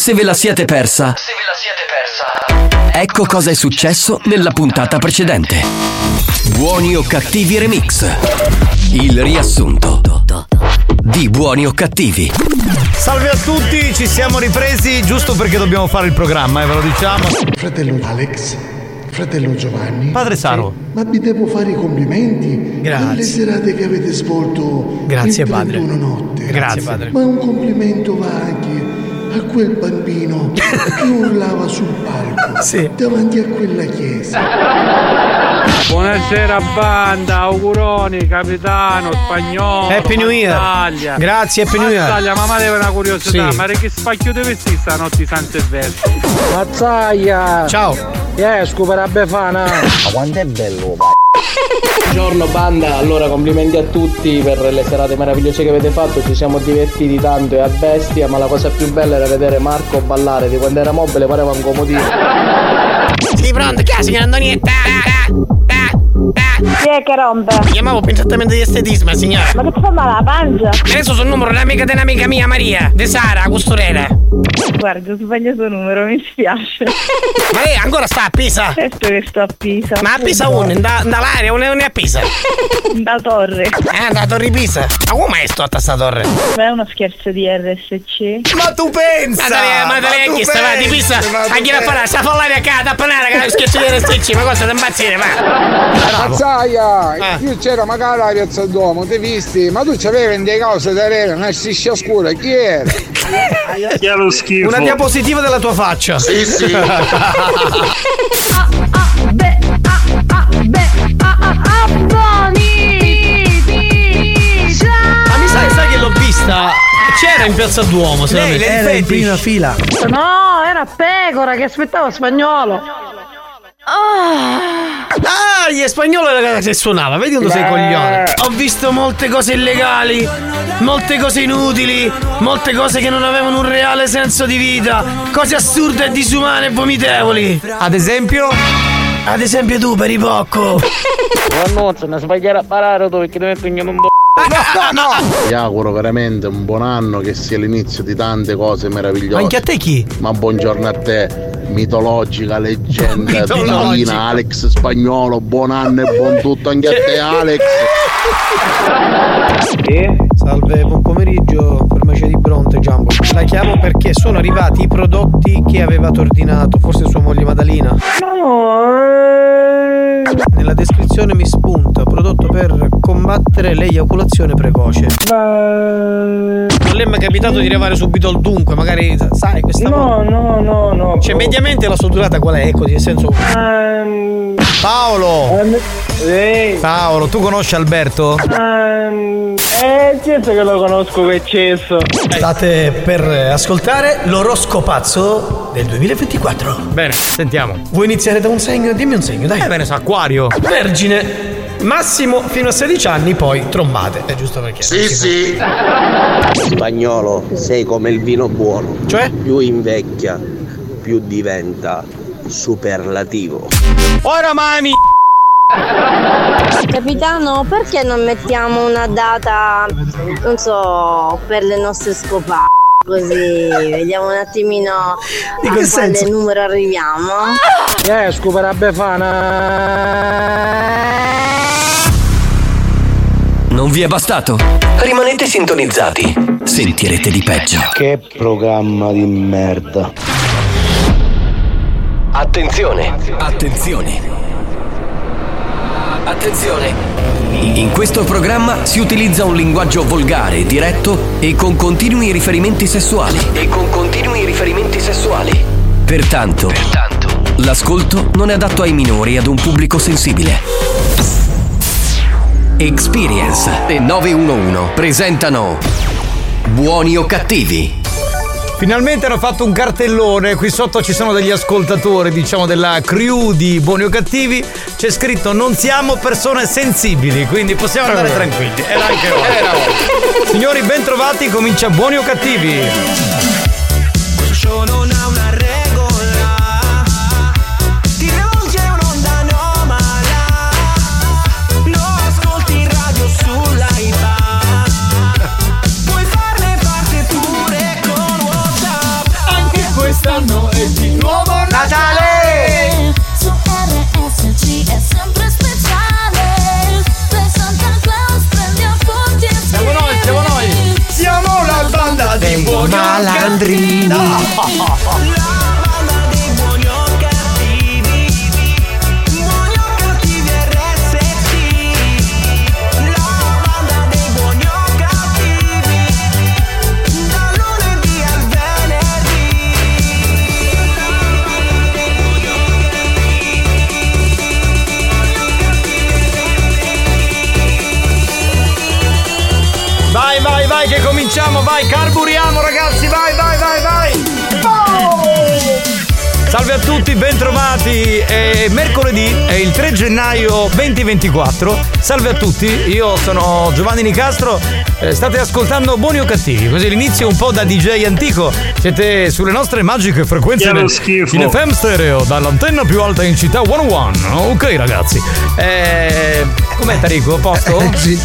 Se ve la siete persa, ecco cosa è successo nella puntata precedente. Buoni o cattivi remix. Il riassunto di Buoni o cattivi. Salve a tutti, ci siamo ripresi giusto perché dobbiamo fare il programma, ve lo diciamo. Fratello Alex, fratello Giovanni. Padre Saro. Ma vi devo fare i complimenti. Grazie. Per le serate che avete svolto. Grazie, il padre. 31 notte. Grazie, padre. Ma un complimento va anche a quel bambino che urlava sul palco davanti a quella chiesa. Buonasera banda, auguroni, capitano, spagnolo. Happy New Year. Italia. Grazie, Happy New Year. Italia, ma aveva una curiosità, Sì. ma che spacchio di vestire stanotte Santo e Verso? Mazzaia! Ciao! Esco per la Befana! Ma quanto è bello, Buongiorno banda, allora complimenti a tutti per le serate meravigliose che avete fatto, ci siamo divertiti tanto e a bestia, ma la cosa più bella era vedere Marco ballare, di quando era mobile pareva un comodino. Sì, pronto, che signora Antonietta? Chi è che rompe? Chiamavo per trattamento di estetismo, signora. Ma che ti fa male la pancia? Adesso sul numero dell'amica mia Maria, De Sara, costurera. Guarda, ho sbagliato numero, mi spiace. Ma lei ancora sta a Pisa? Certo che sto a Pisa. Ma a Pisa uno, dall'area, non è a Pisa. Da torre. Da Torre Pisa. Ma come è sta torre? Ma è uno scherzo di RSC. Ma tu pensa! Ma te lei chi stava di Pisa? A chi la farà? Sta follare a casa, a panare, che è uno scherzo di RSC, ma cosa da impazzire, va? Mazzaia, io c'era magari la piazza Duomo, ti visti? Ma tu c'avevi delle cose da rere, una striscia scura, chi era? Che è lo schifo. Una diapositiva della tua faccia. Sì. Ma mi sai che l'ho vista? C'era in piazza Duomo, Lei era in prima fila. No, era Pecora che aspettava Spagnolo. Gli spagnolo che suonava, vedi quando sei coglione. Ho visto molte cose illegali, molte cose inutili, molte cose che non avevano un reale senso di vita, cose assurde e disumane e vomitevoli. Ad esempio tu, Peripocco. Buonanotte, non sbagliare a parare tu perché devi mettere un po'. No. Ti auguro veramente un buon anno, che sia l'inizio di tante cose meravigliose. Anche a te chi? Ma buongiorno a te, mitologica leggenda Mitologica. divina Alex Spagnolo, buon anno e buon tutto anche a te Alex. Salve, buon pomeriggio, farmacia di Bronte, Giambo. La chiamo perché sono arrivati i prodotti che avevate ordinato, forse sua moglie Madalina. Nella descrizione mi spunta prodotto per combattere l'eiaculazione precoce. Non le è mai capitato di arrivare subito al dunque, magari sai questa No. Cioè mediamente la sua durata qual è? Così nel senso. Paolo, tu conosci Alberto? Certo che lo conosco, che cesso. State per ascoltare l'oroscopazzo del 2024. Bene, sentiamo. Vuoi iniziare da un segno? Dimmi un segno, dai. Bene, so, Acquario. Vergine. Massimo fino a 16 anni, poi trombate. È giusto perché. Sì. Spagnolo, sei come il vino buono. Cioè? Più invecchia, più diventa superlativo. Ora mani! Capitano, perché non mettiamo una data, non so, per le nostre scopate? Così vediamo un attimino a quale numero arriviamo. Esco per la Befana. Non vi è bastato? Rimanete sintonizzati. Sentirete di peggio. Che programma di merda. Attenzione. In questo programma si utilizza un linguaggio volgare, diretto e con continui riferimenti sessuali. Pertanto, l'ascolto non è adatto ai minori e ad un pubblico sensibile. Experience e 911 presentano Buoni o cattivi? Finalmente hanno fatto un cartellone, qui sotto ci sono degli ascoltatori, diciamo della crew di Buoni o Cattivi, c'è scritto non siamo persone sensibili, quindi possiamo andare tranquilli. Era anche ora. Signori, ben trovati, comincia Buoni o Cattivi. Non ha una regola, ti rivolge un'onda anomala, lo ascolti in radio sull'iPad, puoi farne parte pure con WhatsApp, anche quest'anno è di nuovo Natale. Su RSC è sempre speciale. Per Santa Claus prendi appunti e Siamo noi. Siamo la banda dei buoni malandrini. Vai che cominciamo, vai, carburiamo ragazzi, vai. Salve a tutti, bentrovati. È mercoledì, è il 3 gennaio 2024. Salve a tutti, io sono Giovanni Nicastro. State ascoltando Buoni o Cattivi, così l'inizio un po' da DJ antico. Siete sulle nostre magiche frequenze in FM stereo, dall'antenna più alta in città 101. Ok ragazzi, com'è Tarico? A posto? Sì.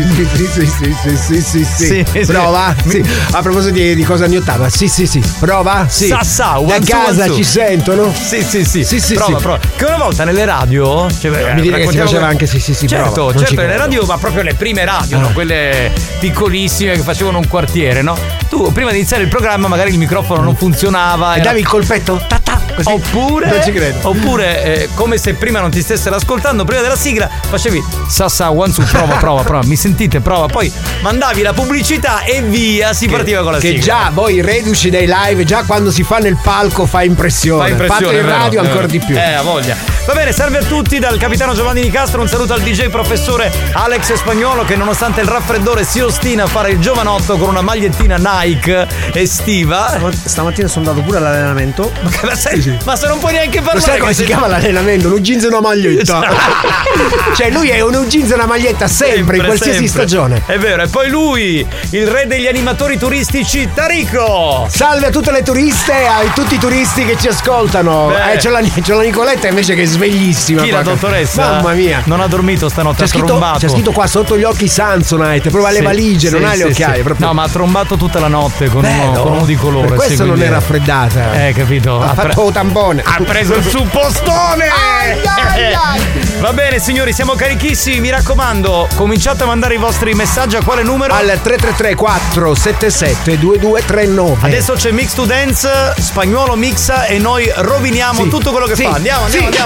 Prova? Sì. A proposito di cosa anni 80, sì. Prova? Sì. Sassà, da casa ci sentono? Sì. Prova. Che una volta nelle radio, mi dire che si faceva anche sì. Certo, nelle radio, ma proprio le prime radio, no? Quelle piccolissime che facevano un quartiere, no? Tu prima di iniziare il programma magari il microfono non funzionava e davi il colpetto? Così. Non ci credo. Oppure come se prima non ti stessero ascoltando, prima della sigla facevi Sassa one two, prova, mi sentite, prova, poi mandavi la pubblicità e via, si partiva con la sigla. Che già voi reduci dai live, già quando si fa nel palco fa impressione. Fatto in radio ancora di più. Ha voglia. Va bene, salve a tutti dal capitano Giovanni Nicastro, un saluto al DJ professore Alex Spagnuolo che nonostante il raffreddore si ostina a fare il giovanotto con una magliettina Nike estiva. Stamattina sono andato pure all'allenamento. Ma se non puoi neanche parlare. Lo sai come si chiama l'allenamento? Un jeans e una maglietta. Cioè lui è un jeans e una maglietta sempre in qualsiasi stagione. È vero, e poi lui, il re degli animatori turistici, Tarico. Salve a tutte le turiste e a tutti i turisti che ci ascoltano. C'è la Nicoletta invece che è sveglissima. Chi, la dottoressa? Mamma mia. Non ha dormito stanotte, ha trombato. C'è scritto qua sotto gli occhi Samsonite. Prova le valigie, non hai le occhiaie. Proprio. No, ma ha trombato tutta la notte con uno di colore. Per questo non è raffreddata. Capito? Ha fatto un tampone. Ha preso il suppostone. Va bene signori, siamo carichissimi. Mi raccomando, cominciate a mandare i vostri messaggi a quale numero? Al 333 477 2239. Adesso c'è Mix to Dance, Spagnuolo mixa e noi roviniamo tutto quello che fa. Andiamo.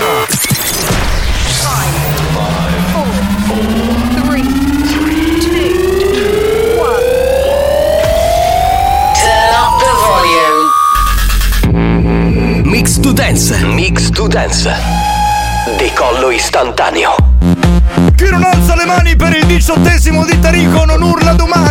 Mix to Dance. Decollo istantaneo. Chi non alza le mani per il 18° di Tarico non urla domani.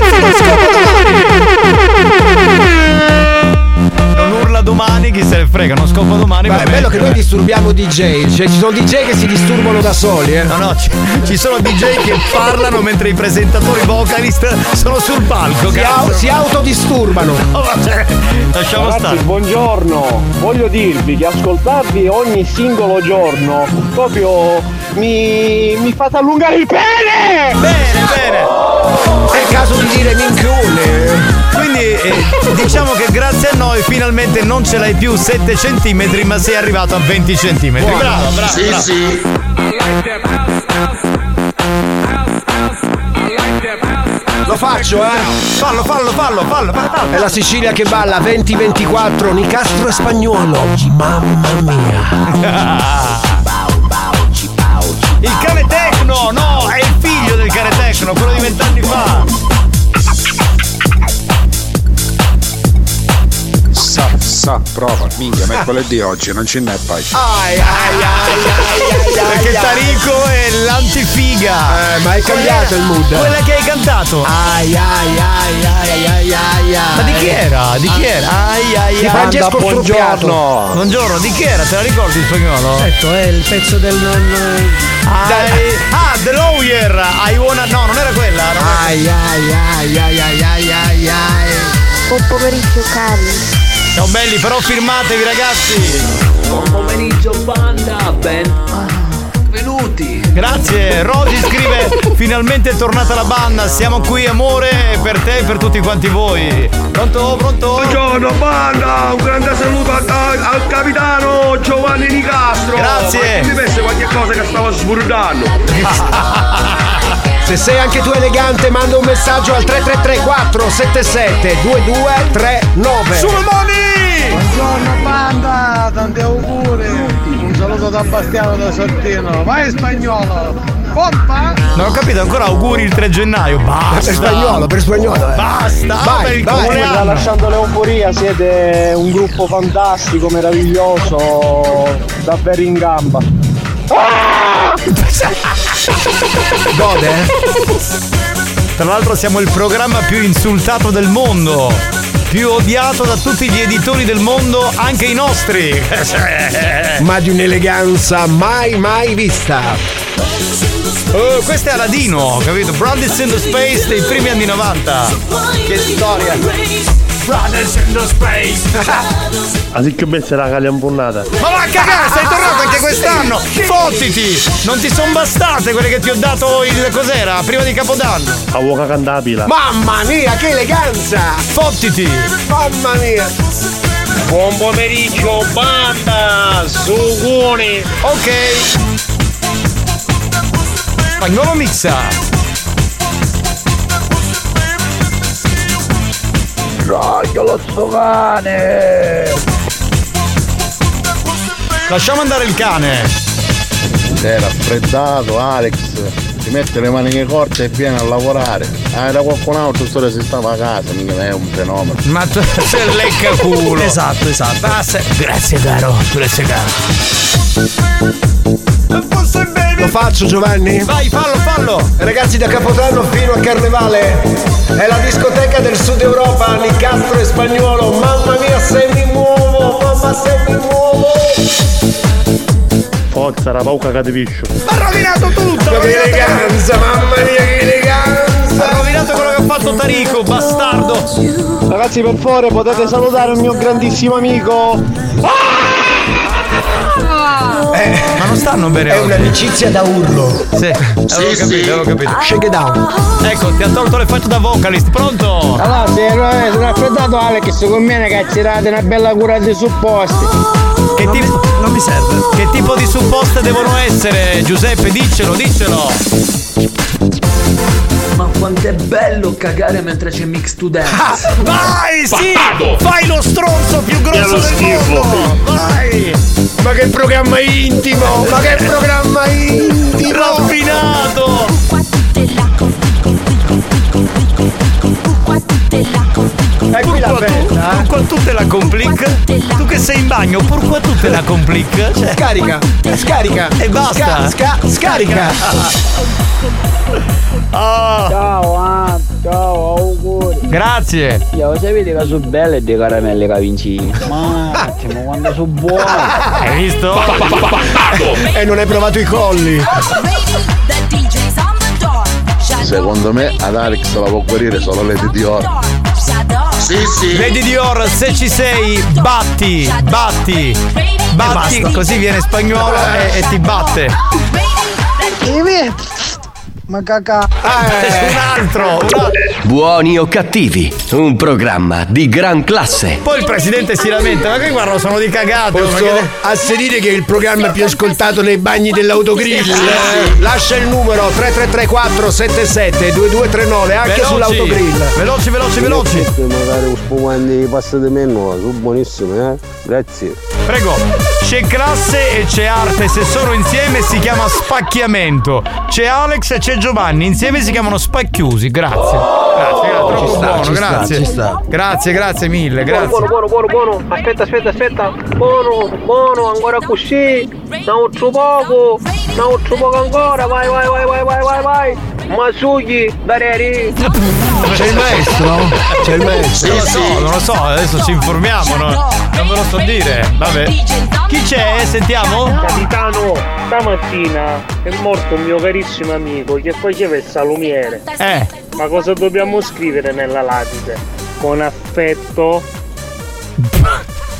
Non urla domani, chi se ne frega, non scopa domani. Ma è bello che noi disturbiamo DJ, cioè ci sono DJ che si disturbano da soli, No, ci sono DJ che parlano mentre i presentatori vocalist sono sul palco. Si autodisturbano. Lasciamo stare. Buongiorno, voglio dirvi che ascoltarvi ogni singolo giorno proprio mi fate allungare il pene! Bene. È il caso di dire minchione. Quindi diciamo che grazie a noi finalmente non ce l'hai più 7 centimetri ma sei arrivato a 20 centimetri. Bravo. Sì. Lo faccio, Fallo. È la Sicilia che balla 2024, Nicastro e Spagnuolo. Mamma mia. Il cane tecno, no, è il figlio del cane tecno, quello di 20 anni fa. Prova, minchia, mercoledì oggi non ce n'è poi. Perché Tarico è l'antifiga. Ma hai cambiato il mood. Quella che hai cantato. Ma di chi era? Di Francesco Struppiato. Buongiorno, di chi era? Te la ricordi il Spagnolo? Certo, è il pezzo del The Lawyer. No, non era quella. Buon pomeriggio cari. Ciao belli, però firmatevi ragazzi. Buon pomeriggio banda, ben. benvenuti. Grazie, Rodi scrive: finalmente è tornata la banda, siamo qui amore per te e per tutti quanti voi. Pronto? Buongiorno banda, un grande saluto al capitano Giovanni Nicastro. Grazie. Mi pensi qualche cosa che stavo sburdando. Se sei anche tu elegante, manda un messaggio al 333-477-2239. Sulle mani! Buongiorno banda, tanti auguri. Un saluto da Bastiano da Sortino. Vai Spagnolo. Pompa! Non ho capito ancora, auguri il 3 gennaio. Basta. Per spagnolo. Basta. Vai, il vai. compleanno. Tralasciando l'euforia, siete un gruppo fantastico, meraviglioso, davvero in gamba. Gode? Tra l'altro siamo il programma più insultato del mondo, più odiato da tutti gli editori del mondo, anche i nostri. Ma di un'eleganza mai vista. Questo è Aladino, capito? Brothers in the Space dei primi anni 90. Che storia. Brothers in the Space. Asì che bella la cagliampunnata. Ma va a cagare, sei tornato anche quest'anno. Fottiti. Non ti son bastate quelle che ti ho dato il cos'era prima di Capodanno. A vuoca cantapila. Mamma mia, che eleganza. Fottiti. Mamma mia. Buon pomeriggio banda, sugoni. Ok. Spagnolo mixa. Ragliolo sto cane. Lasciamo andare il cane. Sei raffreddato Alex, ti mette le maniche corte e viene a lavorare. Da qualcun altro storia si stava a casa, mica è un fenomeno. Ma tu sei il lecca culo. Esatto. Grazie caro, grazie caro. Lo faccio Giovanni? Vai, fallo! Ragazzi, da Capodanno fino a Carnevale è la discoteca del Sud Europa, Nicastro e Spagnolo. Mamma mia se mi muovo, Forza, la pauca cateviscio. Ha rovinato tutto! Che eleganza, mamma mia che eleganza! Ha rovinato quello che ha fatto Tarico, bastardo! Ragazzi, per favore, potete salutare il mio grandissimo amico. Ma non stanno bene. È un'amicizia da urlo. Sì, avevo capito. Shake it down. Ecco, ti ha tolto l'effetto da vocalist, pronto? Allora, se sono raffreddato Alex, con me che tirate una bella cura di supposti. Che tipo? Non mi serve. Che tipo di supposte devono essere, Giuseppe? Diccelo. Ma quanto è bello cagare mentre c'è Mix to Dance. Vai, sì! Fai lo stronzo più grosso del mondo! Vai! Ma che programma intimo! Raffinato! E qui la bella, Pourquoi tu te la complique? Tu che sei in bagno, pourquoi tu te la complique? Cioè, Scarica e basta! Scarica. Ciao, auguri. Grazie! Io sapete che sono belle le caramelle cavincini. Ma quando sono buone. Hai visto? E non hai provato i colli. Secondo me ad Alex la può guarire solo Lady Dior. Sì. Lady Dior, se ci sei, batti, così viene spagnolo e ti batte. Ma cacà. Un altro. Buoni o cattivi, un programma di gran classe. Poi il presidente si lamenta, ma che guarda, sono di cagate. Posso asserire che è il programma più ascoltato nei bagni dell'autogrill. Lascia il numero 333-477-2239 anche sull'autogrill. Veloci. Magari un spumante di pasta di menù, sono buonissime, grazie. Prego. C'è classe e c'è arte, se sono insieme si chiama spacchiamento. C'è Alex e c'è Giovanni, insieme si chiamano spacchiusi. Grazie, troppo buono, grazie. Ci sta. Grazie mille, grazie. Buono. Aspetta. Buono, ancora così. Non poco ancora. Vai. Masugli, Dareri. C'è il maestro? Non lo so, adesso ci informiamo, no? Non ve lo so dire. Vabbè. Chi c'è? Sentiamo? Capitano, stamattina è morto un mio carissimo amico che faceva il salumiere. Ma cosa dobbiamo scrivere nella latite? Con affetto?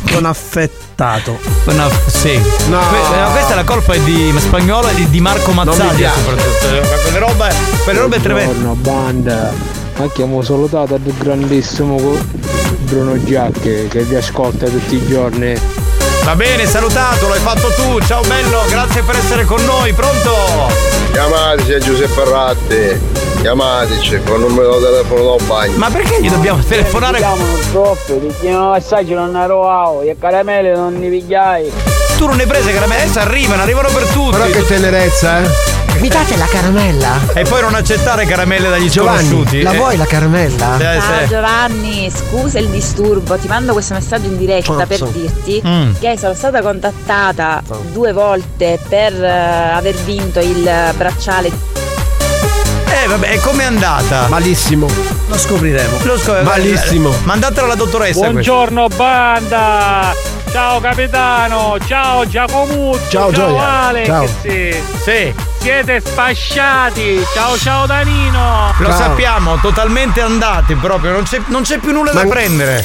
Con affettato. Sì. No. Questa la colpa è di Spagnolo e di Marco Mazzaglia soprattutto. Quelle robe tremende. Buongiorno banda. Abbiamo salutato il grandissimo Bruno Giacche che vi ascolta tutti i giorni. Va bene, salutato, l'hai fatto tu. Ciao bello, grazie per essere con noi. Pronto? Chiamateci a Giuseppe Ratti. Chiamateci con il numero di telefono da bagno. Ma perché gli dobbiamo telefonare? Chiamano troppo, ti chiamano assaggio non ne ero e caramelle non ne pigliai. Tu non ne hai prese caramelle, adesso arrivano per tutti. Però che tenerezza, Mi date la caramella? E poi non accettare caramelle dagli Giovanni, sconosciuti. la vuoi la caramella? Ciao Giovanni, scusa il disturbo, ti mando questo messaggio in diretta per dirti che sono stata contattata 2 volte per aver vinto il bracciale. Vabbè, com'è andata? Malissimo. Lo scopriremo. Malissimo. Mandatela alla dottoressa. Buongiorno banda. Ciao capitano. Ciao Giacomuzzo. Ciao Gioia. Alex. Ciao. Sì. Siete sfasciati. Ciao Danino. Lo sappiamo, totalmente andati proprio. Non c'è più nulla da prendere.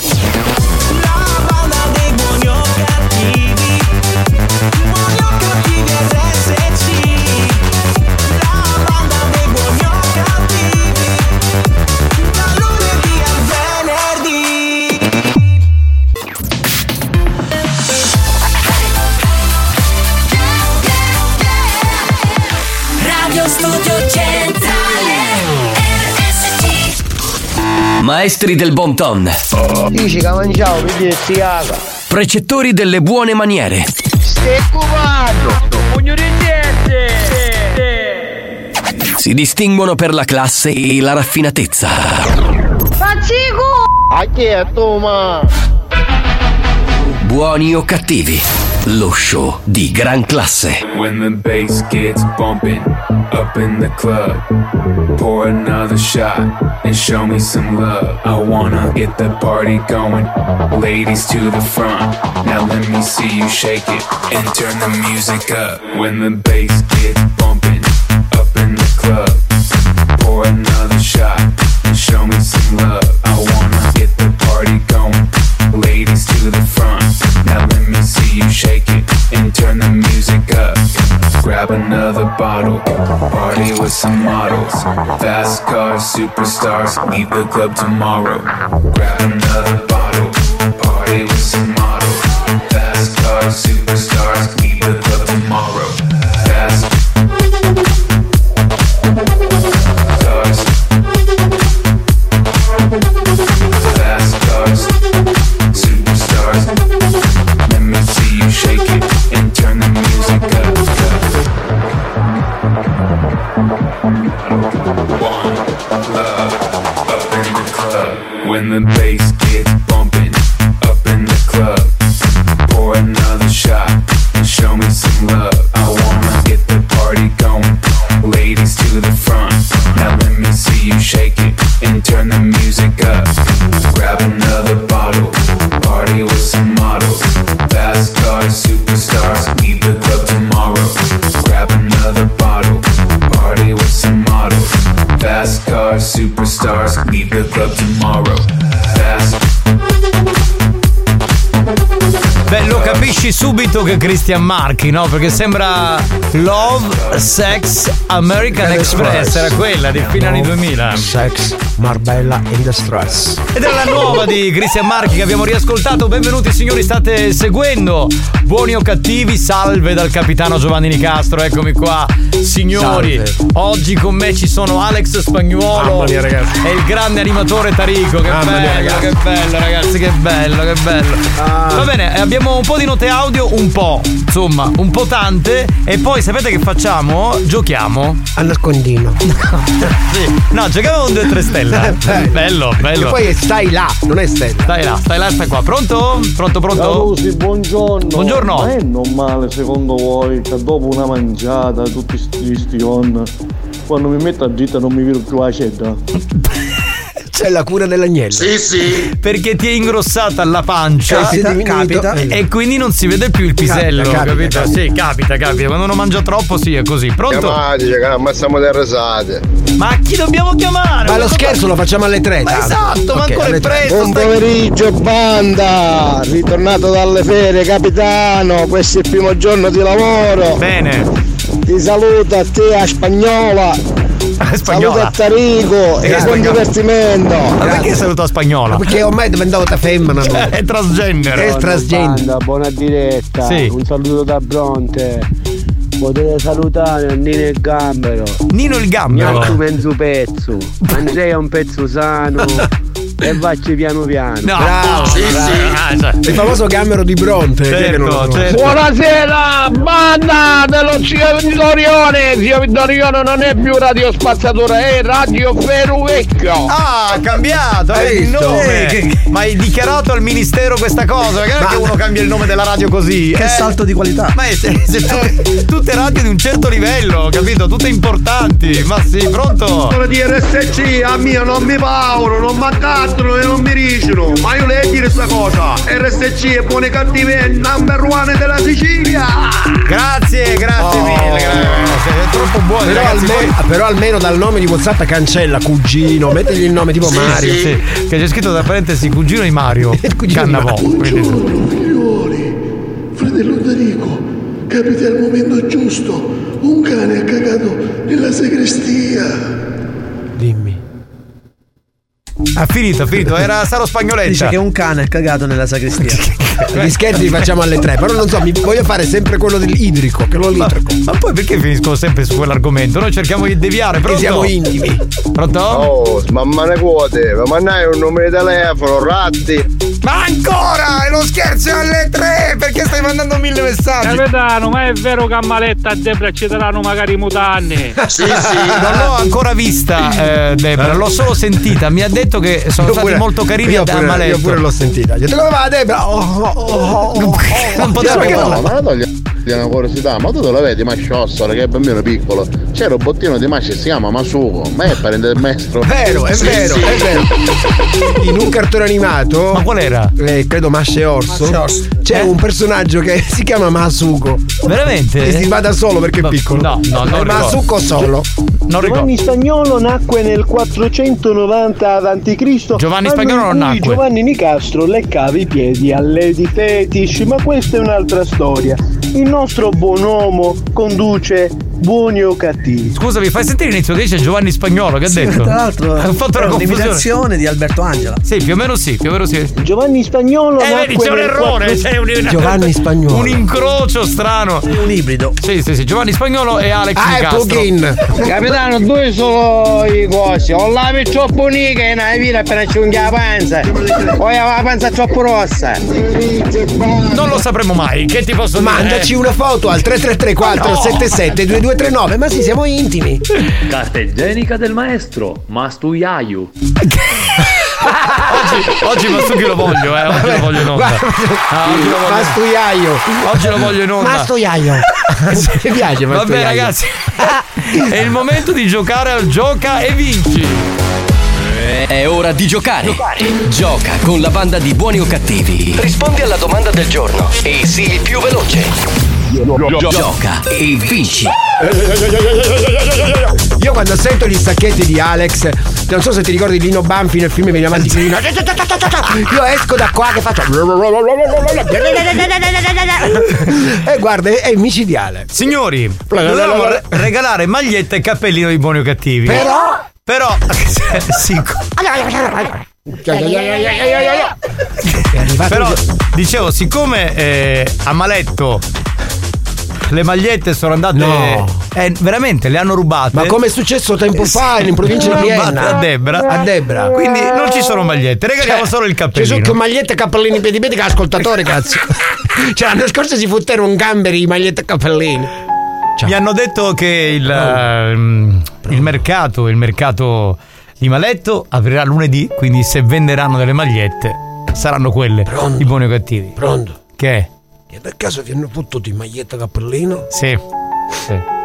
Studio Centrale RSC. Maestri del bon ton. Dici che mangiavo per Precettori delle buone maniere. Stai cubando. Pugno di gente. Si distinguono per la classe e la raffinatezza. Faccico. A chi è tu, ma? Buoni o cattivi, lo show di gran classe. When the bass gets bumping up in the club, pour another shot and show me some love. I wanna get the party going, ladies to the front. Now let me see you shake it and turn the music up. When the bass gets bumping up in the club, pour another shot and show me some love. I wanna get the party going, ladies to the front. Now let me see you shake it and turn the music up. Grab another bottle, party with some models. Fast cars, superstars, leave the club tomorrow. Grab another bottle, party with some models. Fast cars, superstars, leave the club tomorrow. Fast cars, fast cars, superstars. Let me see you shake it and turn the music up. One love up in the club. When the bass gets bumping up in the club, pour another shot and show me some love. I wanna get the party going, ladies to the front. Now let me see you shake it and turn the music up. Grab another bottle, party with some models. Fast cars, superstars, leave the club tomorrow. Grab another bottle, party with some models. Fast cars, superstars, leave the club tomorrow. Fast. Beh, lo capisci subito che Christian Marchi, no? Perché sembra Love, Sex, American Express. Era quella di fine anni 2000. Sex, Marbella in the Stress. Ed è la nuova di Christian Marchi che abbiamo riascoltato. Benvenuti signori, state seguendo Buoni o Cattivi. Salve dal capitano Giovanni Nicastro. Eccomi qua signori. Salve. Oggi con me ci sono Alex Spagnuolo e il grande animatore Tarico. Che bello, che bello ragazzi, che bello, che bello. Va bene, abbiamo un po' di note audio, un po' tante. E poi sapete che facciamo? Giochiamo a nascondino. No, giochiamo con 2-3 stelle. Bello. E poi stai là, non è stella. Stai là, stai qua. Pronto? Ciao Lucy, buongiorno. Buongiorno. Ma è normale secondo voi che dopo una mangiata tutti sti on, quando mi metto a dritta non mi vedo più la cedda? C'è la cura dell'agnello. Sì. Perché ti è ingrossata la pancia. Capita. E quindi non si vede più il pisello, capito? Sì, capita. Quando uno mangia troppo, sì, è così. Pronto? Chiamateci, che ammazziamo le risate. Ma chi dobbiamo chiamare? Ma lo scherzo lo facciamo alle 3. Ma esatto, ma ancora è presto. Buon pomeriggio, banda! Ritornato dalle ferie, capitano. Questo è il primo giorno di lavoro. Bene. Ti saluta a te, a Spagnola. Saluta a Tarico e buon divertimento. Ma perché saluto a Spagnola? Perché ormai è diventata femmina. È transgender. È transgender. Banda, buona diretta. Sì. Un saluto da Bronte. Potete salutare Nino il Gambero. Nino il Gambero? Manco mezzo pezzo. Mangiai un pezzo sano. E vacci piano piano. No, bravo, sì. Il famoso Gambero di Bronte. Certo. Buonasera, banda dello zio Vittorione. Zio Vittorione non è più radio spazzatura, è radio Ferro Vecchio. Ah, ha cambiato il nome. Ma hai dichiarato al ministero questa cosa? Perché non è che uno cambia il nome della radio così? Che salto di qualità. Ma tutte radio di un certo livello, capito? Tutte importanti. Ma sì, pronto? Di RSC a mio non mi pauro, non mi accattano e non mi ricino. Ma io le dire questa cosa. RSC è buone cattive number one della Sicilia. Grazie mille. Siete troppo buoni, ragazzi. Però almeno dal nome di WhatsApp cancella cugino, mettegli il nome tipo Mario. Sì. Che c'è scritto tra parentesi cugino di Mario. Cannavò. Buongiorno figliuoli. Fratello Tarico, capiti al momento giusto. Un cane ha cagato nella sagrestia. Dimmi. Ha finito, era Saro Spagnoletta. Dice che un cane è cagato nella sagrestia. Gli scherzi li facciamo alle 3. Però non so, mi voglio fare sempre quello dell'idrico, che lo litrico. Ma poi perché finiscono sempre su quell'argomento? Noi cerchiamo di deviare, però siamo intimi. Pronto? Oh, mamma ne quote, ma mandai un numero di telefono, ratti. Ma ancora! E lo scherzo è alle 3! Perché stai mandando 1000 messaggi? Capitano, ma è vero che a Maletta e Debra ci daranno magari i mutanni? Sì. Non l'ho ancora vista, Debra, l'ho solo sentita. Mi ha detto che sono stati molto carini a Maletto. Io pure l'ho sentita. Gli ho detto, come va Debra? Non poteva parlare. Ma togli una curiosità, ma tu te lo vedi ma sciossolo che è bambino piccolo? C'era un bottino di masce, si chiama Masuko, ma è parente del maestro. È vero. In un cartone animato. Ma qual era? Credo Masce Orso. C'è un personaggio che si chiama Masuko. Veramente? E si va da solo perché è piccolo. No, non Masuko solo. Giovanni Spagnolo nacque nel 490 a.C. Giovanni Spagnolo non nacque. Giovanni Nicastro leccava i piedi a Lady Fetish, ma questa è un'altra storia. Il nostro buon uomo conduce buoni o cattivi. Scusa, mi fai sentire l'inizio che dice Giovanni Spagnolo, che ha detto? Tra l'altro ha fatto una un'imitazione di Alberto Angela. Sì, più o meno sì. Giovanni Spagnolo vedi, c'è un errore, Giovanni Spagnolo. Un incrocio strano. Un ibrido. Sì, Giovanni Spagnolo e Alex Nicastro. Plugin. Capitano, due sono i cosi. O lavi troppo nica e una vita appena ci unghia la panza. O la panza troppo rossa. Non lo sapremo mai. Che ti posso dire? Mandaci una foto al 3334 477 2239. Ma sì, siamo intimi. Carta igienica del maestro Mastuiaiu. Oggi Mastucchi lo voglio, oggi lo voglio in onda. Mastuiaio. Oggi lo voglio in onda. Mastuiaio. Mi piace Mastuiaio. Vabbè ragazzi, è il momento di giocare al Gioca e Vinci. È ora di giocare. Gioca con la banda di Buoni o Cattivi. Rispondi alla domanda del giorno e sii il più veloce. Gioca e vinci. Io quando sento gli stacchetti di Alex, non so se ti ricordi Lino Banfi nel film Vieni avanti Lino, io esco da qua che faccio e guarda, è micidiale. Signori, dobbiamo regalare magliette e cappellino di Buoni o Cattivi. Però sì. Però dicevo, siccome a Maletto le magliette sono andate veramente le hanno rubate. Ma come è successo tempo fa in provincia di Vienna a Debra. Quindi non ci sono magliette, regaliamo solo il cappellino. Ci sono magliette e cappellini piedi che ascoltatore cazzo. Cioè l'anno scorso si fotterono un gamberi di magliette e cappellini. Mi hanno detto che il mercato di Maletto aprirà lunedì, quindi se venderanno delle magliette saranno quelle di Buoni o Cattivi. Pronto? Che è? Che per caso vi hanno fottuto in maglietta e cappellino? Sì.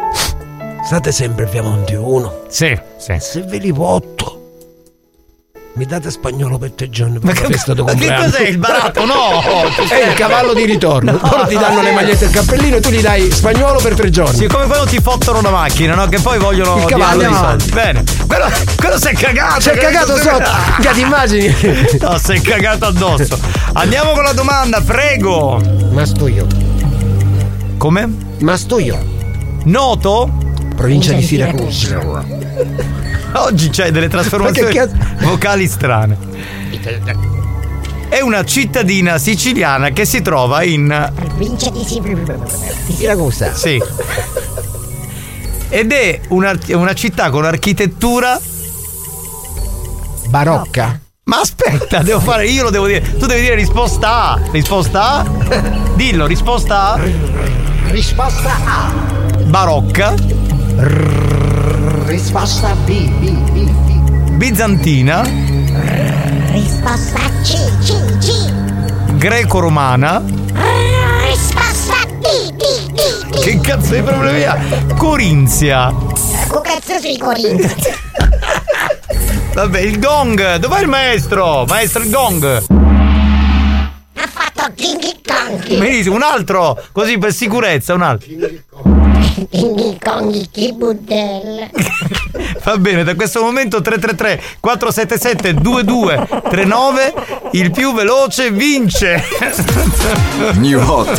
State sempre Piemonte 1. Sì. Se ve li votto Mi date Spagnolo per 3 giorni per la festa di Ma che compleanno. cos'è il baratto? No! È il cavallo di ritorno. Loro ti danno le magliette e il cappellino e tu gli dai Spagnolo per 3 giorni. Sì, come quando ti fottono una macchina, no? Che poi vogliono il cavallo di soldi. Bene. Quello si è cagato. Si è cagato sotto. Già ti immagini? No, si è cagato addosso. Andiamo con la domanda, prego. Mastuio. Come? Mastuio. Noto? Provincia di Siracusa. Oggi c'hai delle trasformazioni vocali strane. È una cittadina siciliana che si trova in Provincia di Siracusa. Sì. Ed è una città con architettura barocca. Ma aspetta, io lo devo dire. Tu devi dire risposta A. Risposta A. Dillo, risposta A. Risposta A. Barocca. Risposta B. Bizantina. Risposta C. Greco-romana. Risposta D. Che cazzo è problema mia? Corinzia. Che cazzo sei Corinzia? Vabbè, il gong. Dov'è il maestro? Maestro, il gong. Ha fatto King Kong. Benissimo, un altro. Così per sicurezza, un altro. King Kong, che budella. Va bene, da questo momento 333-477-2239. Il più veloce vince. New Hot.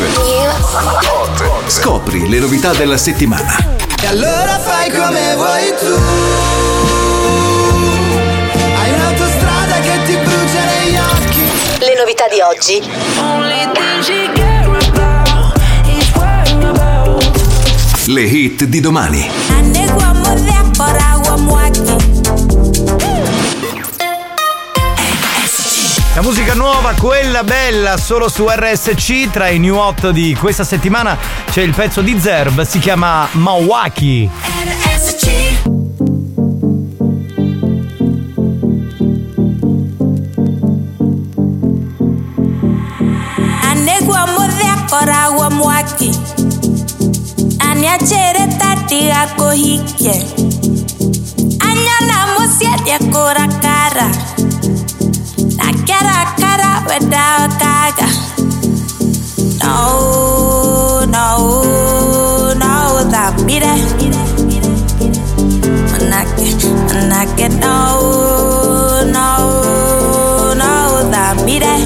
Scopri le novità della settimana. E allora fai come vuoi tu. Hai un'autostrada che ti brucia negli occhi. Le novità di oggi. Le hit di domani. La musica nuova, quella bella, solo su RSC. Tra i new hot di questa settimana c'è il pezzo di Zerb, si chiama Milwaukee. Aniachere tati ako hike Anyana musieti akora kara Nakera kara weda kaga No, Zamire Manake, no, Zamire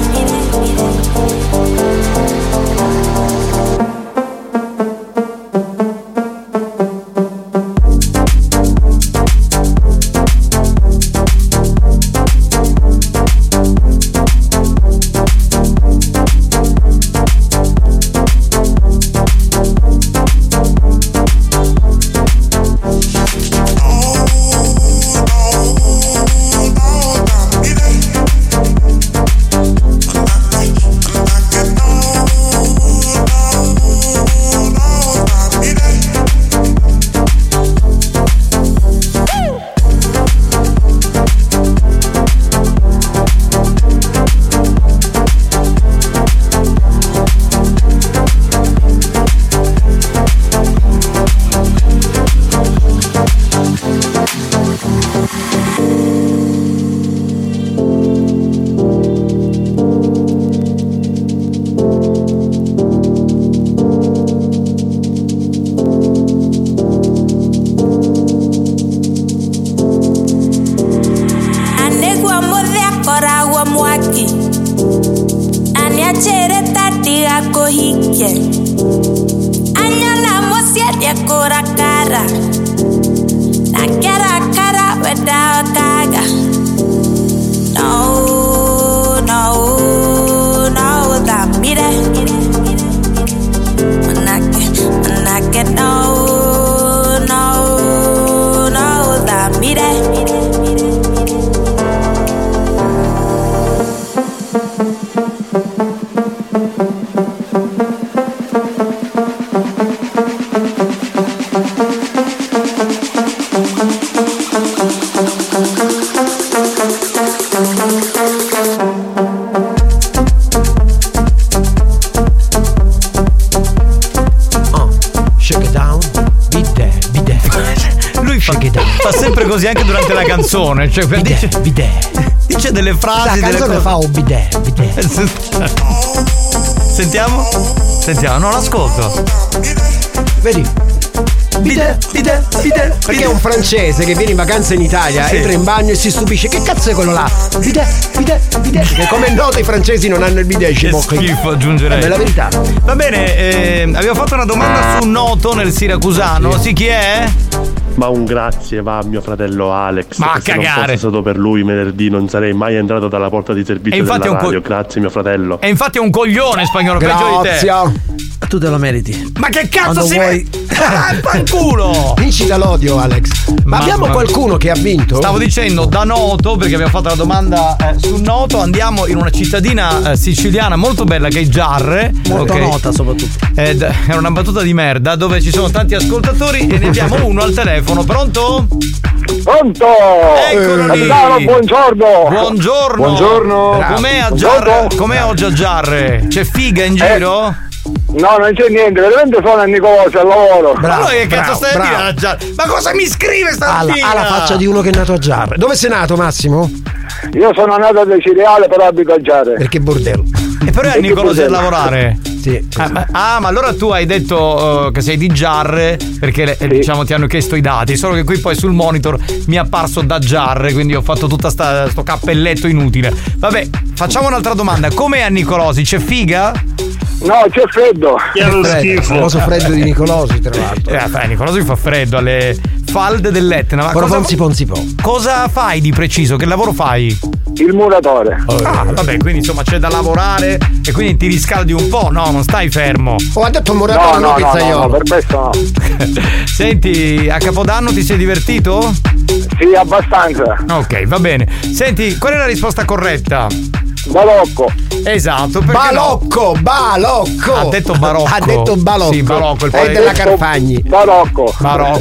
così anche durante la canzone. Cioè, dice delle frasi. La canzone fa bidet. Sentiamo? No, l'ascolto. Vedi? Bidet. Perché è un francese che viene in vacanza in Italia, entra in bagno e si stupisce. Che cazzo è quello là? Bidet. E come è noto i francesi non hanno il bidet. Che schifo, aggiungerei. È la verità. Va bene, abbiamo fatto una domanda su un noto nel siracusano. Sì, chi è? Ma un grazie va a mio fratello Alex. Ma a se cagare. non fosse stato per lui venerdì non sarei mai entrato dalla porta di servizio della radio. Grazie mio fratello. E infatti è un coglione Spagnolo, peggio di te. Tu te lo meriti. Ma che cazzo quando si vuoi... Fanculo! Incita l'odio, Alex. Ma abbiamo qualcuno che ha vinto? Stavo dicendo da noto, perché abbiamo fatto la domanda su noto. Andiamo in una cittadina siciliana molto bella che è Giarre. Molto nota soprattutto. È una battuta di merda dove ci sono tanti ascoltatori e ne abbiamo uno al telefono. Pronto? Pronto! Eccolo lì! Buongiorno! Buongiorno! Com'è oggi a Giarre? C'è figa in giro? No, non c'è niente, veramente sono a Nicosia al lavoro. Ma allora che cazzo stai a dire a Giarre? Ma cosa mi scrive stamattina? Ha la faccia di uno che è nato a Giarre. Dove sei nato, Massimo? Io sono nato da Cireale, però abito a Giarre. Perché bordello. E però è a Nicosia a lavorare. Sì. Ma allora tu hai detto che sei di Giarre perché diciamo ti hanno chiesto i dati, solo che qui poi sul monitor mi è apparso da Giarre, quindi ho fatto tutto sto cappelletto inutile. Vabbè, facciamo un'altra domanda. Com'è a Nicolosi? C'è figa? No, c'è freddo. Che schifo. Il famoso freddo di Nicolosi, tra l'altro. Nicolosi fa freddo alle falde dell'Etna. Ma cosa fai di preciso? Che lavoro fai? Il muratore. Vabbè, quindi insomma c'è da lavorare e quindi ti riscaldi un po', no? Non stai fermo. Ha detto muratore, no, pizzaiolo. No, per questo no. Senti, a Capodanno ti sei divertito? Sì, abbastanza. Ok, va bene. Senti, qual è la risposta corretta? Balocco. Esatto. Balocco. Ha detto barocco. Ha detto balocco. Sì, balocco. È della Carfagni. Barocco.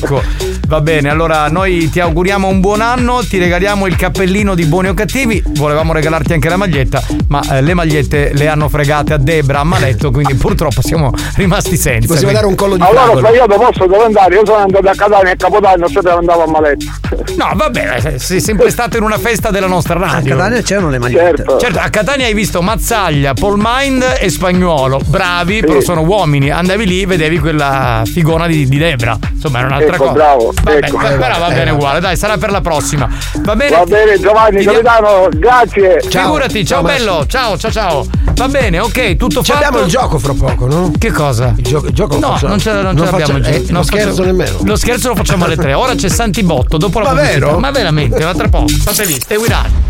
Va bene, allora noi ti auguriamo un buon anno, ti regaliamo il cappellino di Buoni o Cattivi, volevamo regalarti anche la maglietta, ma le magliette le hanno fregate a Debra a Maletto, quindi purtroppo siamo rimasti senza. Possiamo dare un collo di allora io posso dove andare? Io sono andato a Catania e a Capodanno, se devo andare a Maletto. No, vabbè, sei sempre stato in una festa della nostra radio. A Catania c'erano le magliette. Certo, a Catania hai visto Mazzaglia, Paul Mind e Spagnolo, bravi, però sono uomini, andavi lì, vedevi quella figona di Debra, insomma era un'altra cosa. Bravo. Vabbè, però va bene uguale, dai, sarà per la prossima. Va bene? Va bene, Giovanni, capitano, grazie. Figurati, ciao bello, ciao. Va bene, ok, tutto fatto. Abbiamo il gioco fra poco, no? Che cosa? Il gioco no, non ce l'abbiamo il gioco. Non scherzo nemmeno. Lo scherzo lo facciamo alle 3. Ora c'è Santibotto, dopo la pubblicità. Vero? Ma veramente, va tra poco. State lì, stay with us.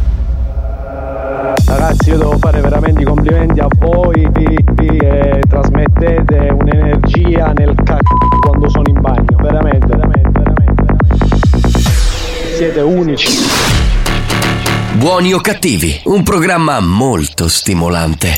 Ragazzi, io devo fare veramente i complimenti a voi e trasmettete un'energia nel c***o quando sono in bagno, veramente. Siete unici. Buoni o Cattivi, un programma molto stimolante.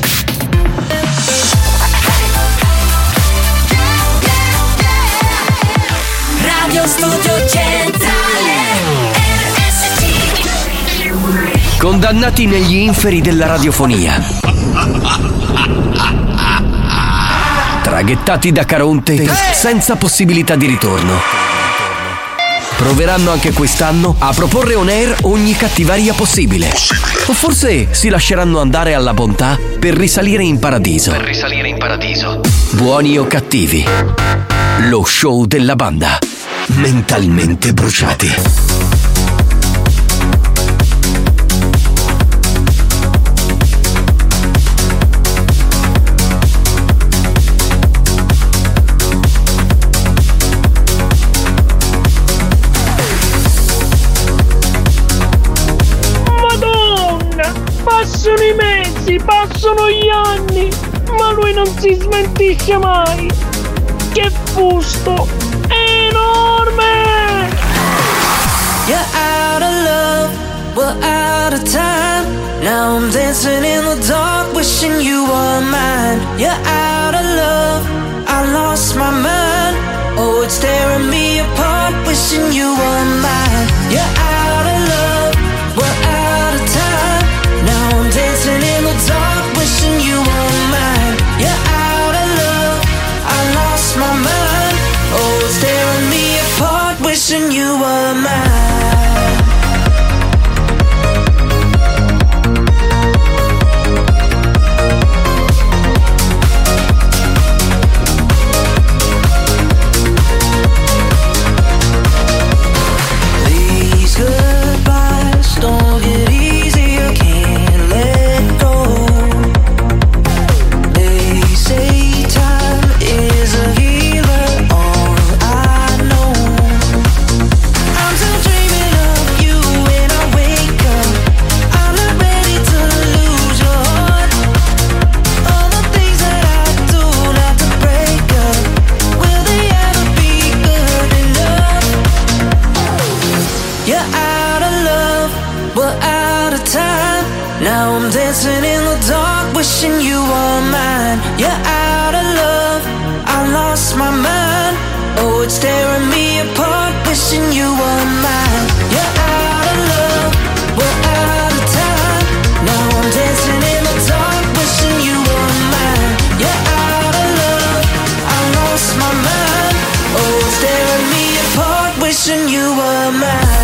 Radio Studio Centrale RSC. Condannati negli inferi della radiofonia. Traghettati da Caronte senza possibilità di ritorno. Proveranno anche quest'anno a proporre on air ogni cattiveria possibile. O forse si lasceranno andare alla bontà per risalire in paradiso. Buoni o Cattivi, lo show della banda. Mentalmente bruciati. Passano i mesi, passano gli anni, ma lui non si smentisce mai. Che fusto enorme! You're out of love, we're out of time. Now I'm dancing in the dark, wishing you were mine. You're out of love, I lost my mind. Oh, it's tearing me apart, wishing you were mine. You're out of love, we're out of time. Now I'm dancing in the dark, wishing you were mine. You're out of love, I lost my mind. Oh, it's tearing me apart, wishing you were mine. You're out of love, I lost my mind. Oh, it's tearing me apart, wishing you were mine. You're out of love, we're out of time. Now I'm dancing in the dark, wishing you were mine. You're out of love, I lost my mind. Oh, it's tearing me apart, wishing you were mine.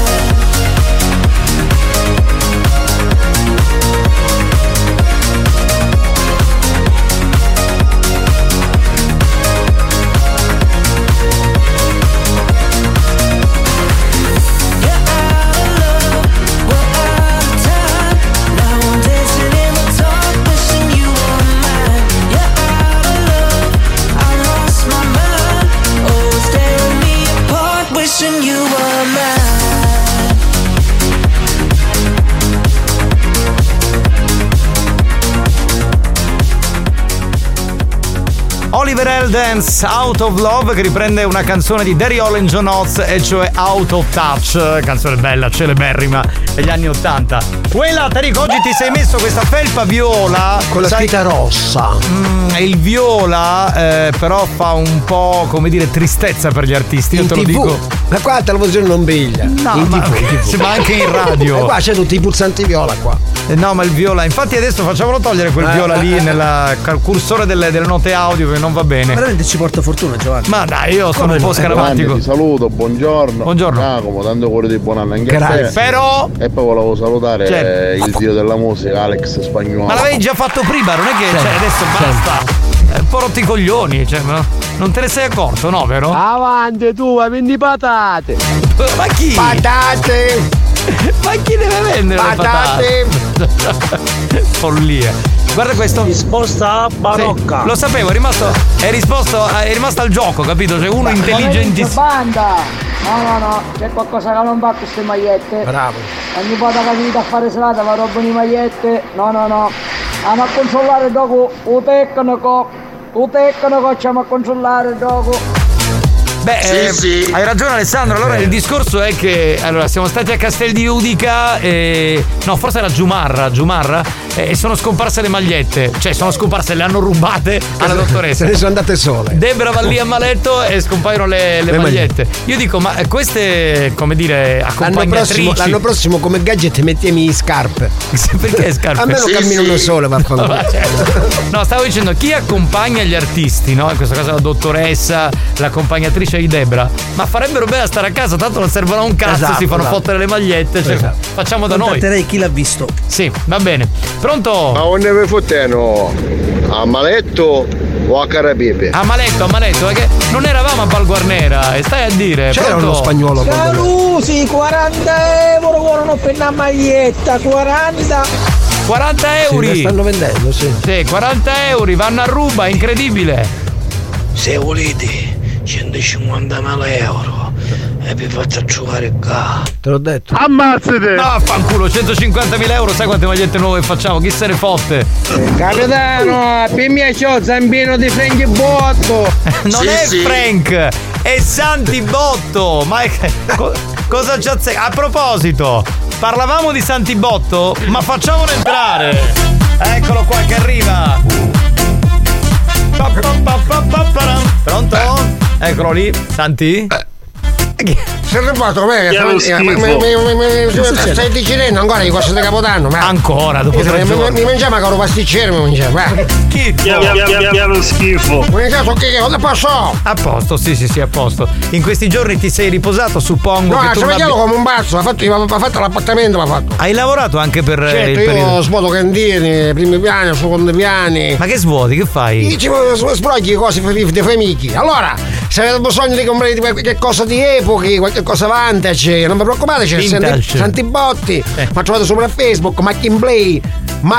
Wishing you were mine. Oliver Heldens, Out of Love, che riprende una canzone di Derry Hall and John Oates, e cioè Out of Touch, canzone bella, celeberrima degli anni '80. Quella, Tarico, oggi ti sei messo questa felpa viola con la scritta rossa. Il viola però fa un po', come dire, tristezza per gli artisti, io te lo dico. Ma qua la televisione non briglia. No, in ma, TV. ma anche in radio. E qua c'è tutti i pulsanti viola qua. No, ma il viola, infatti adesso facciamolo togliere quel viola lì nel cursore delle note audio, che non va bene. Veramente ci porta fortuna, Giovanni. Ma dai, io sono un po' scaramantico. Ti saluto, buongiorno. Buongiorno. Giacomo, tanto cuore di buon anno anche a te. Però. E poi volevo salutare il dio della musica, Alex Spagnuolo. Ma l'avevi già fatto prima, non è che adesso basta. Un po' rotti i coglioni, cioè, non te ne sei accorto, no, vero? Avanti tu, vendi patate. Ma chi? Patate! Ma chi deve vendere patate? Le patate? Follia. Guarda questo. Risposta a barocca. Sì, lo sapevo, è rimasto al gioco, capito? Cioè uno intelligentissimo. Banda! No, c'è qualcosa che non va con queste magliette. Bravo. Ogni volta che venite a fare serata ma roba di magliette. No. Andiamo a controllare dopo il tecnico andiamo a controllare dopo. Beh, sì. Hai ragione Alessandro, allora il discorso è che siamo stati a Castel di Udica no, forse era Giumarra e sono scomparse le magliette, cioè sono scomparse, le hanno rubate alla dottoressa. Se ne sono andate sole. Debra va lì a Maletto e scompaiono le magliette. Io dico, ma queste, come dire, accompagnatrici l'anno prossimo come gadget mettiami scarpe. Perché scarpe? Almeno camminano sole, vaffanculo. No, stavo dicendo, chi accompagna gli artisti, no? In questo caso la dottoressa, l'accompagnatrice di Debra, ma farebbero bene a stare a casa, tanto non servono a un cazzo, si fanno fottere le magliette, cioè, facciamo da noi. Contatterei chi l'ha visto. Sì, va bene. Pronto? Ma onde vi fotteno? A Maletto o a Carapipe? A Maletto, perché non eravamo a Valguarnera, e stai a dire. C'era pronto? uno spagnolo. Carusi, 40 euro vuole per una maglietta, 40 euro. Sì, stanno vendendo, sì. Sì, 40 euro, vanno a ruba, incredibile. Se volete 150.000 euro e vi faccio giocare qua. Te l'ho detto. Ammazzate! No, fanculo, 150.000 euro, sai quante magliette nuove facciamo? Chi se ne fotte? Capitano, per me c'ho zampino di Frank Botto. Non è Frank, è Santi Botto. Ma cosa c'ha? A proposito, parlavamo di Santi Botto, ma facciamolo entrare. Eccolo qua che arriva. Pronto? Eccolo lì, Santi? Sei arrivato me, stai dicendo ancora di questo di Capodanno? Ma ancora, dopo 3 giorni. Mi mangiava caro pasticcere, mi mangiava. Chi? Piano schifo. Cosa posso? A posto, sì, a posto. In questi giorni ti sei riposato, suppongo. No, che ci vediamo come un pazzo, ha fatto l'appartamento, Hai lavorato anche per certo, il periodo? Io svuoto cantine, primi piani, secondi piani. Ma che svuoti, che fai? Io sbrogli cose dei tuoi amici. Allora, se avete bisogno di comprare qualche cosa di epochi, qualche cosa vintage, non vi preoccupate, c'è Santi Botti, ma trovate sopra Facebook, Macchine Play.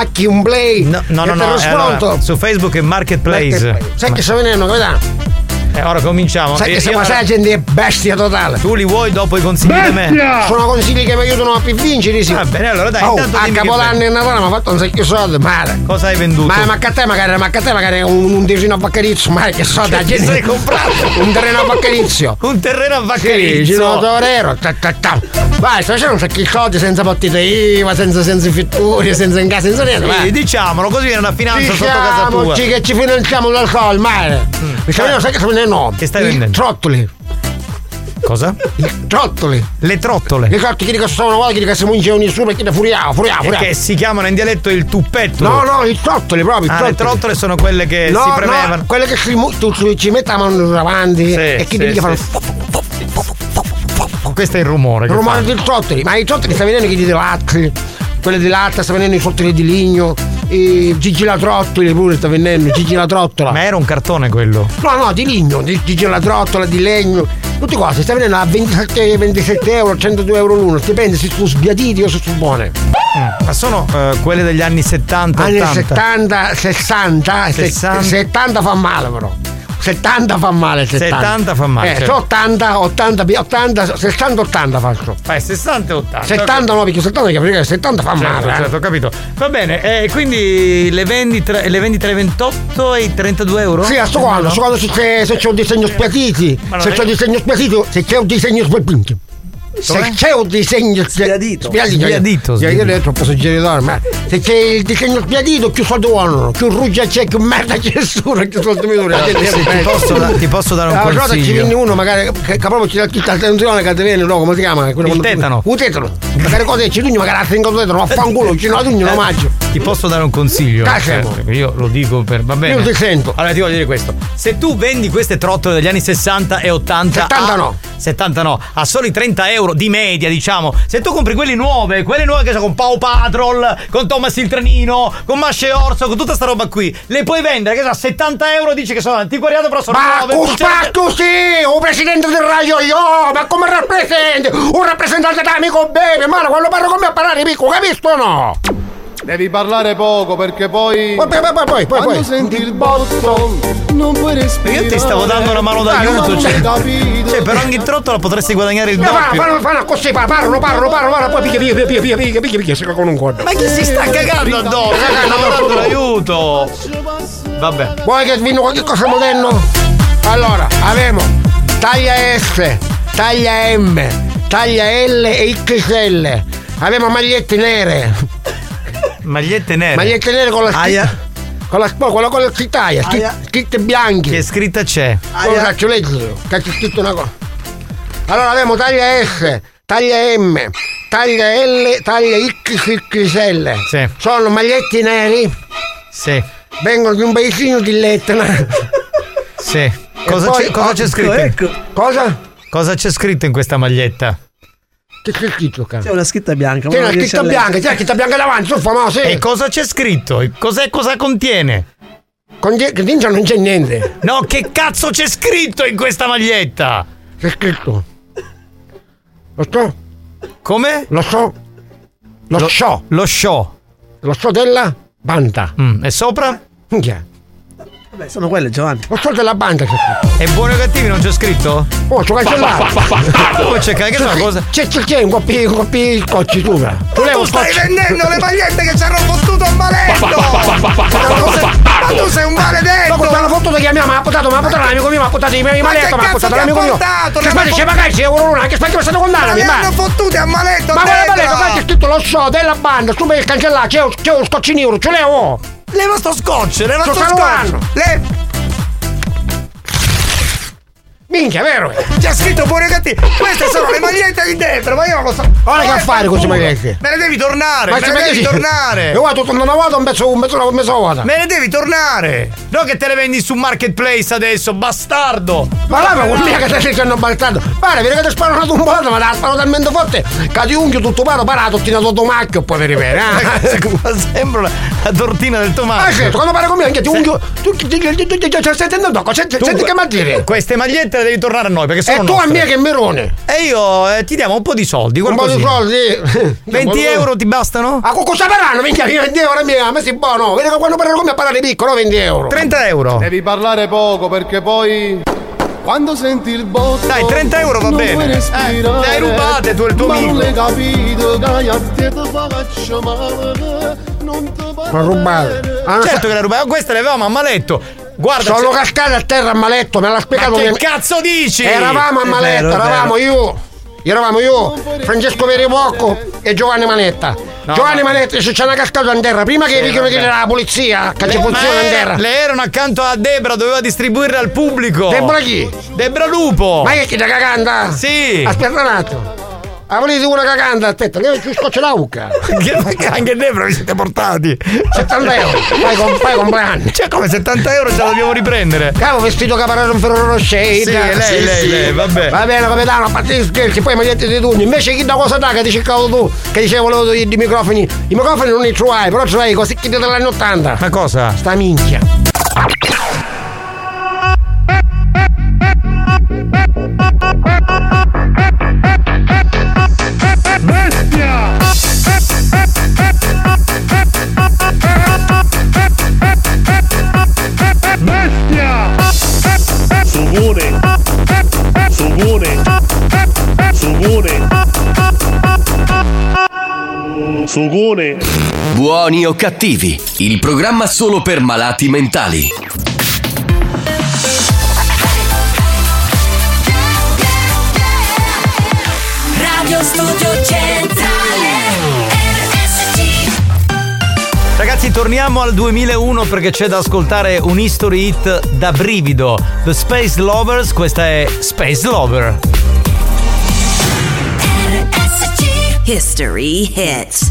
No, allora, su Facebook è Marketplace. Sai che sta venendo, capitano? Ora cominciamo. Sai che siamo la gente è bestia totale. Tu li vuoi dopo i consigli di me? Sono consigli che mi aiutano a più vincere, sì. Va bene, allora dai, a Capodanno e Natale mi ha fatto un sacco di soldi, male. Cosa hai venduto? Ma a te magari un terreno a Vaccarizzo, ma che soldi che ti sei comprato? Un terreno a Vaccarizzo. Un terreno a Vaccarizzo. Sì, Gino Torero. Vai, sto facendo un sacco di soldi senza partite IVA, senza fitture, senza in casa, senza niente. Sì, diciamolo, così viene una finanza sotto casa tua. Che ci finanziamo dal sol, male. Mi sta venendo, sai che sta venendo? No. Che stai vendendo? Trottoli. Cosa? Le trottole. Le trottole. Le trottole che sono una volta che si munge su perché da furiamo. Che si chiamano in dialetto il tuppetto. No, i trottoli proprio. Le trottole sono quelle che si premevano. No, quelle che tu ci metti la mano davanti e che devi fare. Questo è il rumore. Il rumore dei trottoli. Ma i trottoli sta venendo che di latte. Quelle di latte, sta venendo i trottoli di ligno. E Gigi la Trottola pure sta venendo, Gigi la Trottola. Ma era un cartone quello? No, di ligno, Gigi la Trottola, di legno, tutte cose, sta venendo a 27 euro, 102 euro l'uno, dipende se sono sbiaditi o se sono buone. Ma sono quelle degli anni 70, anni 80? 70, 60, 70 fa male però. 70 fa male, 70 fa male. Certo. 80, 60, 80 faccio. 60 e 80. 70 no, perché 70 fa male. Certo, ho capito. Va bene, quindi le vendi tra i 28 e i 32 euro? Sì, a sto quando se c'è un disegno spiatiti. Se c'è un disegno spiatito, se c'è un disegno spiatito. Se c'è un disegno sbiadito. Io ho troppo suggeritore, ma se c'è il disegno sbiadito, più soldi buono, più ruggia c'è, più merda c'è su, più soldi mi dura. Ti posso dare un consiglio? Ci viene uno magari che proprio c'è tutta l'attenzione che ti viene, no, come si chiama? Il tetano. Un tetano. Magari cose ci dugno, magari tengo il tetano, affanculo, ci no dugno, lo mangio. Ti posso dare un consiglio? Io lo dico per. Va bene. Io ti sento. Allora ti voglio dire questo. Se tu vendi queste trottole degli anni 60 e 80. 70 no, a soli 30 euro di media, diciamo. Se tu compri quelle nuove che sono con Paw Patrol, con Thomas il Trenino, con Masce Orso, con tutta sta roba qui, le puoi vendere che a 70 euro, dici che sono antiquariato, però sono nuove. Ma tu sì, un presidente del radio io, ma come rappresenti? Un rappresentante d'amico bene, ma quando parlo con me a parlare piccolo, capisci o no? Devi parlare poco perché poi quando senti il botto non puoi respirare. Io ti stavo dando una mano d'aiuto, cioè per ogni trottola potresti guadagnare il doppio. Fanno così, parlo, poi picchia, si con un corno. Ma chi si sta cagando addosso? Stavo dando l'aiuto. Vabbè. Vuoi che vinno qualche cosa moderno? Allora, abbiamo taglia S, taglia M, taglia L e XL. Abbiamo magliette nere. Magliette nere con la con la scrittaia, scritte bianche. Che scritta c'è? Cosa caccio leggo? Caccio scritto una cosa. Allora abbiamo taglia S, taglia M, taglia L, taglia XXL. Sì. Sono maglietti neri. Sì. Vengono di un paesino di Letna. Sì. Cosa c'è scritto? Ecco. Cosa c'è scritto in questa maglietta? Che c'è scritto, cara? C'è una scritta bianca. C'è una scritta bianca, c'è la scritta bianca davanti, sono famoso. E cosa c'è scritto? Cosa contiene? Che dentro non c'è niente. No, che cazzo c'è scritto in questa maglietta? C'è scritto. Lo so. Come? Lo so. Lo show della banda. E sopra? Minchia. Vabbè, sono quelle, Giovanni. Lo so della banda c'è scritto. E buoni o cattivi non c'è scritto? Oh, c'ho cancellato. Come c'è una cosa? C'è un po' di scotci tu. Tu stai vendendo le magliette che ci hanno fottuto un maletto! Ma tu sei un maledetto! Ma quando fottuto che mi ha portato l'amico mio, mi ha portato i miei maletto, mi ha portato l'amico mio. Che spazio c'è magari c'è euro l'una, che spazio è stato condannami, ma hanno fottuti a maletto! Ma quale maletto? C'è scritto lo so della banda, tu mi cancellare, c'è uno scoccinino, ce l'ho! Leva sto scotch! Minchia, vero? C'è scritto buoni o cattivi! Queste sono le magliette di dentro, ma io non lo so! Ora che a fare con queste magliette? Me ne devi tornare! Io guardo, torno una volta, un mezzo volta! Me ne devi tornare! No che te le vendi su Marketplace adesso, bastardo! Ma là, ma vuol dire che te stai dicendo bastardo! Guarda, vedi che ti sparo una tumbata, ma te la sparo talmente forte che ti unghio tutto parato, ti nato tomacchio poi per rivere, Sembra la tortina del tomacchio! Ah, certo, quando parli con me anche ti unghio, tu stai sentendo dopo, senti che mi dire? Queste magliette le devi tornare a noi perché sono nostre. E tu a me che merone! E io ti diamo un po' di soldi, un po' di soldi? 20 euro ti bastano? Ah, cosa faranno? Minchia, 20 euro a me si buono! Vedi che quando parlo con me a parlare piccolo, 20 euro! 30 euro! Devi parlare poco perché poi Quando senti il botto. Dai, 30 euro va bene. Le hai rubate tu e il tuo amico. Ma non l'hai capito, che a te ti faccio male. Non ti Ma rubate. Certo che le rubate, queste le avevamo a maletto. Guarda, sono cascate a terra a maletto, me l'ha spiegato. Ma che cazzo dici? Eravamo a maletto, eravamo io, Francesco Veribocco e Giovanni Manetta. No, Giovanni Manetta ci hanno cascato a terra prima che dicono che era la polizia che ci funziona a terra. Le erano accanto a Debra, doveva distribuirle al pubblico. Debra chi? Debra Lupo. Ma che ti caganda? Sì. Aspetta un attimo. Ah, volete una caganda? Aspetta, che ci scoccia la ucca. Anche Debra vi siete portati 70 euro. Fai compleanno. Cioè come 70 euro ce la dobbiamo riprendere. Cavo vestito caparano un Ferrero Rocher. Sì, lei, vabbè. Va bene, capitano, a parte gli scherzi, poi mi dite di turni. Invece chi da cosa da che ti cercavo tu? Che dicevo volevo i microfoni. I microfoni non li trovai, però trovai così che degli anni 80. Ma cosa? Sta minchia. Bestia! Bestia! Sugone! Sugone! Sugone! Sugone! Buoni o cattivi, il programma solo per malati mentali. Radio Studio Centrale RSC. Ragazzi, torniamo al 2001 perché c'è da ascoltare un history hit da brivido. The Space Lovers, questa è Space Lover. RSC History Hits.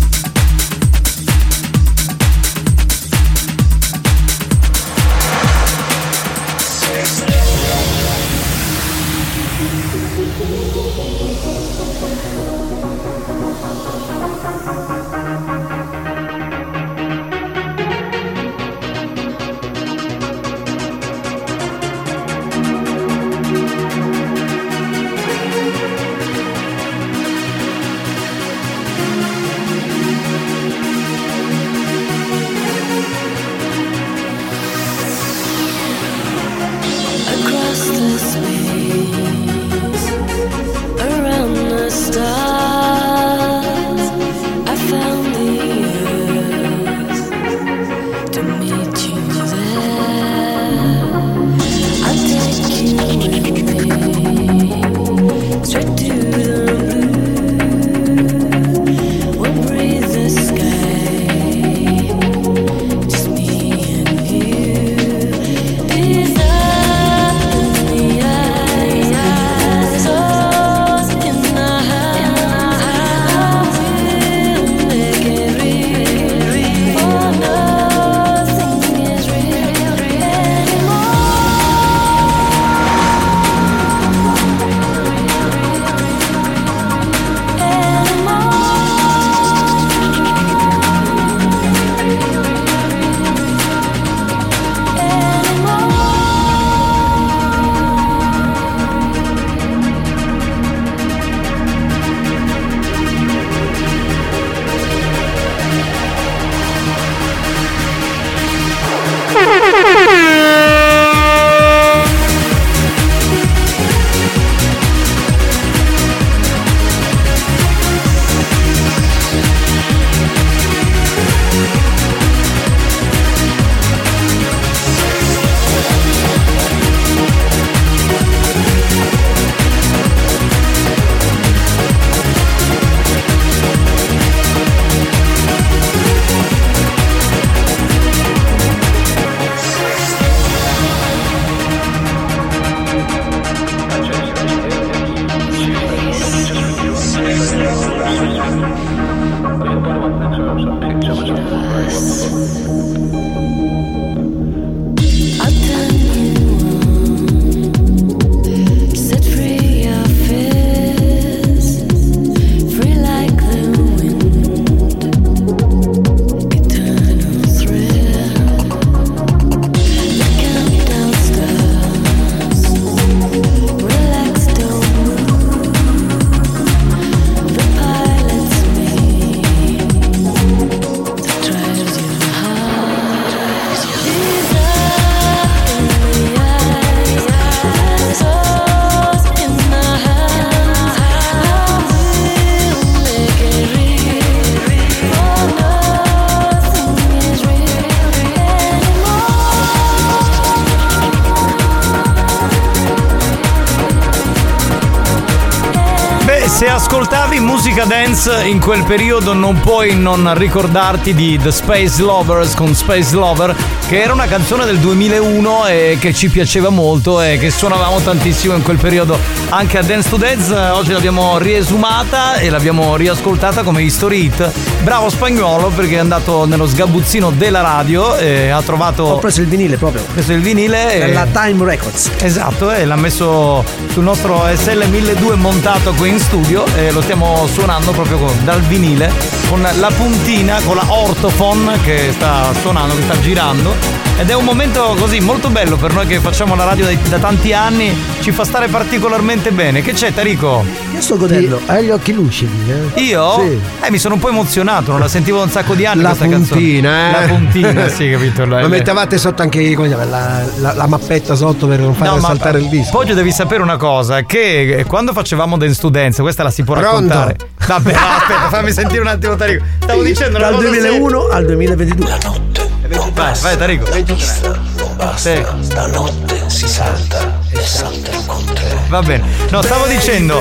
Se ascoltavi musica dance in quel periodo non puoi non ricordarti di The Space Lovers con Space Lover, che era una canzone del 2001 e che ci piaceva molto e che suonavamo tantissimo in quel periodo anche a Dance to Dance. Oggi l'abbiamo riesumata e l'abbiamo riascoltata come history hit. Bravo Spagnuolo, perché è andato nello sgabuzzino della radio e ha trovato... Ho preso il vinile proprio. Ha preso il vinile della Time Records. Esatto, e l'ha messo sul nostro SL1200 montato qui in studio e lo stiamo suonando proprio dal vinile con la puntina, con la ortophone che sta suonando, che sta girando, ed è un momento così molto bello per noi che facciamo la radio da tanti anni, ci fa stare particolarmente bene. Che c'è, Tarico? Io sto godendo. Hai gli occhi lucidi, Io? Sì. Mi sono un po' emozionato, non la sentivo da un sacco di anni la questa puntina, canzone. La puntina, sì, capito? Ma mettevate sotto anche la mappetta sotto per non fare saltare il disco. Poi devi sapere una cosa, che quando facevamo Dance to Dance, questa la si può raccontare. Vabbè, aspetta, fammi sentire un attimo, Tarico. Stavo dicendo dal 2001 al 2022. La notte. Vai, Tarico. 23. Basta, stanotte si salta e salterò con te. Va bene. No, stavo dicendo,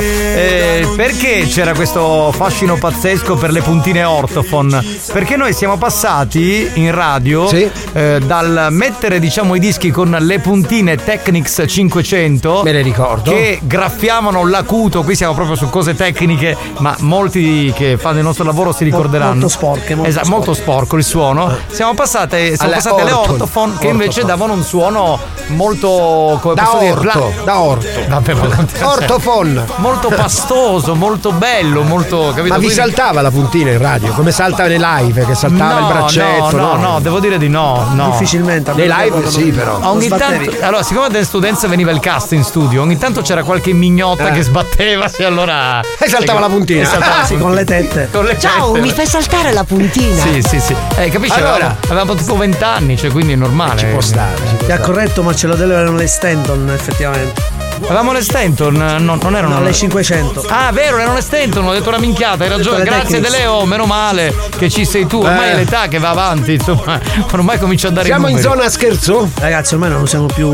perché c'era questo fascino pazzesco per le puntine ortophone? Perché noi siamo passati in radio dal mettere, diciamo, i dischi con le puntine Technics 500. Me le ricordo. Che graffiavano l'acuto. Qui siamo proprio su cose tecniche, ma molti che fanno il nostro lavoro si ricorderanno. Molto sporche. Molto sporco il suono. Siamo passate alle ortophone, che invece davano un suono molto, come posso dire, da orto. Vabbè, ortophone. Molto pastoso, molto bello, molto, capito? Ma vi saltava la puntina in radio? Come salta nei live, che saltava il braccetto? No, devo dire di no. Difficilmente. Nei live sì, però. Ogni tanto, allora, siccome a Dance to Dance veniva il cast in studio, ogni tanto c'era qualche mignotta che sbatteva, e allora e saltava la puntina. Con le tette. Ciao, mi fai saltare la puntina. Sì. Capisci? Allora, avevamo tipo 20 anni, cioè quindi è normale. Ci può stare. Ti ha corretto, ma ce lo avevano le Stanton, effettivamente. Avevamo le Stanton, non erano. No, le 500. Ah, vero, erano le Stanton, ho detto una minchiata, hai ragione. Grazie De Leo, meno male che ci sei tu. Ormai è l'età che va avanti, insomma, ormai comincia a dare siamo in zona scherzo? Ragazzi, ormai non usiamo più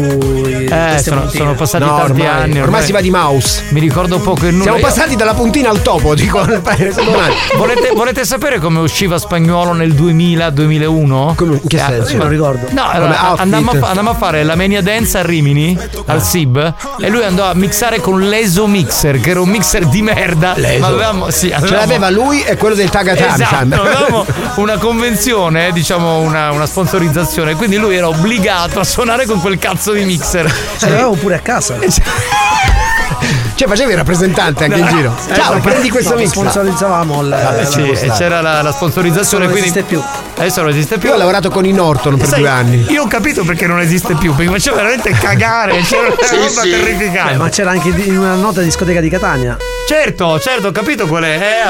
sono passati tanti anni. Ormai si va di mouse. Mi ricordo poco il numero. Siamo passati dalla puntina al topo, dico. Volete sapere come usciva Spagnuolo nel 2000-2001? In che senso? Io non ricordo. No, allora, andammo a fare la Mania Dance a Rimini, al SIB, e lui andò a mixare con l'Eso Mixer, che era un mixer di merda. Ma avevamo, ce l'aveva lui e quello del Tagatami. Esatto, avevamo una convenzione, diciamo una sponsorizzazione, quindi lui era obbligato a suonare con quel cazzo di mixer. Ce l'avevo pure a casa. Cioè facevi il rappresentante anche in giro. Ciao, prendi questo mix. Sponsorizzavamo c'era la sponsorizzazione, non quindi esiste più. Adesso non esiste più. Io ho lavorato con i Norton per 2 anni. Io ho capito perché non esiste più, perché faceva veramente cagare, c'era una roba terrificante. Ma c'era anche una nota discoteca di Catania. Certo, ho capito qual è. Ha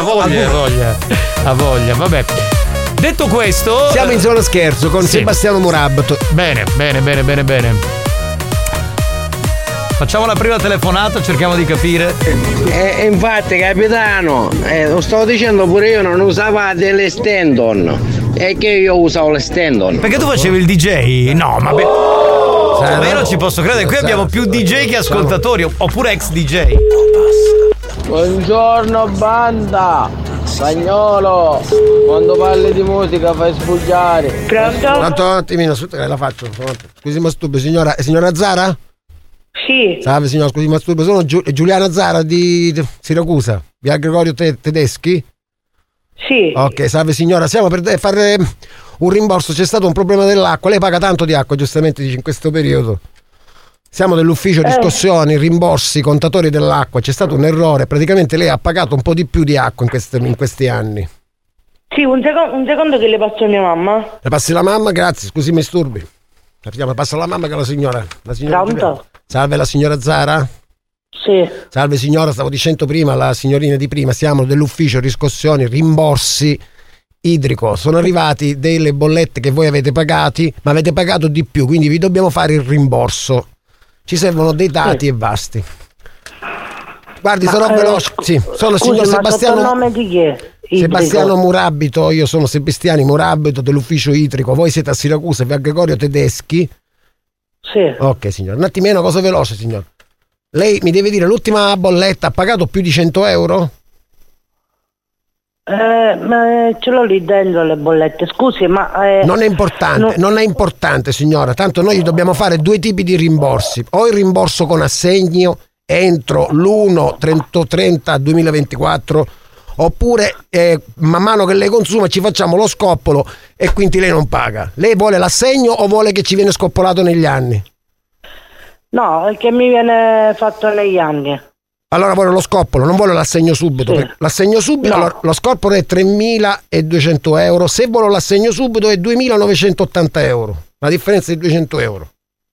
voglia, vabbè. Detto questo, siamo in zona scherzo con Sebastiano Murabito. Bene. Facciamo la prima telefonata, cerchiamo di capire. Infatti, capitano, lo stavo dicendo pure io, non usava delle Stanton. E che io usavo le Stanton. Perché tu facevi il DJ? No, ma ma io non ci posso credere, qui abbiamo più DJ che ascoltatori, oppure ex DJ. Buongiorno banda, Spagnolo, quando parli di musica fai sbugiare. Pronto? Un attimino, aspetta che la faccio. Scusi masturbo, signora Zara? Sì. Salve signora, scusi masturbo, sono Giuliana Zara di Siracusa, via Gregorio Tedeschi? Sì. Ok, salve signora, siamo per fare un rimborso, c'è stato un problema dell'acqua, lei paga tanto di acqua giustamente dice in questo periodo. Siamo dell'ufficio riscossioni, rimborsi, contatori dell'acqua, c'è stato un errore, praticamente lei ha pagato un po' di più di acqua in questi anni. Sì, un secondo che le passo a mia mamma. Le passi la mamma? Grazie, scusi mi disturbi. Passa la mamma che la signora. Pronto? Salve la signora Zara? Sì. Salve signora, stavo dicendo prima, la signorina di prima, siamo dell'ufficio riscossioni, rimborsi idrico. Sono arrivati delle bollette che voi avete pagati, ma avete pagato di più, quindi vi dobbiamo fare il rimborso. Ci servono dei dati e basti. Guardi, sarò veloce. Sì, sono il signor Sebastiano. Il nome di chi è? Sebastiano Murabito, io sono Sebastiano Murabito dell'ufficio idrico. Voi siete a Siracusa, via Gregorio Tedeschi? Sì. Ok, signor. Un attimino, cosa veloce, signor. Lei mi deve dire l'ultima bolletta ha pagato più di 100 euro? Ma ce l'ho lì dentro le bollette, scusi, ma non è importante, non è importante, signora, tanto noi dobbiamo fare due tipi di rimborsi, o il rimborso con assegno entro l'1/30/2024, oppure man mano che lei consuma ci facciamo lo scoppolo e quindi lei non paga. Lei vuole l'assegno o vuole che ci viene scoppolato negli anni? No, è che mi viene fatto negli anni. Allora vuole lo scoppolo, non vuole l'assegno subito. Sì. L'assegno subito, No. allora, lo scoppolo è 3.200 euro, se vuole l'assegno subito è 2.980 euro, la differenza è 200 euro.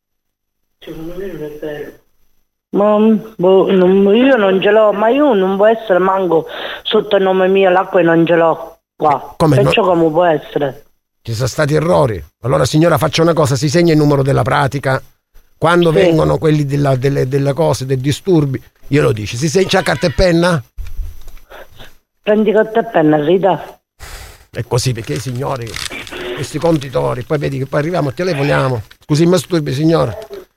Ma io non ce l'ho, ma io non può essere manco sotto il nome mio, l'acqua non ce l'ho qua. Come Perciò no? come può essere? Ci sono stati errori. Allora signora, faccia una cosa, si segna il numero della pratica. Quando vengono quelli della cosa, dei disturbi, glielo dice. Si segna, c'ha carta e penna? Prendi carta e penna, Rita. È così, perché i signori, questi contitori, poi vedi che poi arriviamo, telefoniamo. Scusi, mi masturbi, signora.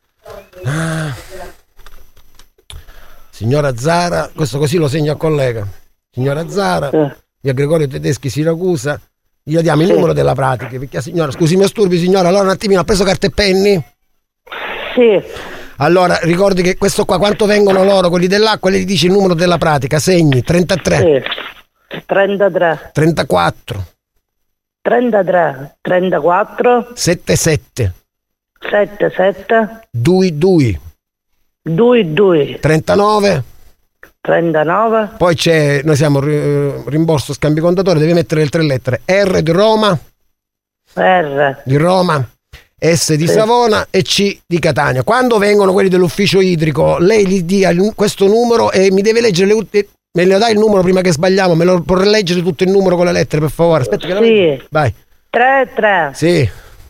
Signora Zara, questo così lo segno a collega. Signora Zara, via Gregorio Tedeschi, Siracusa, gli diamo il numero della pratica, perché signora, scusi, mi masturbi, signora, allora un attimino, ha preso carta e penni? Sì. Allora, ricordi che questo qua, quanto vengono loro, quelli dell'acqua, lei gli dice il numero della pratica, segni, 33. Sì. 33. 34. 33. 34. 77. 77. 22. 22. 39. 39. Poi c'è, noi siamo rimborso scambi contatore, devi mettere le 3 lettere. R di Roma. R di Roma. S di Savona e C di Catania. Quando vengono quelli dell'ufficio idrico, lei gli dia questo numero e mi deve leggere me lo dai il numero prima che sbagliamo, me lo può leggere tutto il numero con le lettere, per favore. Aspetta che sì. Vai. 33. Sì.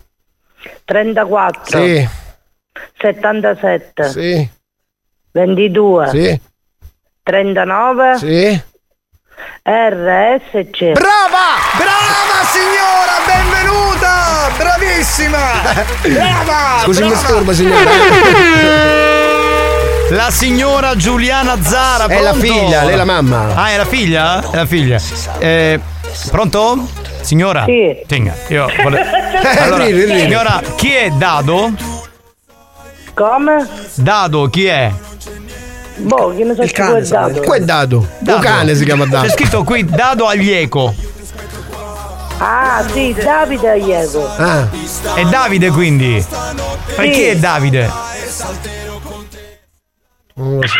34. Sì. 77. Sì. 22. Sì. 39. Sì. RSC. Brava! Brava signora, benvenuta! Bravissima! Brava! Scusi, mi disturbo, signora. La signora Giuliana Zara. È la figlia, lei è la mamma. Ah, è la figlia? È la figlia. Pronto? Signora? Sì. Tenga, io allora, signora, chi è Dado? Come? Dado, chi è? Boh, che ne so, Il cane, è Dado. Qua è Dado. Un cane si chiama Dado. C'è scritto qui Dado Aglieco. Ah, sì, Davide Aglieco. Ah. È Davide, quindi. Ma chi è Davide? Non lo so.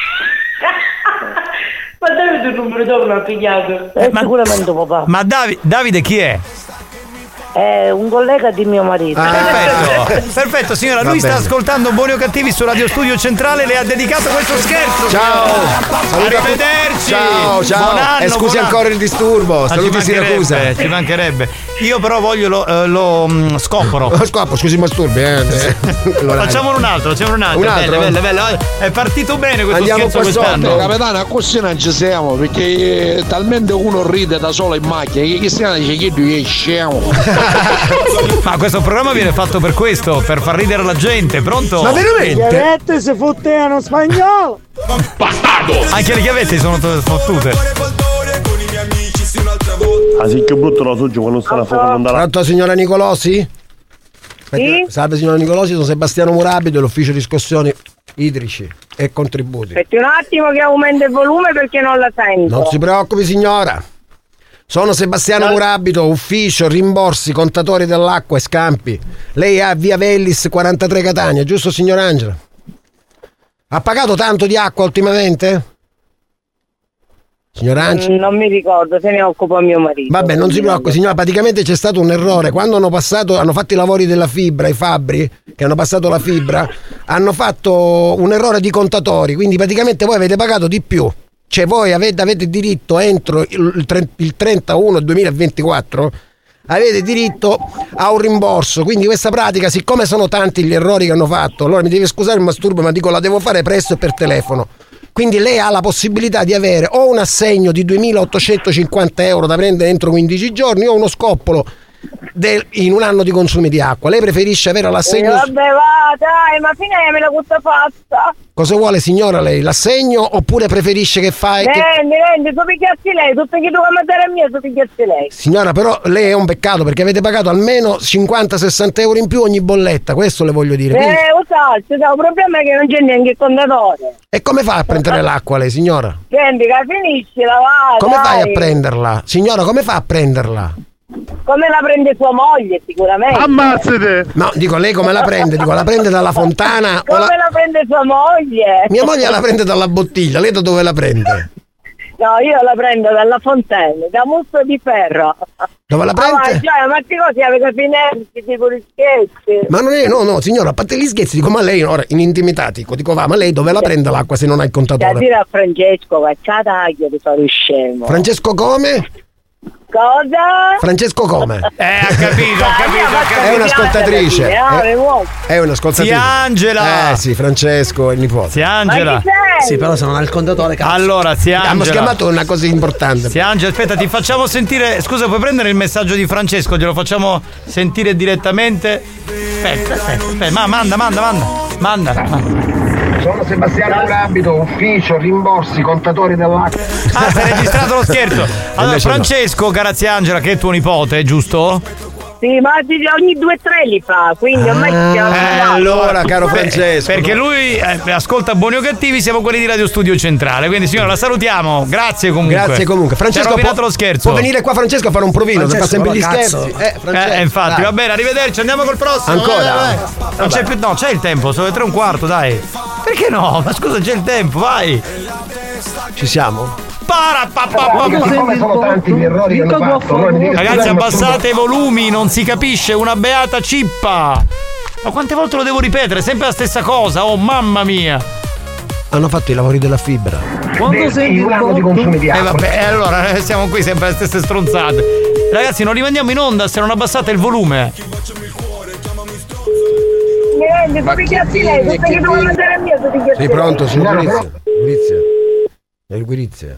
Ma Davide il numero dopo l'ha pigliato. Sicuramente papà. Ma Davide chi è? È un collega di mio marito. Perfetto signora, lui sta ascoltando Buoni o Cattivi su Radio Studio Centrale, le ha dedicato questo scherzo. Ciao. Arrivederci. Ciao. Buon anno, e scusi ancora il disturbo. Saluti Siracusa. Ci mancherebbe. Io però voglio lo scopporo. Lo scopporo, scusi, masturbi. Facciamolo un altro. Un altro? Bello. È partito bene questo Andiamo scherzo quest'anno. Capitano, così non ci siamo, perché talmente uno ride da solo in macchina che Cristiano dice che tu è scemo. Ma questo programma viene fatto per questo, per far ridere la gente, pronto? Ma veramente? Le chiavette si fottevano spagnolo. Bastardo! Anche le chiavette sono fottute. Ah sì, che brutto lo so quando sta la fuoco non dà la... Pronto, signora Nicolosi? Sì? Salve signora Nicolosi, sono Sebastiano Murabi dell'ufficio riscossioni idrici e contributi. Aspetti un attimo che aumenta il volume perché non la sento. Non si preoccupi signora. Sono Sebastiano Murabito, ufficio rimborsi contatori dell'acqua e scampi. Lei è a via Vellis 43 Catania, giusto signor Angela? Ha pagato tanto di acqua ultimamente? Signor Angela? Non mi ricordo, se ne occupa mio marito. Vabbè, non si preoccupi signora, praticamente c'è stato un errore. Quando hanno fatto i lavori della fibra, i fabbri che hanno passato la fibra, hanno fatto un errore di contatori, quindi praticamente voi avete pagato di più. Cioè voi avete diritto entro il 31 2024 avete diritto a un rimborso, quindi questa pratica, siccome sono tanti gli errori che hanno fatto, allora mi devi scusare il masturbo, ma dico la devo fare presto e per telefono. Quindi lei ha la possibilità di avere o un assegno di 2.850 euro da prendere entro 15 giorni o uno scoppolo in un anno di consumi di acqua. Lei preferisce avere l'assegno? Vabbè, va, dai, ma finemela questa fatta. Cosa vuole, signora, lei? L'assegno oppure preferisce che fai? Rendi, tu picchiasti lei, tutto che devo mandare a mia, tu picchiasti lei. Signora, però lei è un peccato perché avete pagato almeno 50-60 euro in più ogni bolletta, questo le voglio dire. Quindi... il problema è che non c'è neanche il contatore. E come fa a prendere l'acqua lei, signora? Senti, che finiscila, va. Come fai a prenderla? Signora, come fa a prenderla? Come la prende sua moglie, sicuramente. Ammazzate! No, dico, lei come la prende? Dico, la prende dalla fontana? Come la prende sua moglie? Mia moglie la prende dalla bottiglia, lei da dove la prende? No, io la prendo dalla fontaine, da musso di ferro. Dove la prende? Ma che cosa avete finestre, tipo gli scherzi? Ma non è, no, signora, a parte gli scherzi, dico, ma lei ora in intimità, dico, va, ma lei dove la prende l'acqua se non ha il contatore? Da dire a Francesco, facciata di fare scemo. Francesco come? Cosa? Francesco come? Ha capito. È un'ascoltatrice. È un'ascoltatrice. Zia Angela. Sì, Francesco è il nipote. Zia Angela. Sì, però se non ha il contatore, cazzo. Allora, zia Angela. Abbiamo schiamato una cosa importante. Zia Angela, aspetta, ti facciamo sentire. Scusa, puoi prendere il messaggio di Francesco? Glielo facciamo sentire direttamente. Aspetta. Ma manda. Sono Sebastiano Grabito, ufficio, rimborsi, contatori dell'acqua. Si è registrato lo scherzo. Allora, Francesco, cara zia Angela, che è tuo nipote, giusto? Sì, ma ogni 2-3 li fa, quindi ormai allora, caro Francesco. Perché lui ascolta Buoni o Cattivi, siamo quelli di Radio Studio Centrale. Quindi, signora, la salutiamo. Grazie comunque. Francesco, ci ha rovinato lo scherzo. Può venire qua Francesco a fare un provino, fa sempre gli scherzi. Infatti, dai. Va bene, arrivederci, andiamo col prossimo. Ancora? Vai. Non c'è più, no, c'è il tempo, sono le 3:15, dai. Perché no? Ma scusa, c'è il tempo, vai. Ci siamo? Come sono tanti gli errori che hanno fatto. Ragazzi, abbassate i volumi, non si capisce una beata cippa. Ma quante volte lo devo ripetere? Sempre la stessa cosa, oh mamma mia. Hanno fatto i lavori della fibra. Quando senti il di consumi di acqua. Vabbè, allora siamo qui sempre le stesse stronzate. Ragazzi, non rimandiamo in onda se non abbassate il volume. Sei pronto, signor Gurizia?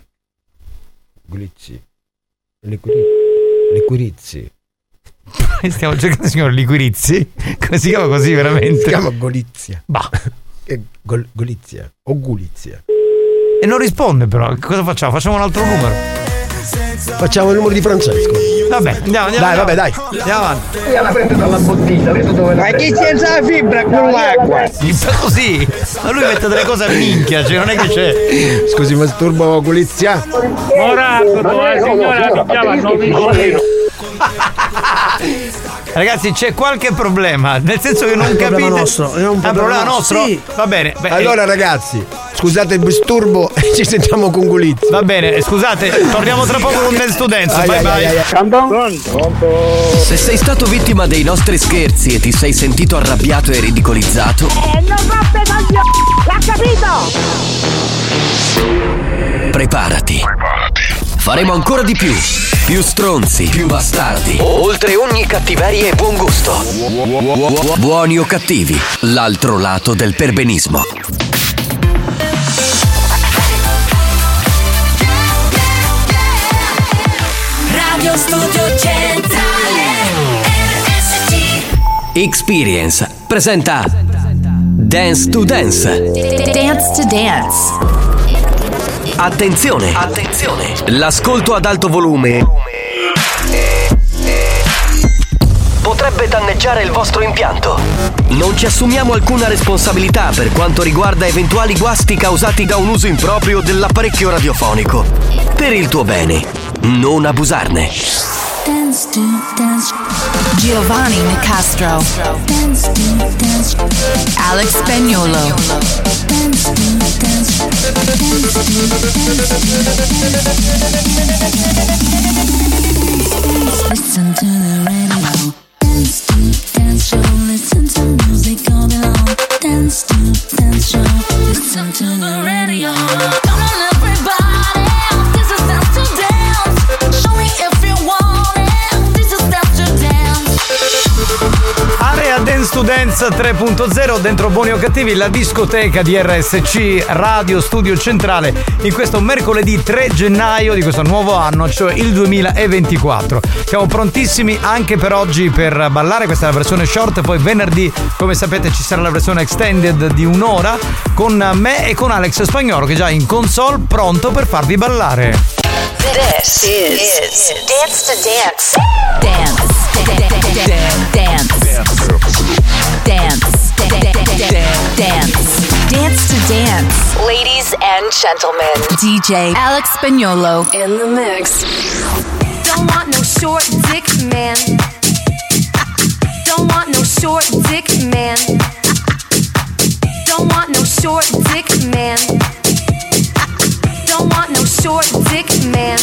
Liquirizzi. Stiamo cercando il signor Liquirizzi. Come si chiama così veramente? Si chiama Golizia. Bah. Golizia o Gulizia. E non risponde però. Cosa facciamo? Facciamo un altro numero. Facciamo il numero di Francesco. Vabbè, andiamo. Dai. Andiamo avanti. Io la prendo dalla bottiglia, vedo dove la chi senza la fibra con l'acqua? Così. Ma lui mette delle cose a minchia, cioè non è che c'è. Scusi, masturbo Gulizia? Oracolo, signora picchiava 9 Ragazzi, c'è qualche problema, nel senso che non capite. È un problema nostro? Sì. Va bene. Allora ragazzi, scusate il disturbo e ci sentiamo con Gulizia. Va bene, scusate, torniamo tra poco con Dance to Dance. Bye. Se sei stato vittima dei nostri scherzi e ti sei sentito arrabbiato e ridicolizzato, non roppe coglioni, l'ha capito? preparati. Faremo ancora di più. Più stronzi, più bastardi, oltre ogni cattiveria e buon gusto. Buoni o cattivi, l'altro lato del perbenismo. Radio Studio Centrale RSC. Experience presenta Dance to Dance. Dance to Dance. Attenzione! L'ascolto ad alto volume potrebbe danneggiare il vostro impianto. Non ci assumiamo alcuna responsabilità per quanto riguarda eventuali guasti causati da un uso improprio dell'apparecchio radiofonico. Per il tuo bene, non abusarne. Dance to Dance. Giovanni Nicastro. Dance to Dance. Alex Spagnuolo. Dance to Dance. Listen to the radio. Dance to Dance Show. Listen to music all day long. Dance to Dance Show. Listen to the radio. Come on everybody. This is Dance to Dance. Show me if you want it. This is Dance to Dance. Area Dance to Dance Dance 3.0 dentro Buoni o Cattivi, la discoteca di RSC Radio Studio Centrale in questo mercoledì 3 gennaio di questo nuovo anno, cioè il 2024. Siamo prontissimi anche per oggi per ballare, questa è la versione short, poi venerdì, come sapete, ci sarà la versione extended di un'ora con me e con Alex Spagnolo che è già in console pronto per farvi ballare. This is Dance to Dance. Dance. Dance to Dance. Ladies and gentlemen, DJ Alex Spagnolo in the mix. Don't want no short dick man. Don't want no short dick man. Don't want no short dick man. Don't want no short dick man.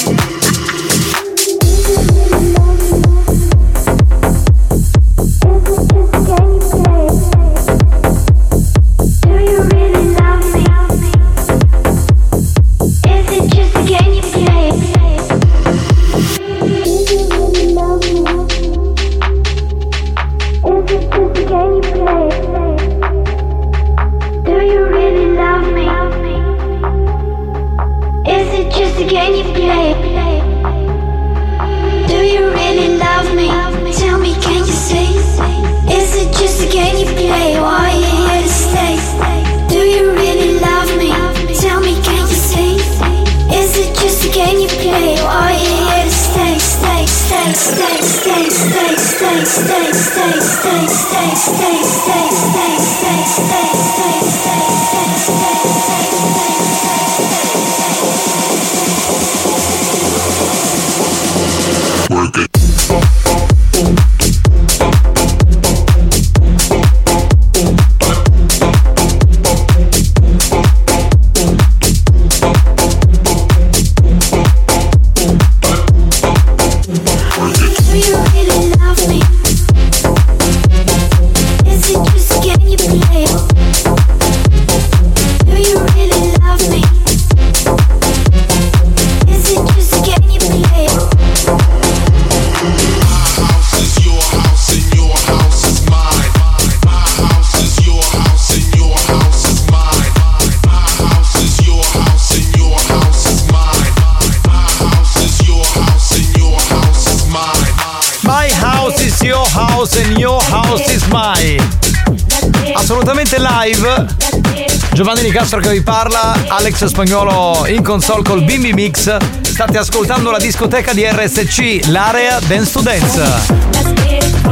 Assolutamente live. Giovanni Nicastro che vi parla, Alex Spagnolo in console col Bimbi Mix. State ascoltando la discoteca di RSC, l'area Dance to Dance.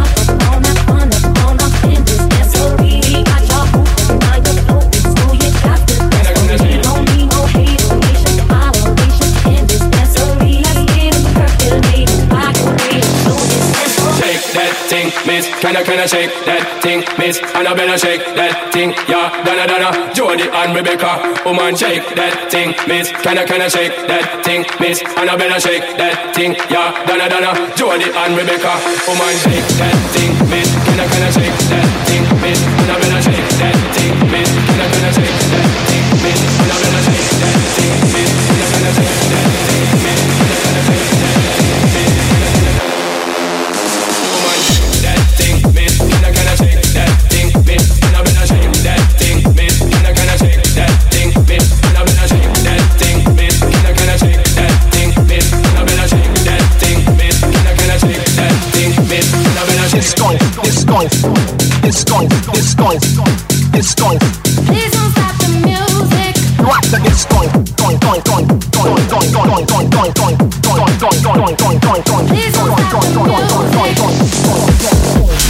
Can I shake that thing, miss? Annabella shake that thing, yeah. Donna, Jody and Rebecca, woman shake that thing, miss. Can I shake that thing, miss? Annabella shake that thing, yeah. Donna, Jody and Rebecca, woman shake that thing, miss. Can I shake that thing, miss? Annabella shake that thing, miss. Can I shake that thing, miss? Annabella shake that thing, miss. Can I shake that thing, miss? Can I shake that thing, miss? It's going. Please don't stop the music. It's going. Please don't stop the music.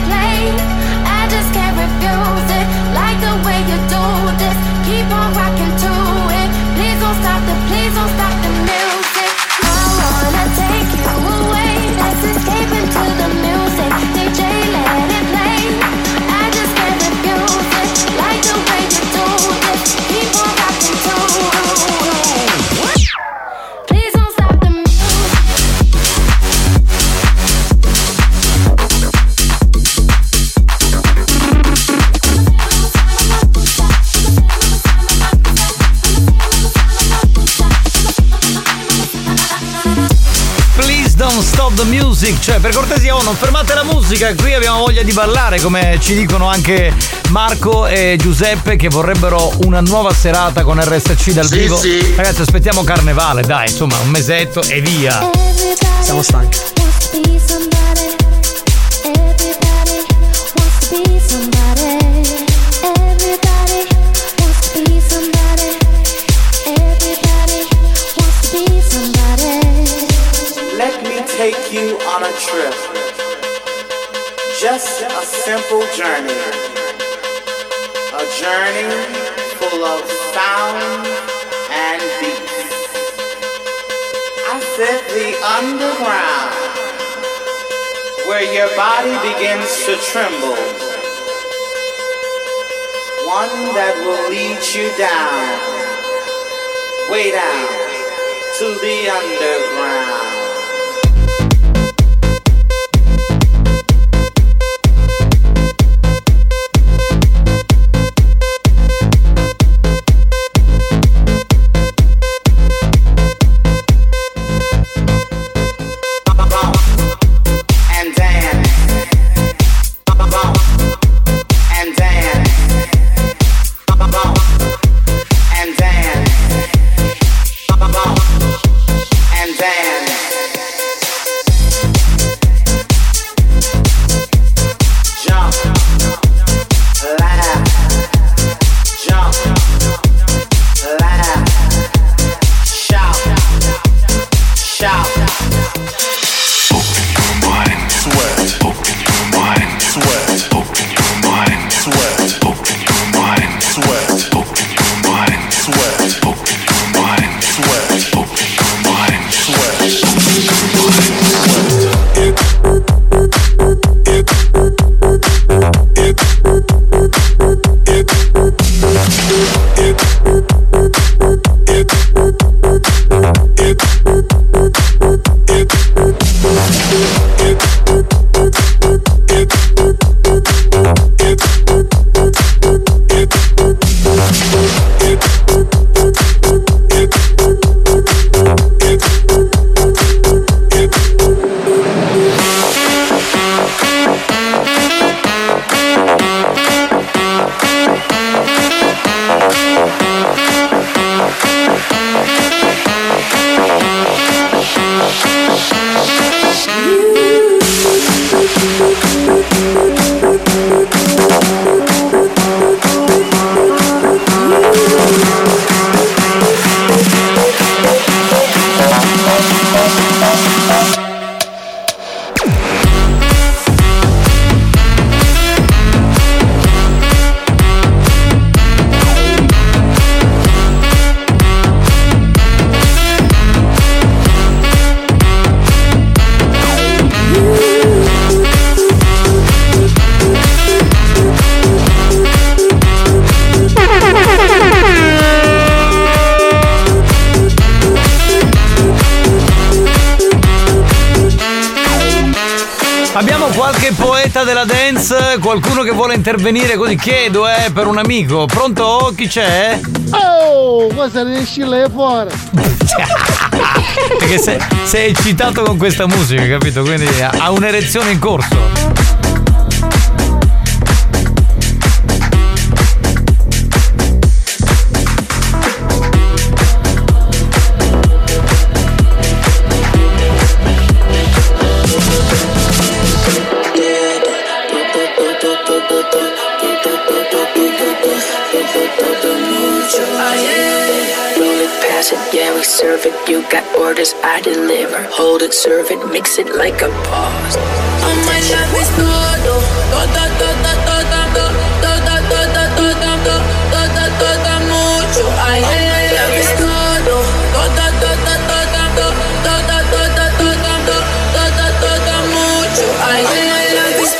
Keep on rocking. music, cioè per cortesia non fermate la musica, qui abbiamo voglia di ballare, come ci dicono anche Marco e Giuseppe che vorrebbero una nuova serata con RSC dal vivo. Sì. Ragazzi, aspettiamo Carnevale, dai, insomma, un mesetto e via. Siamo stanchi. Let me take you on a trip. Just a simple journey. A journey full of sound and beat. I said the underground, where your body begins to tremble. One that will lead you down, way down to the underground. Della dance, qualcuno che vuole intervenire, così chiedo per un amico. Pronto? Chi c'è? Oh, cosa ne esci lei fuori? Perché sei eccitato con questa musica, capito? Quindi ha un'erezione in corso. Yeah, we serve it. You got orders, I deliver. Hold it, serve it, mix it like a boss. Oh, my love is todo, todo, todo, todo, todo, todo, todo, todo, todo, mucho. Ay, my love is todo, todo, todo, todo, todo, todo, todo, todo, todo, mucho. Ay, my love is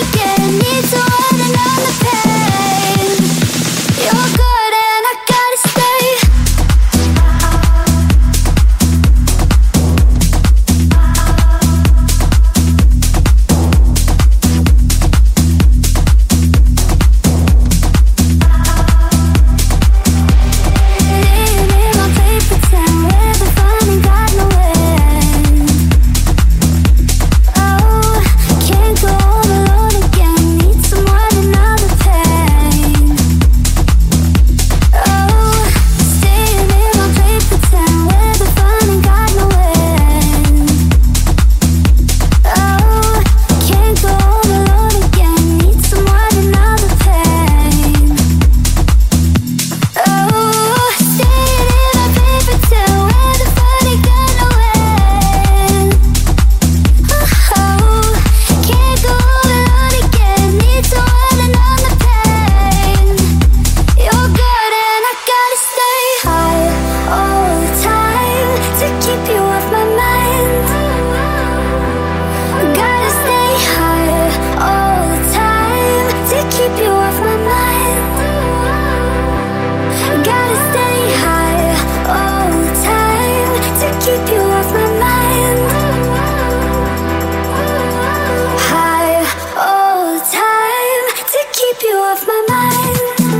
off my mind.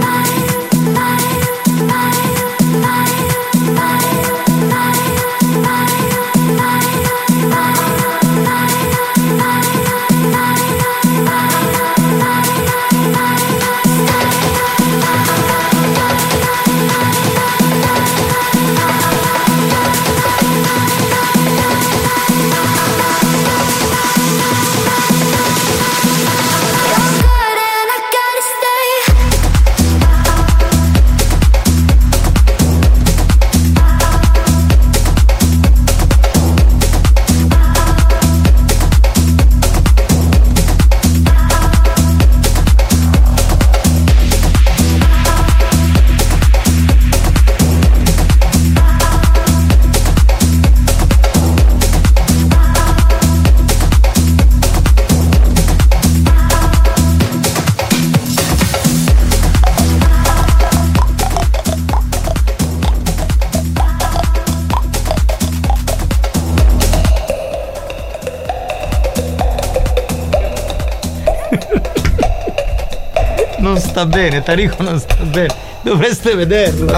Non sta bene, Tarico non sta bene. Dovreste vederlo.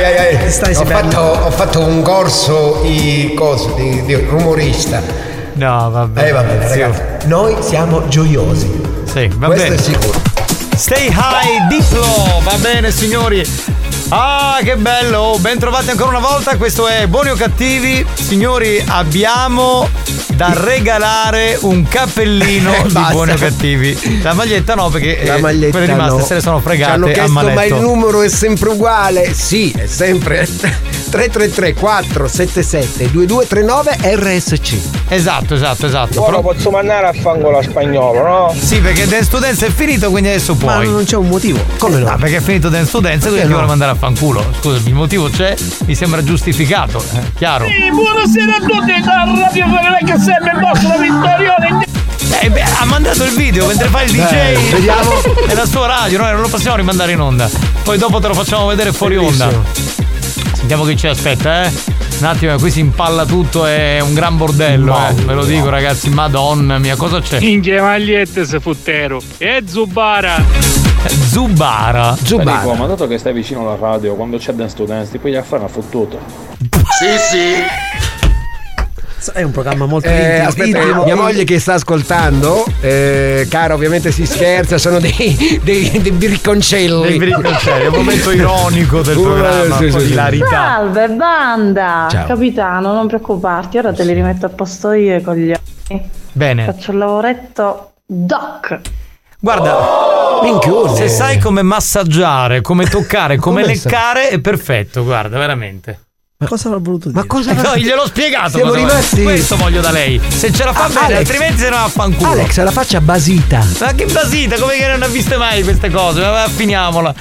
Ho fatto un corso di rumorista. No, vabbè. Vabbè, ragazzi. Noi siamo gioiosi. Sì, va Questo bene. è sicuro. Stay high, Diplo. Va bene, signori. Ah, che bello. Ben trovati ancora una volta. Questo è Buoni o Cattivi. Signori, abbiamo da regalare un cappellino di Buoni o Cattivi. La maglietta no, perché la maglietta quelle rimaste se le sono fregate. Ci hanno chiesto, a ma il numero è sempre uguale? Sì, è sempre 333 477 2239 RSC. Esatto. Ora posso mandare a fango la spagnolo, no? Sì, perché Dance Students è finito, quindi adesso puoi. Ma non c'è un motivo. Come no? No, perché è finito Dance Students, quindi ti vuole mandare a fanculo. Scusami, il motivo c'è, mi sembra giustificato, chiaro. Sì, buonasera a tutti da Radio Favela che sempre il vostro Vittorione. Ha mandato il video mentre fa il DJ. Vediamo. È la sua radio, noi non lo possiamo rimandare in onda. Poi dopo te lo facciamo vedere fuori onda. Sentiamo chi ci aspetta, Un attimo, qui si impalla tutto, è un gran bordello, ve lo dico ragazzi, madonna mia, cosa c'è? Inge magliette se futtero. E Zubara. Zubara. Dico, ma dato che stai vicino alla radio, quando c'è Dance Students, ti puoi a fare una fottuta. Sì. È un programma molto intimo. Aspetta, mia moglie che sta ascoltando, cara, ovviamente si scherza, sono dei birconcelli. Dei birconcelli, è un momento ironico del programma, ilarità. Salve banda. Ciao. Capitano, non preoccuparti, ora te li rimetto a posto io con gli occhi. Bene. Faccio il lavoretto doc. Guarda, minchione. Se sai come massaggiare, come toccare, come leccare, è perfetto, guarda, veramente. Ma cosa avrà voluto dire? Ma cosa? No, gliel'ho spiegato. Siamo rimasti. Questo voglio da lei. Se ce la fa bene, Alex, altrimenti se ne va a fanculo. Alex, la faccia basita. Ma che basita? Come che non ha viste mai queste cose? Ma finiamola.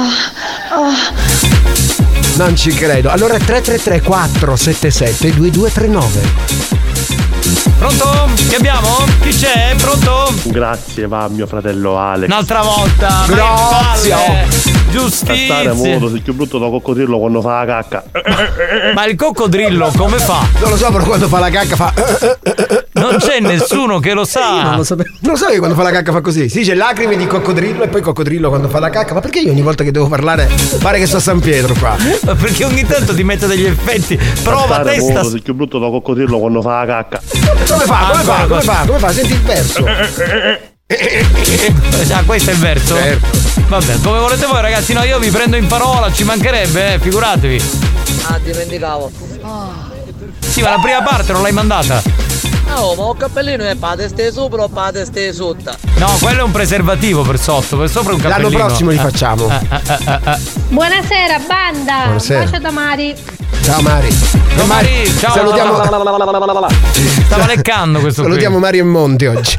Non ci credo. Allora 333 477 2239. Pronto? Che abbiamo? Chi c'è? Pronto? Grazie, va mio fratello Alex. Un'altra volta. Grazie. Giustizia. Stare muto, sei più brutto da coccodrillo quando fa la cacca. Ma il coccodrillo come fa? Non lo so, però quando fa la cacca fa. Non c'è nessuno che lo sa. Non lo sapevo. Non lo so che quando fa la cacca fa così. Si dice lacrime di coccodrillo e poi coccodrillo quando fa la cacca. Ma perché io ogni volta che devo parlare pare che sto a San Pietro qua? Ma perché ogni tanto ti mette degli effetti. Prova testa. Sei più brutto da coccodrillo quando fa la cacca. Come fa? Senti il verso. Ah, questo è il verso? Certo. Vabbè, come volete voi ragazzi, no, io vi prendo in parola, ci mancherebbe, figuratevi. Ah, dimenticavo. Sì, ma la prima parte non l'hai mandata. Oh, ma un cappellino è pa teste sopra o pa teste sotto? No, quello è un preservativo per sotto, per sopra è un cappellino. L'anno prossimo li facciamo. Buonasera banda. Buonasera. Un bacio da Mari. Ciao Mari. Ciao Mari, ciao. Salutiamo. Stava leccando questo qui. Salutiamo Mario e Monti oggi.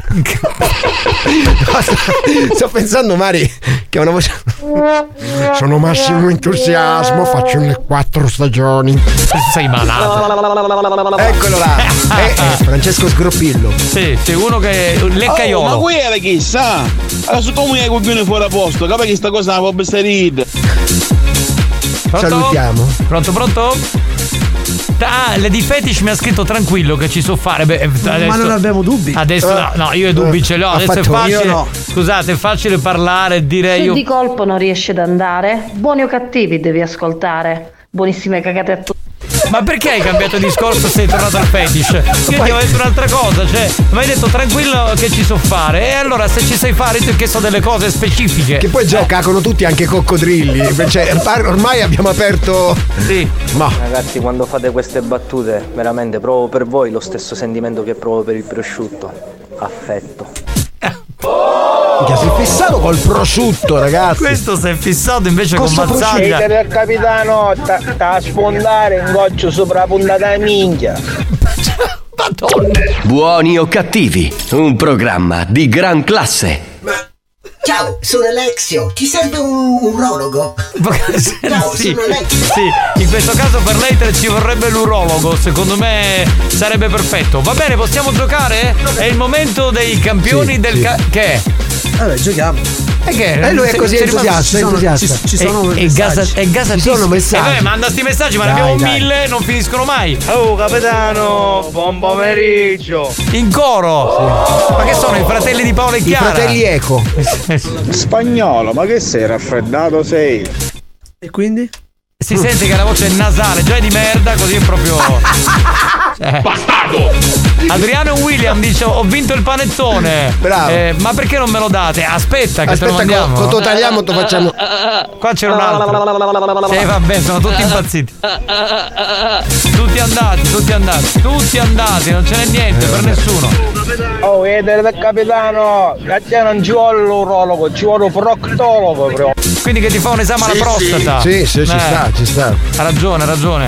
Sto pensando Mari che ha una voce. Sono massimo entusiasmo, faccio le 4 stagioni. Sei malato. Eccolo là. Francesco Sgroppillo. Sì, uno che è leccaiolo. Ma qui era chissà. Adesso come è coglione fuori a posto? Capi che sta cosa la può besserire. Pronto? Salutiamo. Pronto? Lady Fetish mi ha scritto tranquillo che ci so fare. Adesso, ma non abbiamo dubbi. Adesso no, io i dubbi ce li ho. Adesso è facile. No. Scusate, è facile parlare e dire Se io. di colpo non riesce ad andare, buoni o cattivi devi ascoltare. Buonissime cagate a tutti. Ma perché hai cambiato discorso? Sei tornato al fetish? Io ti ho detto un'altra cosa, cioè mi hai detto tranquillo che ci so fare. E allora se ci sai fare tu che so delle cose specifiche. Che poi giocano tutti anche coccodrilli. Cioè, ormai abbiamo aperto. Sì. Ma ragazzi, quando fate queste battute, veramente provo per voi lo stesso sentimento che provo per il prosciutto. Affetto. Mica sei fissato col prosciutto, ragazzi. Questo si è fissato invece con Mazzaglia. Il capitano sta a sfondare un goccio sopra la puntata di minchia. Madonna. Buoni o cattivi, un programma di gran classe. Ciao, sono Alexio. Ti serve un urologo? Ciao, sì, sono Alexio. sì, in questo caso per l'Eiter ci vorrebbe l'urologo. Secondo me sarebbe perfetto. Va bene, possiamo giocare? È il momento dei campioni che è? Vabbè, giochiamo. E che? Lui è così entusiasta. Ci sono messaggi. Ci sono messaggi. Manda sti messaggi, ma ne abbiamo 1000 e non finiscono mai. Oh capitano, buon pomeriggio. In coro. Sì. Ma che sono i fratelli di Paolo e Chiara? I fratelli Eco. Spagnolo, ma che sei raffreddato sei? E quindi? Si sente che la voce è nasale, già è di merda, così è proprio. Bastardo! Adriano William dice: ho vinto il panettone. Bravo. Ma perché non me lo date? Aspetta che te lo mandiamo. Quando lo tagliamo te lo facciamo. Qua c'era un altro. Sì, vabbè, sono tutti impazziti. Tutti andati, non ce n'è niente per nessuno. Oh, vedete del capitano, che non ci vuole l'urologo, ci vuole un proctologo però. Quindi che ti fa un esame alla prostata. Sì, ci sta. Ha ragione.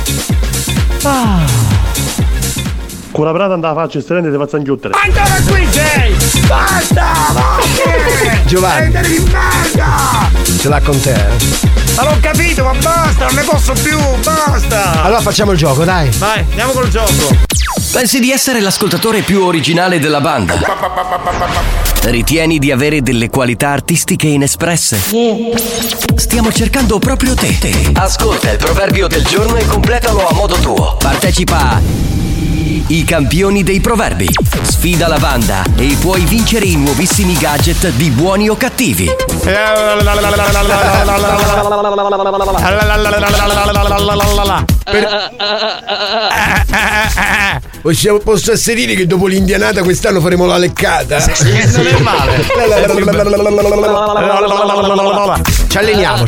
Con la prata andava faccia estremamente ti faccio anchiuttere. Ancora qui sei! Basta! Giovanni. Ce l'ha con te, Ma l'ho capito, ma basta, non ne posso più, basta! Allora facciamo il gioco, dai. Vai, andiamo col gioco. Pensi di essere l'ascoltatore più originale della banda? Ritieni di avere delle qualità artistiche inespresse? Stiamo cercando proprio te. Ascolta il proverbio del giorno e completalo a modo tuo. Partecipa a I campioni dei proverbi. Sfida la banda e puoi vincere i nuovissimi gadget di Buoni o Cattivi. Posso asserire che dopo l'indianata quest'anno faremo la leccata? Non è male. Ci alleniamo.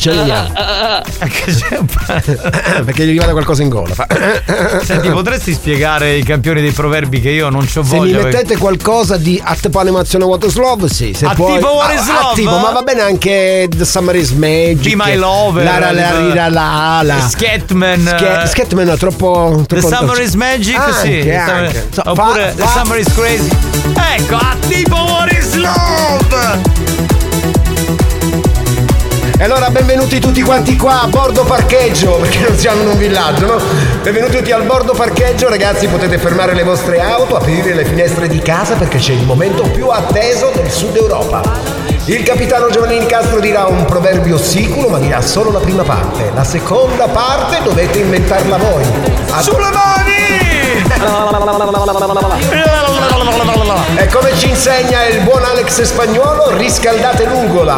Perché gli è arrivata qualcosa in gola. Senti, potresti spiegare i campioni dei proverbi che io non c'ho voglia? Se mi mettete qualcosa di attivo animazione What is Love, sì. Se attivo poi, What is Love? Attivo, ma va bene anche The Summer is Magic. Be My Lover. La Scatman è troppo The Summer is Magic, sì. Anche. Oppure The Summer is Crazy. Ecco, attivo What is Love. E allora benvenuti tutti quanti qua a bordo parcheggio, perché non siamo in un villaggio, no? Benvenuti tutti al bordo parcheggio, ragazzi, potete fermare le vostre auto, aprire le finestre di casa perché c'è il momento più atteso del Sud Europa. Il capitano Giovanni Nicastro dirà un proverbio sicuro, ma dirà solo la prima parte. La seconda parte dovete inventarla voi. Sulle mani! E come ci insegna il buon Alex Spagnuolo, riscaldate l'ugola.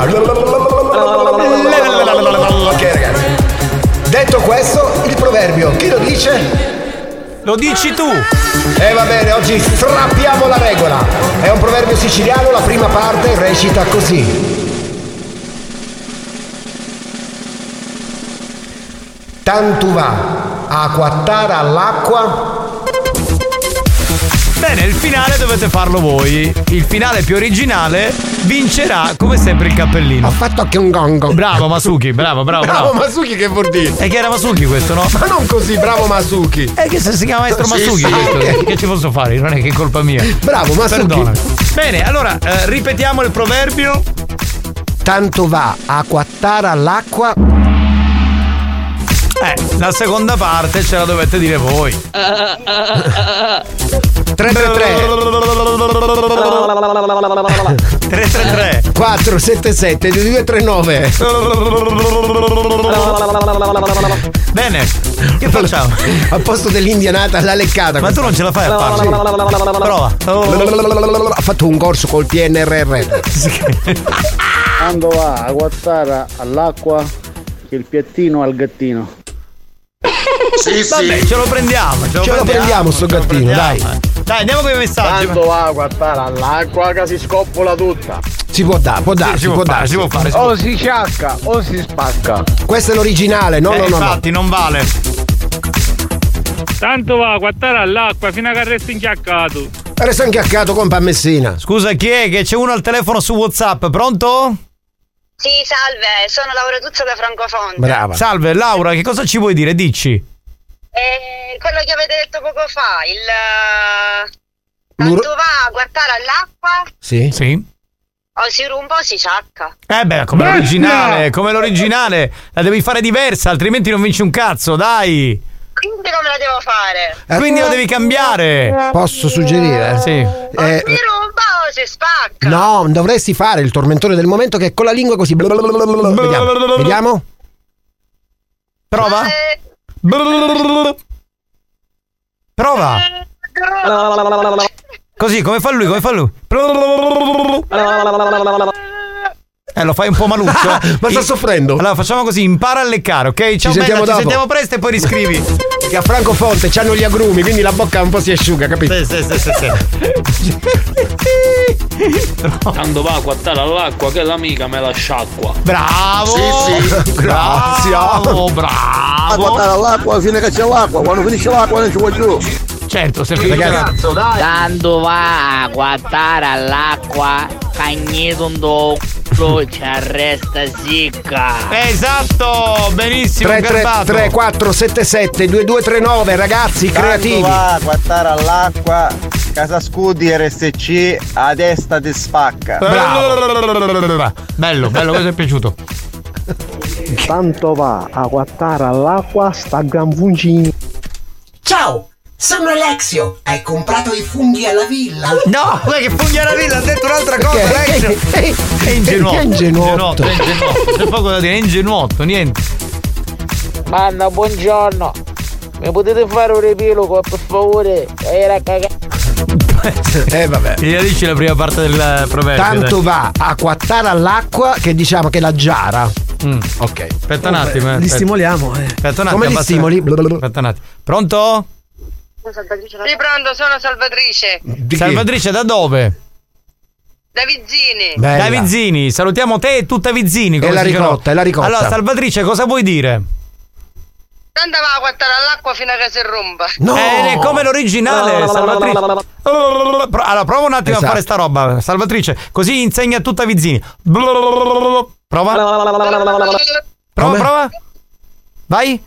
Ok ragazzi, detto questo, il proverbio chi lo dice? Lo dici tu. Va bene, oggi strappiamo la regola. È un proverbio siciliano, la prima parte recita così: tanto va a quattare all'acqua. Bene, il finale dovete farlo voi. Il finale più originale vincerà come sempre il cappellino. Ho fatto anche un gongo. Bravo Masuki, bravo. Bravo Masuki, che vuol dire? E che era Masuki questo, no? Ma non così, bravo Masuki. È che se si chiama maestro Masuki, okay. Che ci posso fare? Non è che è colpa mia. Bravo Masuki. Perdonami. Bene, allora ripetiamo il proverbio. Tanto va a quattare all'acqua. La seconda parte ce la dovete dire voi. 333 477 2239. Bene, che facciamo? Al posto dell'indianata l'ha leccata. Ma tu non ce la fai a farlo? Prova. Ha fatto un corso col PNRR. Quando va a guardare all'acqua che il piattino al gattino. Sì, vabbè, ce lo prendiamo. Ce lo prendiamo sto gattino, dai. Dai, andiamo con i messaggi. Quando va a guardare all'acqua che si scoppola tutta. Si può dare, può darsi. Si può fare. O si sciacca o si spacca. Questo è l'originale, no? Infatti non vale. Tanto va a guardare all'acqua fino a che resta inchiaccato. Resta inchiaccato, compa Messina. Scusa, chi è? Che c'è uno al telefono su WhatsApp, pronto? Sì, salve, sono Laura Tuzzo da Francofonte. Brava. Salve, Laura, che cosa ci vuoi dire? Dici. Quello che avete detto poco fa, tanto va a guardare all'acqua. Sì. O si rumba o si sciacca. Come l'originale, la devi fare diversa, altrimenti non vinci un cazzo, dai. Quindi come la devo fare? Quindi la devi cambiare. Posso suggerire? Sì. O si rumba o si spacca. No, dovresti fare il tormentone del momento che è con la lingua così. Vediamo. Prova. Prova. Così, come fa lui? Lo fai un po' maluccio. Ma sta soffrendo. Allora facciamo così, impara a leccare, ok? Ciao, ci sentiamo presto e poi riscrivi. Che a Francofonte c'hanno gli agrumi, quindi la bocca un po' si asciuga, capito? Sì. Quando va a guardare all'acqua che l'amica me la sciacqua. Bravo. Sì. Grazie. Bravo. A guardare all'acqua fino a che c'è l'acqua. Quando finisce l'acqua non ci vuoi più. Certo, se finisce cazzo, dai. Tanto va a guardare all'acqua, cagneto un doccio ci arresta sicca. Esatto, benissimo. 333-477 2239, ragazzi creativi. Tanto va a guardare all'acqua, Casa Scudi RSC a testa ti spacca. Bravo. Bello, questo è piaciuto. Tanto va a guardare all'acqua sta gran fungini. Ciao, sono Alexio. Hai comprato i funghi alla villa? No, che funghi alla villa? Ha detto un'altra cosa, Alexio. È ingenuotto. C'è poco da dire, è ingenuotto, niente. Manna, buongiorno. Mi potete fare un riepilogo, per favore? Era cagato. Vabbè. Gli dici la prima parte del proverbio. Tanto va a guardare all'acqua che diciamo che la giara. Ok. Aspetta un attimo. Li stimoliamo. Aspetta un attimo. Come li stimoli? Aspetta un attimo. Pronto? Sì, pronto, sono Salvatrice. Salvatrice, da dove? Da Vizzini. Bella. Da Vizzini. Salutiamo te e tutta Vizzini. È la ricotta. Allora, Salvatrice, cosa vuoi dire? Tanto va a guardare all'acqua fino a che si rompa. No! Come l'originale, Salvatrice. Allora, prova un attimo a fare sta roba, Salvatrice. Così insegna a tutta Vizzini. Prova. Vai.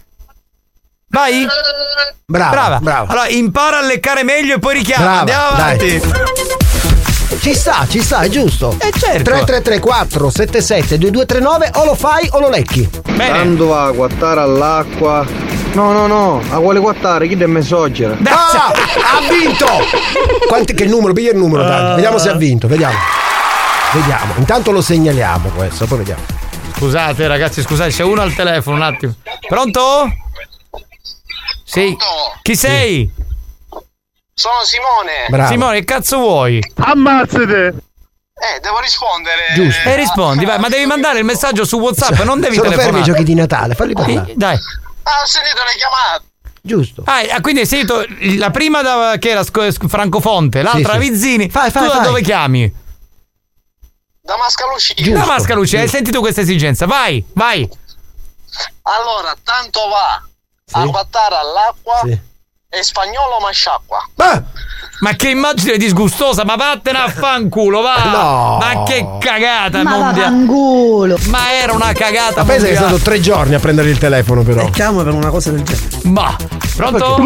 Brava. Allora, impara a leccare meglio e poi richiama. Brava, andiamo avanti. Dai. Ci sta, è giusto. Certo. 333-477-2239 o lo fai o lo lecchi. Bene. Quando va a guardare all'acqua. No, a vuole guardare, chi è mesogera? Ha vinto! Che numero? Piglia il numero, dai. Vediamo se ha vinto, vediamo. Intanto lo segnaliamo questo, poi vediamo. Scusate ragazzi, c'è uno al telefono, un attimo. Pronto? Sì. Chi sei? Sono Simone. Bravo. Simone, che cazzo vuoi? Ammazzate. Devo rispondere. Giusto. Rispondi, vai, ma devi mandare il messaggio su WhatsApp, non devi telefonare. Sono fermi i giochi di Natale, falli parlare. Dai. Ho sentito le chiamate. Giusto. Quindi hai sentito la prima che era Francofonte, l'altra sì. Vizzini. Fai. Tu da dove chiami? Da Mascaluci. Da Mascaluci, hai sentito questa esigenza? Vai. Allora, tanto va a guardare all'acqua e spagnolo ma sciacqua. Ma che immagine disgustosa, ma vattene a fanculo, va! No. Ma che cagata fanculo! Ma era una cagata. Ma pensa che è stato 3 giorni a prendere il telefono, però. E chiamo per una cosa del genere. Ma pronto?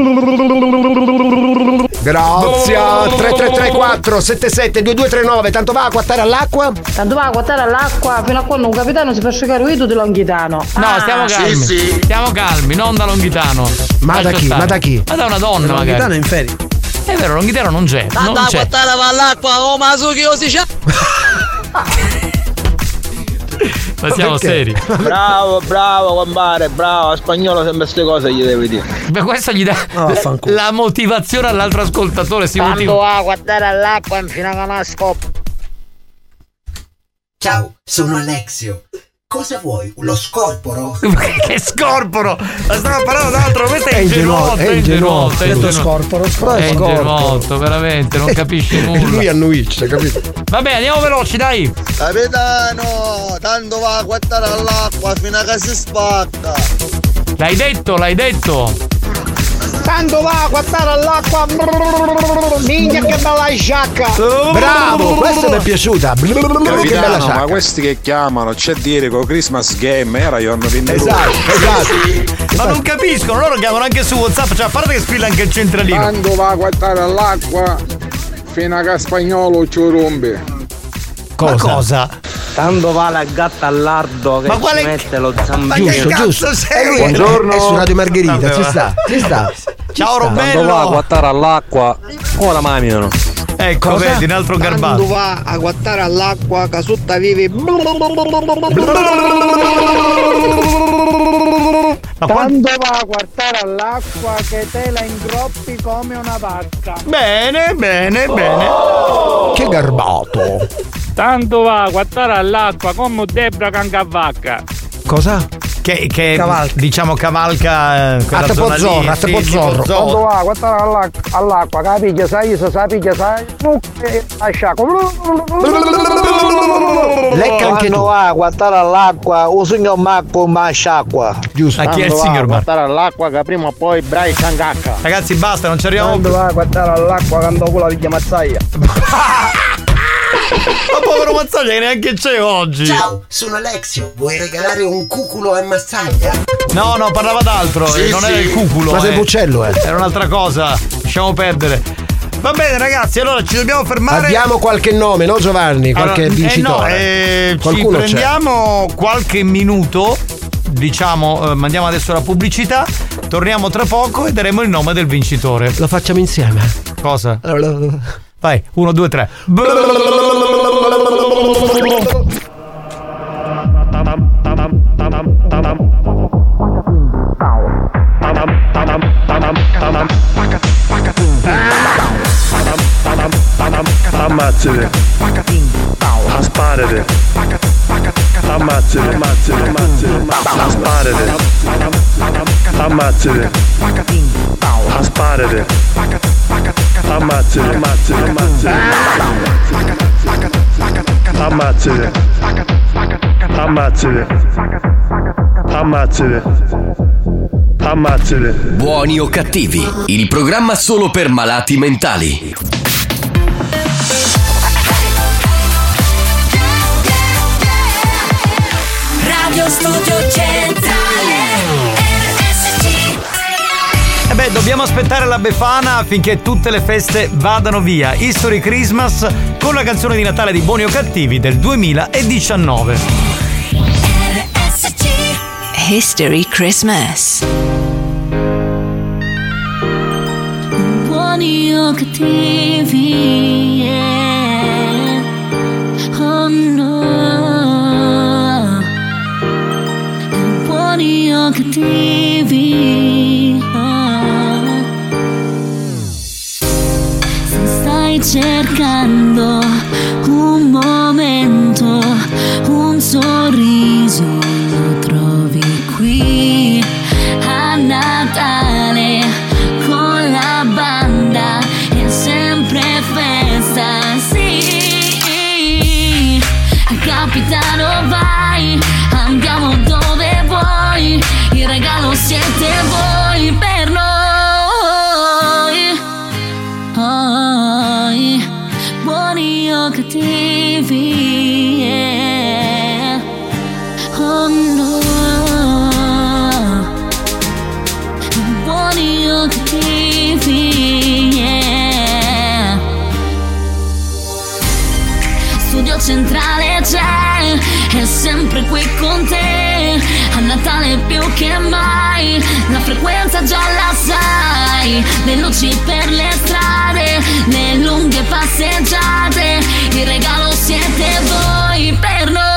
Grazie. 333-477-2239. Tanto va a guardare all'acqua? Tanto va a guardare all'acqua fino a quando un capitano si fa asciugare il di Longhitano. No, stiamo calmi. Stiamo calmi, non da Longhitano. Ma da chi? Ma da una donna, magari. Longhitano è in ferie. È vero, Longhitano non c'è. Non Andava a c'è. portare all'acqua, oh ma su che io si c'è. Ma siamo seri. Bravo, compare, bravo. A spagnolo sempre queste cose gli devi dire. Beh, questo gli dà la motivazione all'altro ascoltatore. Si Quando va a guardare all'acqua infine con una scoppa. Ciao, sono Alexio. Cosa vuoi? Lo scorporo? Che scorporo? Stavo parlando d'altro, questo è ingenuotto. È ingenuotto, veramente, non capisce nulla. Lui annuisce, capito? Vabbè, andiamo veloci, dai. Capitano, tanto va a guardare all'acqua fino a che si spacca. L'hai detto. Tanto va a guardare all'acqua. Minchia che bella sciacca. Bravo, questa mi è piaciuta. Che bella Capitano, ma sciacca. questi che chiamano, c'è dire con Christmas Game era io hanno vinto. Esatto. Ma non capiscono, loro chiamano anche su WhatsApp, cioè a parte che squilla anche il centralino. Quando va a guardare all'acqua fino a che spagnolo ci rompe. Cosa? Tanto va la gatta al lardo che Ma quale- ci mette lo Ma zambino. che cazzo sei? Buongiorno. È su Radio Margherita, ci sta. Ciao Tanto va a Robello. guardare all'acqua, oh la mangiano. Ecco, vedi, un altro Quando garbato. va a guardare all'acqua che sotto vive. Quando va a guardare all'acqua che te la ingroppi come una vacca. Bene. Che garbato. Tanto va a guardare all'acqua come Debra Cancavacca. Cosa? Che diciamo cavalca quella A te zona Pozzorro, lì, a te sì, Pozzorro. tipo Quando zoo. va a guardare all'acqua, capiglia, sai, Lecca anche Quando tu. va a guardare all'acqua, un signor Marco ma sciacqua. Giusto. Ma chi è il signor Marco? Guardare all'acqua che prima o poi brai cangacca. Ragazzi, basta, non ci arriviamo Quando più. va a guardare all'acqua, quando quella piglia mazzaia. Ma povero Mazzaglia che neanche c'è oggi. Ciao, sono Alexio. Vuoi regalare un cuculo a Mazzaglia? No, parlava d'altro, non era il cuculo. Ma sei Buccello, Era un'altra cosa. Lasciamo perdere. Va bene, ragazzi, allora ci dobbiamo fermare. Abbiamo qualche nome, no Giovanni? Qualche vincitore. Ci Qualcuno c'è. prendiamo qualche minuto. Diciamo, mandiamo adesso la pubblicità. Torniamo tra poco e daremo il nome del vincitore. Lo facciamo insieme. Cosa? Vai, 1, 2, 3. Ammazzate. Asparate. Ammazzate. Asparate. Ammazzate. Asparate. Ammazzate. Ammazzate. Ammazzate. Buoni o cattivi, il programma solo per malati mentali. Radio Studio Centrale RSC. E beh, dobbiamo aspettare la Befana affinché tutte le feste vadano via. History Christmas con la canzone di Natale di Buoni o Cattivi del 2019. RSC. History Christmas. Buoni o cattivi, yeah. Oh no. Buoni o cattivi, oh. Se stai cercando un momento, un sorriso, lo trovi qui a Natale con la banda, è sempre festa, sì. Capitano vai, andiamo dove vuoi, il regalo siete voi per noi. Buoni o cattivi, yeah. Oh no. Buoni o cattivi, yeah. Studio Centrale c'è, è sempre qui con te. A Natale più che mai, la frequenza già la sai, le luci per le strade, le lunghe passeggiate, il regalo siete voi per noi.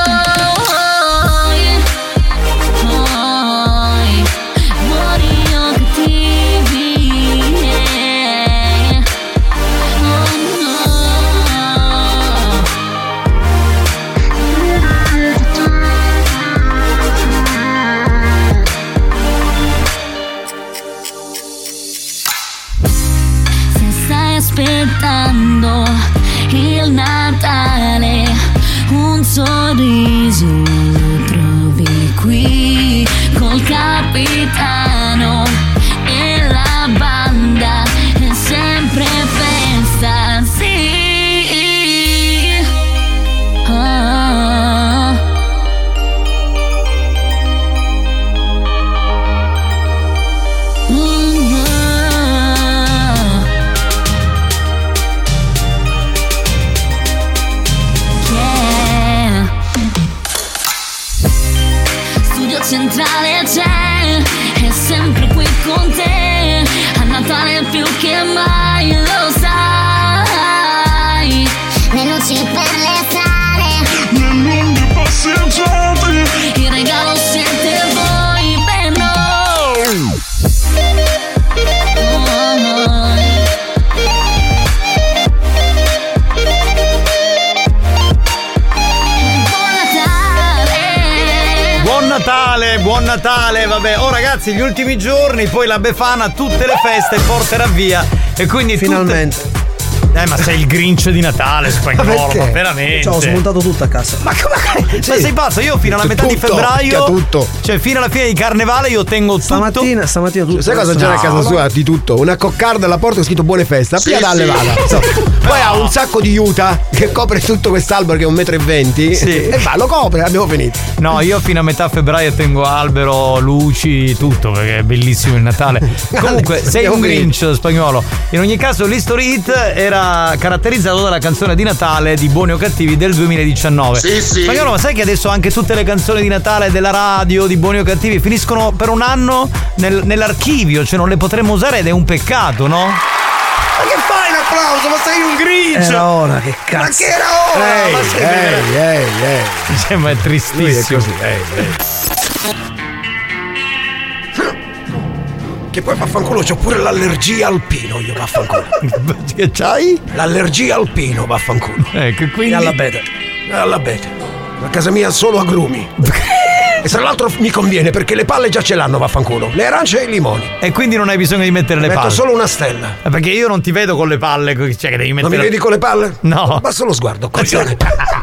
Buoni o cattivi, aspettando il Natale, un sorriso lo trovi qui col capitano e la banda, è sempre festa, sì. Centrale c'è, è sempre qui con te, a Natale più che mai, lo sai. Le luci per le strade, le lunghe passeggiate, il regalo siete voi per noi. Buon Natale, vabbè. Oh ragazzi, gli ultimi giorni, poi la Befana tutte le feste porterà via. E quindi finalmente. Ma sei il Grinch di Natale, Spagnolo, ma veramente. Cioè, ho smontato tutto a casa. Ma come? Sì. Ma sei pazzo? Io fino alla metà di febbraio. Tutto. Cioè, fino alla fine di Carnevale io tengo stamattina tutto. Sai cosa c'era a casa sua? Di tutto. Una coccarda alla porta, ho scritto buone feste. Appena da levata. Poi ha un sacco di juta che copre tutto quest'albero che è 1,20 m. Sì. E lo copre, abbiamo finito. No, io fino a metà febbraio tengo albero, luci, tutto, perché è bellissimo il Natale. Comunque, sei un Grinch, Spagnolo. In ogni caso, l'History Hit era caratterizzato dalla canzone di Natale di Buoni o Cattivi del 2019. Sì. Spagnolo, ma sai che adesso anche tutte le canzoni di Natale della radio di Buoni o Cattivi finiscono per un anno nell'archivio, cioè non le potremmo usare ed è un peccato, no? Ma che fai l'applauso? Ma sei un Grinch! Era ora, che cazzo! Ma che era ora? Ehi. Cioè, ma è tristissimo. Che poi vaffanculo, c'ho pure l'allergia al pino, io vaffanculo. Che c'hai? L'allergia al pino, vaffanculo. Ecco, quindi. E all'abete. A casa mia solo agrumi. E tra l'altro mi conviene perché le palle già ce l'hanno, vaffanculo. Le arance e i limoni. E quindi non hai bisogno di mettere le palle. Metto solo una stella. Perché io non ti vedo con le palle, cioè che devi mettere. Non mi vedi con le palle? No. Basta lo sguardo, coglione.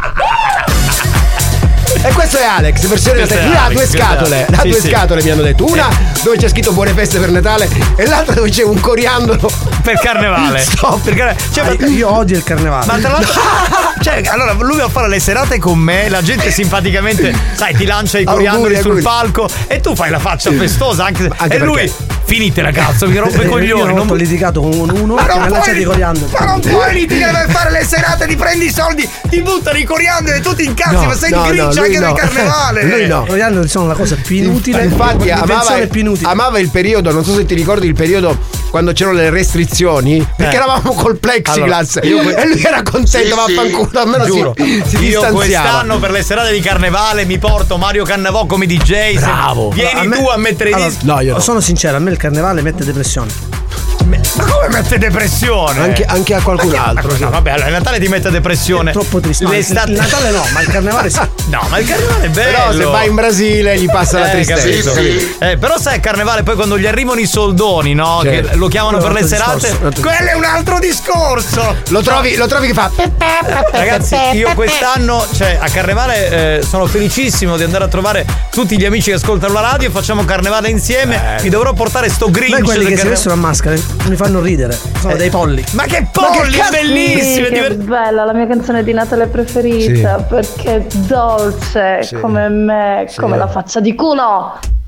E questo è Alex, versione Natale. Lui ha due scatole. Scatole mi hanno detto. Una dove c'è scritto buone feste per Natale e l'altra dove c'è un coriandolo per Carnevale. Cioè, io odio il Carnevale. Ma tra l'altro, cioè, allora lui va a fare le serate con me, la gente simpaticamente, sai, ti lancia i coriandoli sul palco e tu fai la faccia festosa anche e lui finite ragazzo, mi rompe i coglioni. Non ho litigato con uno che mi ha lanciato i coriandoli. Ma non puoi litigare per fare le serate, ti prendi i soldi, ti buttano i coriandoli e tu ti incazzi, ma sei il Grinch anche del Carnevale. Lui no. I coriandoli sono la cosa più inutile. Infatti amava il periodo, non so se ti ricordi il periodo quando c'erano le restrizioni, perché eravamo col plexiglass e lui era contento, vaffanculo, almeno giuro, si io distanziava. Quest'anno per le serate di Carnevale mi porto Mario Cannavò come DJ. Bravo. Vieni tu a mettere i dischi. No, io sono sincero, a me il Carnevale mette depressione. Ma come mette depressione? Anche a qualcun altro. No, vabbè, allora il Natale ti mette depressione. È troppo triste. Il Natale no, ma il Carnevale sì. No, ma il Carnevale è bello. Però se vai in Brasile gli passa la tristezza. Sì. Però sai, il Carnevale poi quando gli arrivano i soldoni, no? Certo. Che lo chiamano per le serate. Quello è un altro discorso. Lo trovi che fa. Ragazzi, io quest'anno, cioè a Carnevale sono felicissimo di andare a trovare tutti gli amici che ascoltano la radio. Facciamo Carnevale insieme. Mi dovrò portare sto Grinch. Ma quelli che si vestono a maschera mi fanno ridere. Sono dei polli. Ma che polli, bellissimi! Sì, che bella, la mia canzone di Natale preferita, perché è dolce come me, come la faccia di culo.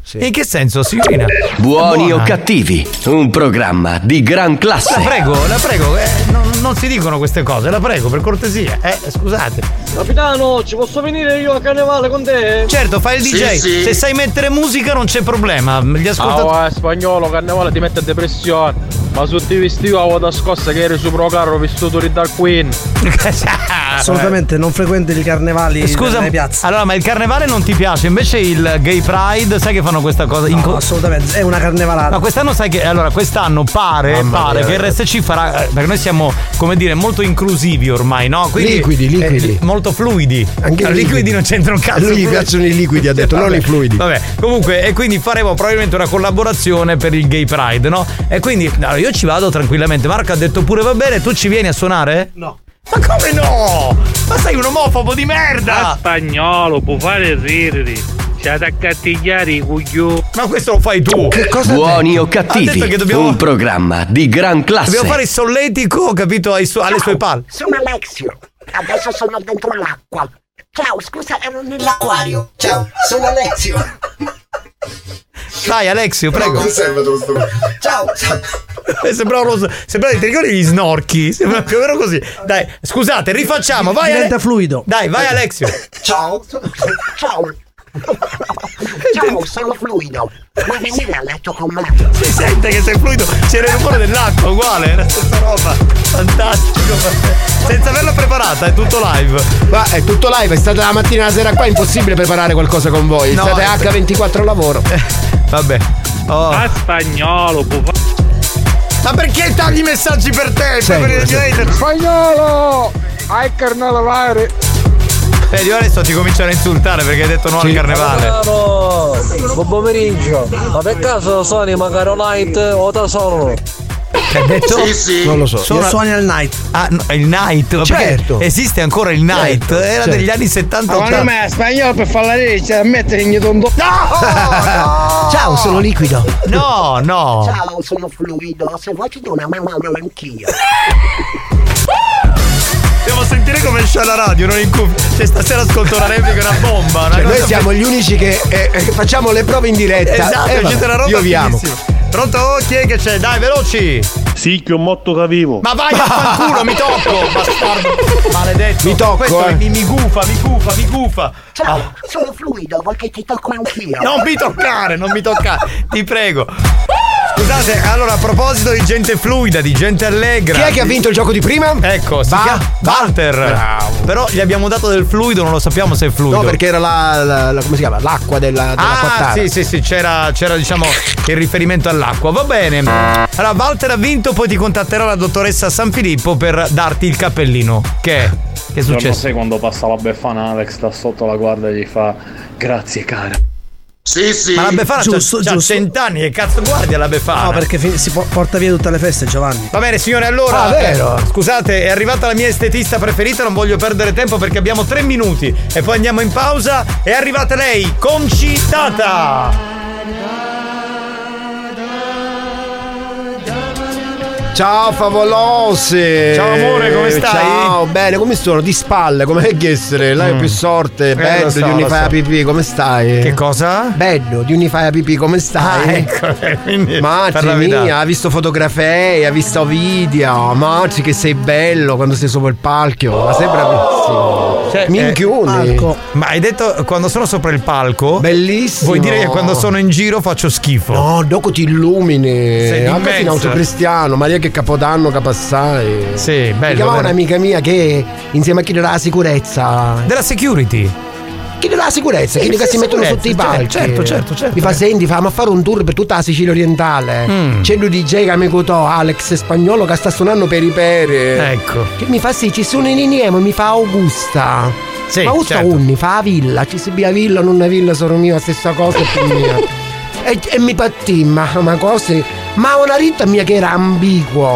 In che senso, signorina? Buoni o cattivi, un programma di gran classe. La prego, non si dicono queste cose, la prego, per cortesia. Scusate. Capitano, ci posso venire io a carnevale con te? Certo, fai il DJ. Sì. Se sai mettere musica non c'è problema. Gli ascoltatori. Spagnolo, carnevale ti mette a depressione. Ma su ti vestivo da scossa che eri su pro carro vissuto di Dark Queen. Assolutamente non frequenti i carnevali. Scusa, nelle piazze. Allora, ma il carnevale non ti piace? Invece il Gay Pride, sai che fanno questa cosa? No, assolutamente, è una carnevalata. Ma quest'anno sai che quest'anno pare che RSC farà, perché noi siamo, come dire, molto inclusivi ormai, no? Quindi liquidi. Molto fluidi. Anche liquidi non c'entra un cazzo. A lui gli piacciono i liquidi, ha detto, non i fluidi. Vabbè, comunque, e quindi faremo probabilmente una collaborazione per il Gay Pride, no? E quindi allora, io ci vado tranquillamente. Marco ha detto pure va bene, tu ci vieni a suonare? No. Ma come no? Ma sei un omofobo di merda! Ma Spagnolo, può fare ridere. C'è da cattigliare i coglioni. Ma questo lo fai tu. Che cosa Buoni o cattivi, un programma di gran classe. Dobbiamo fare il solletico, capito, alle sue palle. Sono Alexio, adesso sono dentro l'acqua. Ciao, scusa, ero nell'acquario. Ciao, sono Alexio. Vai Alexio, prego. Ciao. Sembra ti ricordi gli snorchi? Sembra più o meno così. Dai, scusate, rifacciamo, vai. Diventa fluido. Dai, vai Alexio. Ciao. Ciao, sono fluido. Vuoi venire a letto con me? Si sente che sei fluido, c'era il rumore dell'acqua, uguale, è la stessa roba. Fantastico. Senza averla preparata, è tutto live. Ma è tutto live, è stata la mattina e la sera qua, è impossibile preparare qualcosa con voi. No, state H24 lavoro. Vabbè. A Spagnolo, può ma perché tagli i messaggi per te? Spagnolo! Hai carnevale! Vedi, adesso ti cominciano a insultare perché hai detto no al carnevale. Buon pomeriggio. Ma per caso suoni magari night o da solo? Hai detto? Sì. Non lo so. Io suoni al night. Ah, no, il night? Certo. Esiste ancora il night? Era degli anni 70. Ma non è spagnolo per fare la riccia, mettere in tondo. No! Ciao, sono liquido. No. Ciao, sono fluido. Se vuoi ti do una mano anch'io. Devo sentire come esce la radio, non in cuffia. Cioè, stasera ascolto una replica, una bomba. Noi siamo gli unici che facciamo le prove in diretta. Esatto, c'è una roba Ioviamo. Pronto? Chi è che c'è? Dai, veloci! Sì, che un motto capivo. Ma vai a fanculo, mi tocco! Bastardo! Maledetto! Mi tocco, questo mi gufa! Ciao, sono fluido, vuoi che ti tocco anch'io? Non mi toccare, ti prego! Scusate, allora a proposito di gente fluida, di gente allegra. Chi è che ha vinto il gioco di prima? Ecco, si chiama Walter. Bravo. Però gli abbiamo dato del fluido, non lo sappiamo se è fluido. No, perché era la come si chiama? L'acqua dell'acquattara. Sì, c'era diciamo il riferimento all'acqua. Va bene. Allora, Walter ha vinto, poi ti contatterà la dottoressa San Filippo per darti il cappellino. Che è successo? Non sai quando passa la Befana, Alex da sotto la guarda e gli fa grazie cara. Sì. Ma la Befana c'ha 100 anni, che cazzo guardi alla Befana? No, perché si porta via tutte le feste, Giovanni. Va bene, signore, allora. Vero. Scusate, è arrivata la mia estetista preferita, non voglio perdere tempo perché abbiamo 3 minuti e poi andiamo in pausa. È arrivata lei, Concitata. Ciao favolose. Ciao amore, come stai? Ciao, bene, come sono? Di spalle, come che essere? Là è più sorte, bello so, di Unify a pipì, come stai? Che cosa? Bello di Unify a pipì, come stai? Quindi Marci mia, ha visto fotografie, ha visto video. Marci che sei bello quando sei sopra il palco, ma sei bravissimo. Cioè, minchioni. Ma hai detto quando sono sopra il palco? Bellissimo. Vuoi dire che quando sono in giro faccio schifo? No, dopo ti illumini. Sei anche in autocristiano, Maria che capodanno che passai. Sì, bello. Mi chiamava un'amica mia che insieme a chi della sicurezza. Della security? Chi della sicurezza, quelli che si mettono sotto i palchi. Certo. Mi fa senti, fammi a fare un tour per tutta la Sicilia orientale. C'è lui DJ che mi cotò, Alex Spagnolo che sta suonando per i pere. Ecco. Che mi fa sì, ci sono in insieme, mi fa Augusta. Sì, ma Augusta unni, fa la villa, ci si via villa, non una villa, sono mia, stessa cosa è più mia. E mi pattì, ma cose. Ma una ritta mia che era ambiguo.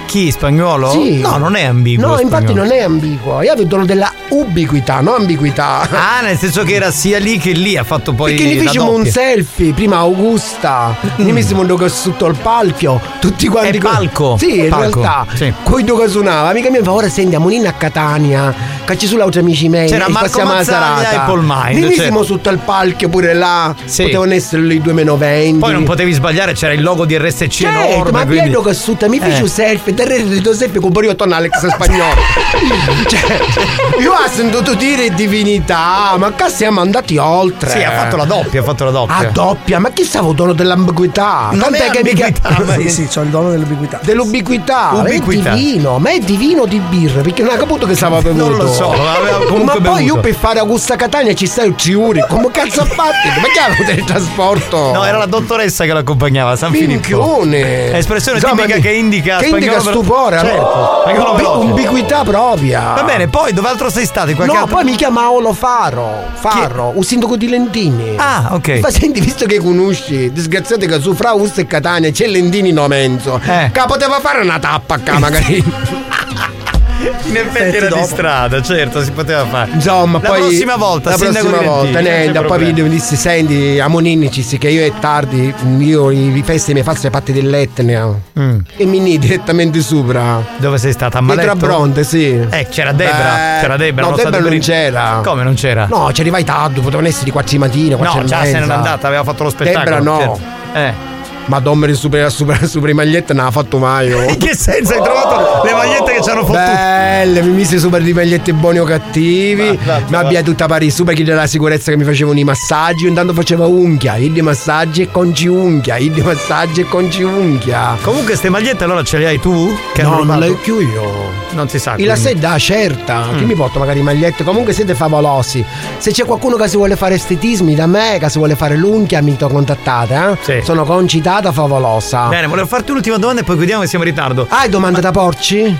Chi, Spagnuolo? Sì. No, non è ambiguo. No, Spagnuolo. infatti non è ambiguo. Io avevo il dono della ubiquità, non ambiguità. Ah, nel senso che era sia lì che lì, ha fatto poi. Perché ne fecimo un selfie, prima Augusta, ne messimo un dogo sotto il palco, tutti quanti. È palco? Sì, in Palco, realtà. sì. Coi dogo suonava, amica mia, fa ora senti, a Catania, che ci sono altri amici miei. C'era Marco Mazzaglia e Paul Mind. Ne messimo sotto il palco pure là, sì. Potevano essere lì 2 meno 20. Poi non potevi sbagliare, c'era il logo di RSC enorme. Ma quindi... vedo che sotto mi fece un selfie, del selfie con Borio Tonno Alex Spagnolo. Cioè, io ho sentito dire divinità, ma che siamo andati oltre. Sì, ha fatto la doppia. A doppia, ma chi stava il dono dell'ambiguità? Non è che ambiguità, ma sì, c'ho il dono dell'ubiquità. Dell'ubiquità. Ubiquità. È divino, ma è divino di birra, perché non ha capito che stava bevuto. Non lo so, ma poi io per fare Augusta Catania ci stai 3 ore. Come cazzo ha fatto? Ma che avevo del trasporto? No, era la dottoressa che l'accompagnava, San Filippo. È espressione tipica che indica stupore, certo. Ubiquità propria. Va bene, poi dove altro sei stato? Poi mi chiama Olo Faro, un sindaco di Lentini. Ah, ok. Ma senti, visto che conosci, disgraziato che su fra Usta e Catania c'è Lentini no menzo, che poteva fare una tappa qua magari. In effetti era di strada, certo, si poteva fare. Insomma, la poi prossima volta, poi mi disse: senti, a Moninici, che io è tardi, io i feste mi faccio le patte dell'Etna. E mi ni direttamente sopra. Dove sei stata? A Maletto? Dietro a Bronte, sì. C'era Debra. No, Debra non c'era. Come non c'era? No, ci arrivai tardi, potevano essere di 4 di mattina. No, già se n'era andata, aveva fatto lo spettacolo. Debra no. Certo. Ma dommere sopra i magliette non l'ha fatto mai. In che senso? Hai trovato le magliette che ci hanno fottuto? Belle, mi mise sopra di magliette buoni o cattivi. Mi abbia tutta pari sopra chi della sicurezza che mi facevano i massaggi. Io intanto facevo unghia, io di massaggi e conci unghia, Comunque ste magliette allora ce le hai tu? Che no, non le ho più io. Non si sa. La sedda certa. Chi mi porta magari magliette? Comunque siete favolosi. Se c'è qualcuno che si vuole fare estetismi da me, che si vuole fare l'unghia, mi contattate, Sì. Sono concitata favolosa. Bene, volevo farti un'ultima domanda e poi vediamo che siamo in ritardo. Hai domande da porci?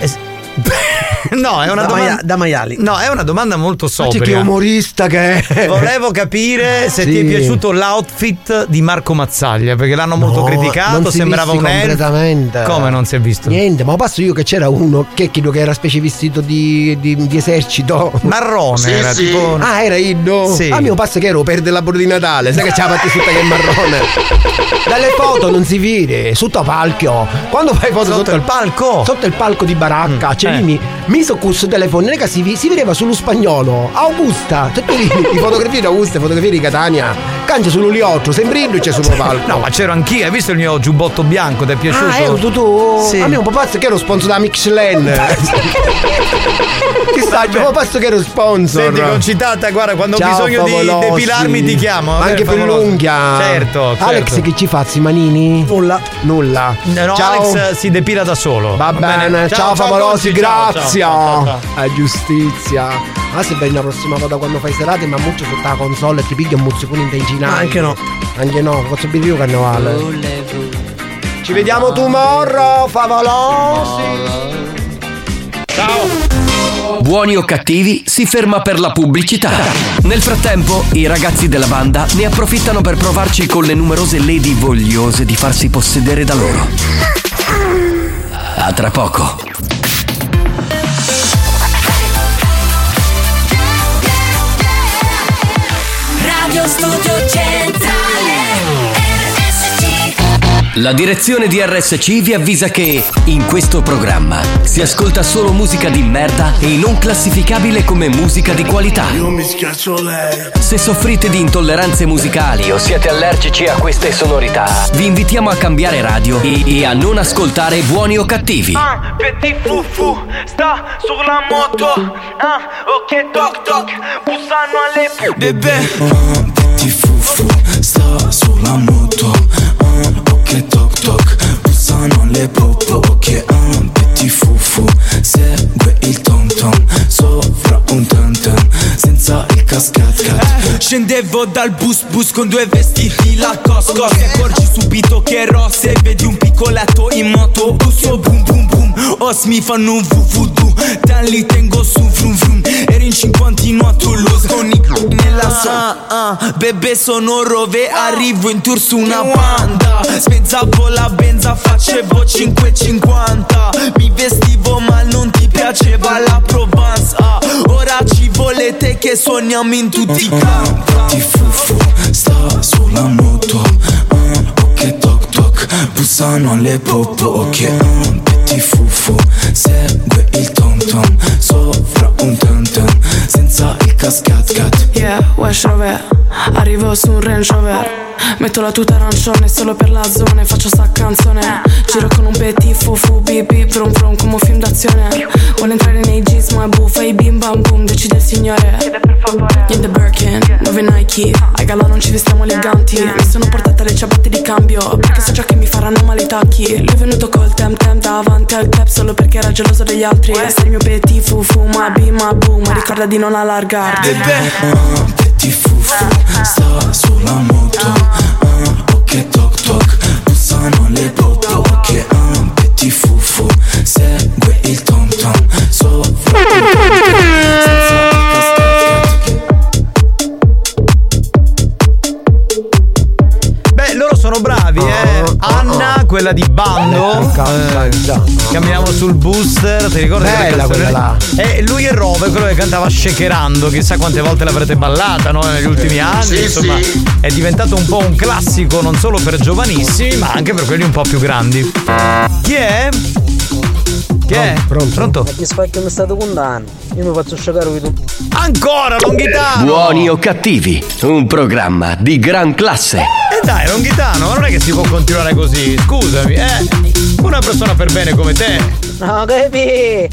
No, è una domanda da maiali. No, è una domanda molto sobria. Che umorista che è. Volevo capire se ti è piaciuto l'outfit di Marco Mazzaglia, perché l'hanno molto criticato, sembrava un completamente. Come non si è visto? Niente, ma passo io che c'era uno che credo che era specie vestito di esercito. Marrone era tipo. Ah, era io? Sì. A mio passo che ero per dell'albero di Natale, sai che c'ha fatto tutta che è marrone. Dalle foto non si vede, sotto palco. Quando fai foto sotto il palco? Sotto il palco di baracca, cioè mi so con il telefono, non è che si vedeva sullo Spagnolo, Augusta, tutte lì, i fotografie di Augusta, fotografie di Catania, cancia sull'Uliotto, sembrino c'è sullo palco. No, ma c'ero anch'io, hai visto il mio giubbotto bianco, ti è piaciuto? Ah, ero tu? Sì. A me un po' pazzo che ero sponsor da Michelin. Chissà, un po' pazzo che ero sponsor. Senti, concitata, guarda, quando ho bisogno favolosi. di depilarmi ti chiamo. Anche per l'unghia. Certo. Alex, che ci fazzi, manini? Nulla. No, Ciao. Alex si depila da solo. Va bene. Ciao favolosi, grazie. Ciao. A giustizia. Ah, se vai la prossima volta quando fai serate, ma muccio sotto la console e ti piglia un muzzicone in tenginale. Ma anche no. Anche no, posso dire io carnevale. Ci vediamo tomorrow, favolosi. Ciao. Buoni o cattivi si ferma per la pubblicità. Nel frattempo, i ragazzi della banda ne approfittano per provarci con le numerose lady vogliose di farsi possedere da loro. A tra poco. Radio Studio Centrale RSC. La direzione di RSC vi avvisa che in questo programma si ascolta solo musica di merda e non classificabile come musica di qualità. Io mi schiaccio lei. Se soffrite di intolleranze musicali o siete allergici a queste sonorità, vi invitiamo a cambiare radio e a non ascoltare Buoni o Cattivi. Petit fufu sta sulla moto. Ok toc toc, bussano alle bebè. Petit fufu sta sulla moto. Ok toc toc, bussano le popo. Ok petit fufu segue il tom tom sopra un tam tam senza il cascat cat. Scendevo dal bus con 2 vestiti Lacoste. Ti accorgi subito che ero se vedi un piccoletto in moto. Uso boom boom boom, os mi fanno un vuvudu. Dan li tengo su frum frum. Ero in 50 a Toulouse con i nella bebè sono Rove, arrivo in tour su una Panda. Spezzavo la benza, facevo 5,50. Mi vestivo ma non ti piaceva la Provence. Ora ci volete che suoniamo in tutti i campi. Ti fufu, sta sulla moto. Ok toc toc, bussano alle popo. Ok, petit fufu, segue il tom tom. Sopra un tam tam, senza il cascat cat. Yeah, Wesh Rover, arrivo su un Range Rover. Metto la tuta arancione solo per la zona e faccio sta canzone. Giro con un petit fufu, bip bip vrum vrum come un film d'azione. Vuole entrare nei jeans ma è buffa, i bim bam boom, decide il signore. Chiede per favore. Niente Birkin, 9 Nike. Ai gala non ci vestiamo eleganti. Mi sono portata le ciabatte di cambio perché so già che mi faranno male i tacchi. Lui è venuto col tem tem davanti al club solo perché era geloso degli altri. Sei il mio petit fufu, ma bim ma boom, ma ricorda di non allargarti. Petit fufu, sta sulla moto. Ok toc toc, bussano le popo. Ok, petit fufu, segue il tom tom. Sopra senza il cascat. Beh, loro sono bravi, Anna, quella di Bando. Cambiamo sul booster, ti ricordi? Bella quella là. E lui è Rove, quello che cantava Shakerando. Chissà quante volte l'avrete ballata, no? Negli ultimi anni. Sì, insomma, sì. È diventato un po' un classico non solo per giovanissimi, ma anche per quelli un po' più grandi. Chi è? Chi è? Pronto? Ma chi spacchio mi state contando? Io mi faccio sciacare qui tu. Ancora Longhitano! Buoni o cattivi, un programma di gran classe. Dai, Longhitano, ma non è che si può continuare così, scusami, una persona per bene come te. No, capi!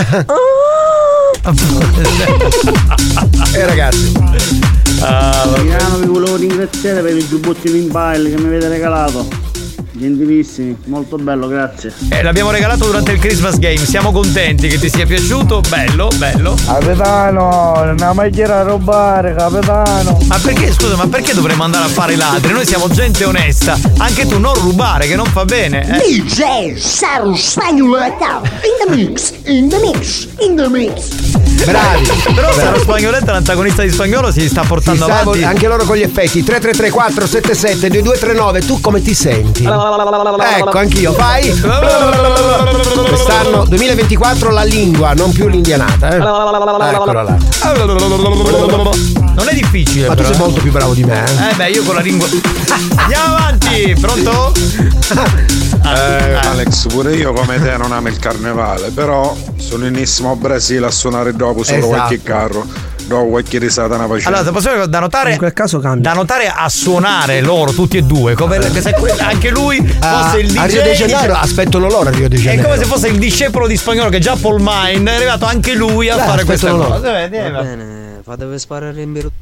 Ragazzi, Milano, vi volevo ringraziare per il giubbottino in baile che mi avete regalato. Gentilissimi, molto bello, grazie. L'abbiamo regalato durante il Christmas Game, siamo contenti che ti sia piaciuto, bello. Capitano, una macchina a rubare, capitano. Ma perché, scusa, ma perché dovremmo andare a fare i ladri? Noi siamo gente onesta, anche tu non rubare, che non fa bene. DJ Saru Spagnoletta, in the mix. Bravi. Però Saru Spagnoletta, l'antagonista di Spagnolo, si sta portando avanti. Anche loro con gli effetti. 3334 77 2239. Tu come ti senti? Ecco, anch'io. Fai. Quest'anno 2024 la lingua, non più l'indianata. Eccola là. Non è difficile. Ma tu sei molto più bravo di me. Beh, io con la lingua. Andiamo avanti, pronto? Alex, pure io come te non amo il carnevale, però sono inissimo a Brasile a suonare dopo solo qualche carro. Dopo qualche risata una faccia. Allora, posso dire da notare. In quel caso cambia. Da notare a suonare loro tutti e due. Come se anche lui fosse il DJ. A Rio de Janeiro aspettano loro a Rio de Janeiro. È come se fosse il discepolo di Spagnolo, che già Paul Mine è arrivato anche lui a fare questa cosa. Va bene, fatevi sparare in birra.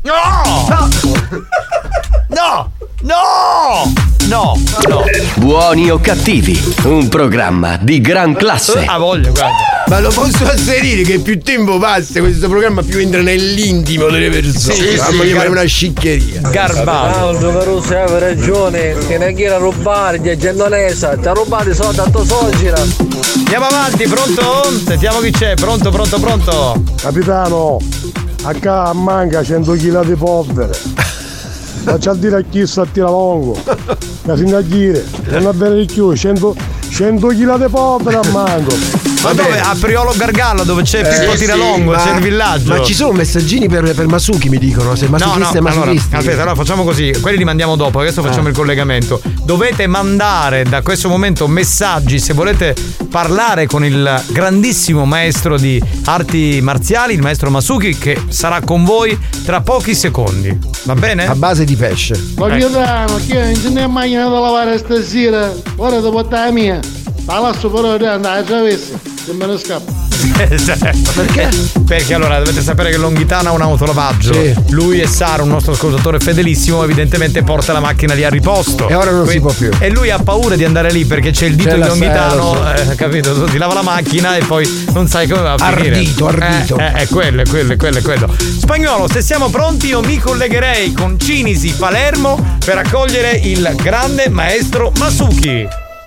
No! Buoni o cattivi, un programma di gran classe. Ha voglia, guarda. Ma lo posso asserire che più tempo passa questo programma più entra nell'intimo delle persone. Sì, Mamma mia, è una sciccheria. Garbato. No, Caruso aveva ragione, che ne gira a rubare, di gente onesta, ti ha rubato i soldi, tanto soggira. Andiamo avanti, pronto? Sentiamo chi c'è, pronto. Capitano, a casa manca 100 kg di polvere. Faccia a dire a chi sta a Tiralongo. La sindagliere, non va bene di più, 100 kg di polvere a manco. Ma dove? A Priolo Gargallo, dove c'è Pippo Tiralongo, c'è il villaggio. Ma ci sono messaggini per Masuki, mi dicono. Se masochista è masochista. Allora facciamo così, quelli li mandiamo dopo, adesso facciamo il collegamento. Dovete mandare da questo momento messaggi se volete parlare con il grandissimo maestro di arti marziali, il maestro Masuki, che sarà con voi tra pochi secondi. Va bene? A base di pesce. Ma Capitano, che non è mai da lavare stasera. Ora dopo la mia. Ma lascio però andare a travessa. Se me ne scappa. Perché? Perché allora dovete sapere che Longhitano ha un autolavaggio. Sì. Lui e Sara, un nostro ascoltatore fedelissimo, evidentemente porta la macchina lì a riposto. E ora non si può più. E lui ha paura di andare lì perché c'è il dito di Longhitano, capito? Tu ti lava la macchina e poi non sai come va a finire. Ardito. È quello. Spagnolo, se siamo pronti io mi collegherei con Cinisi Palermo per accogliere il grande maestro Masuki.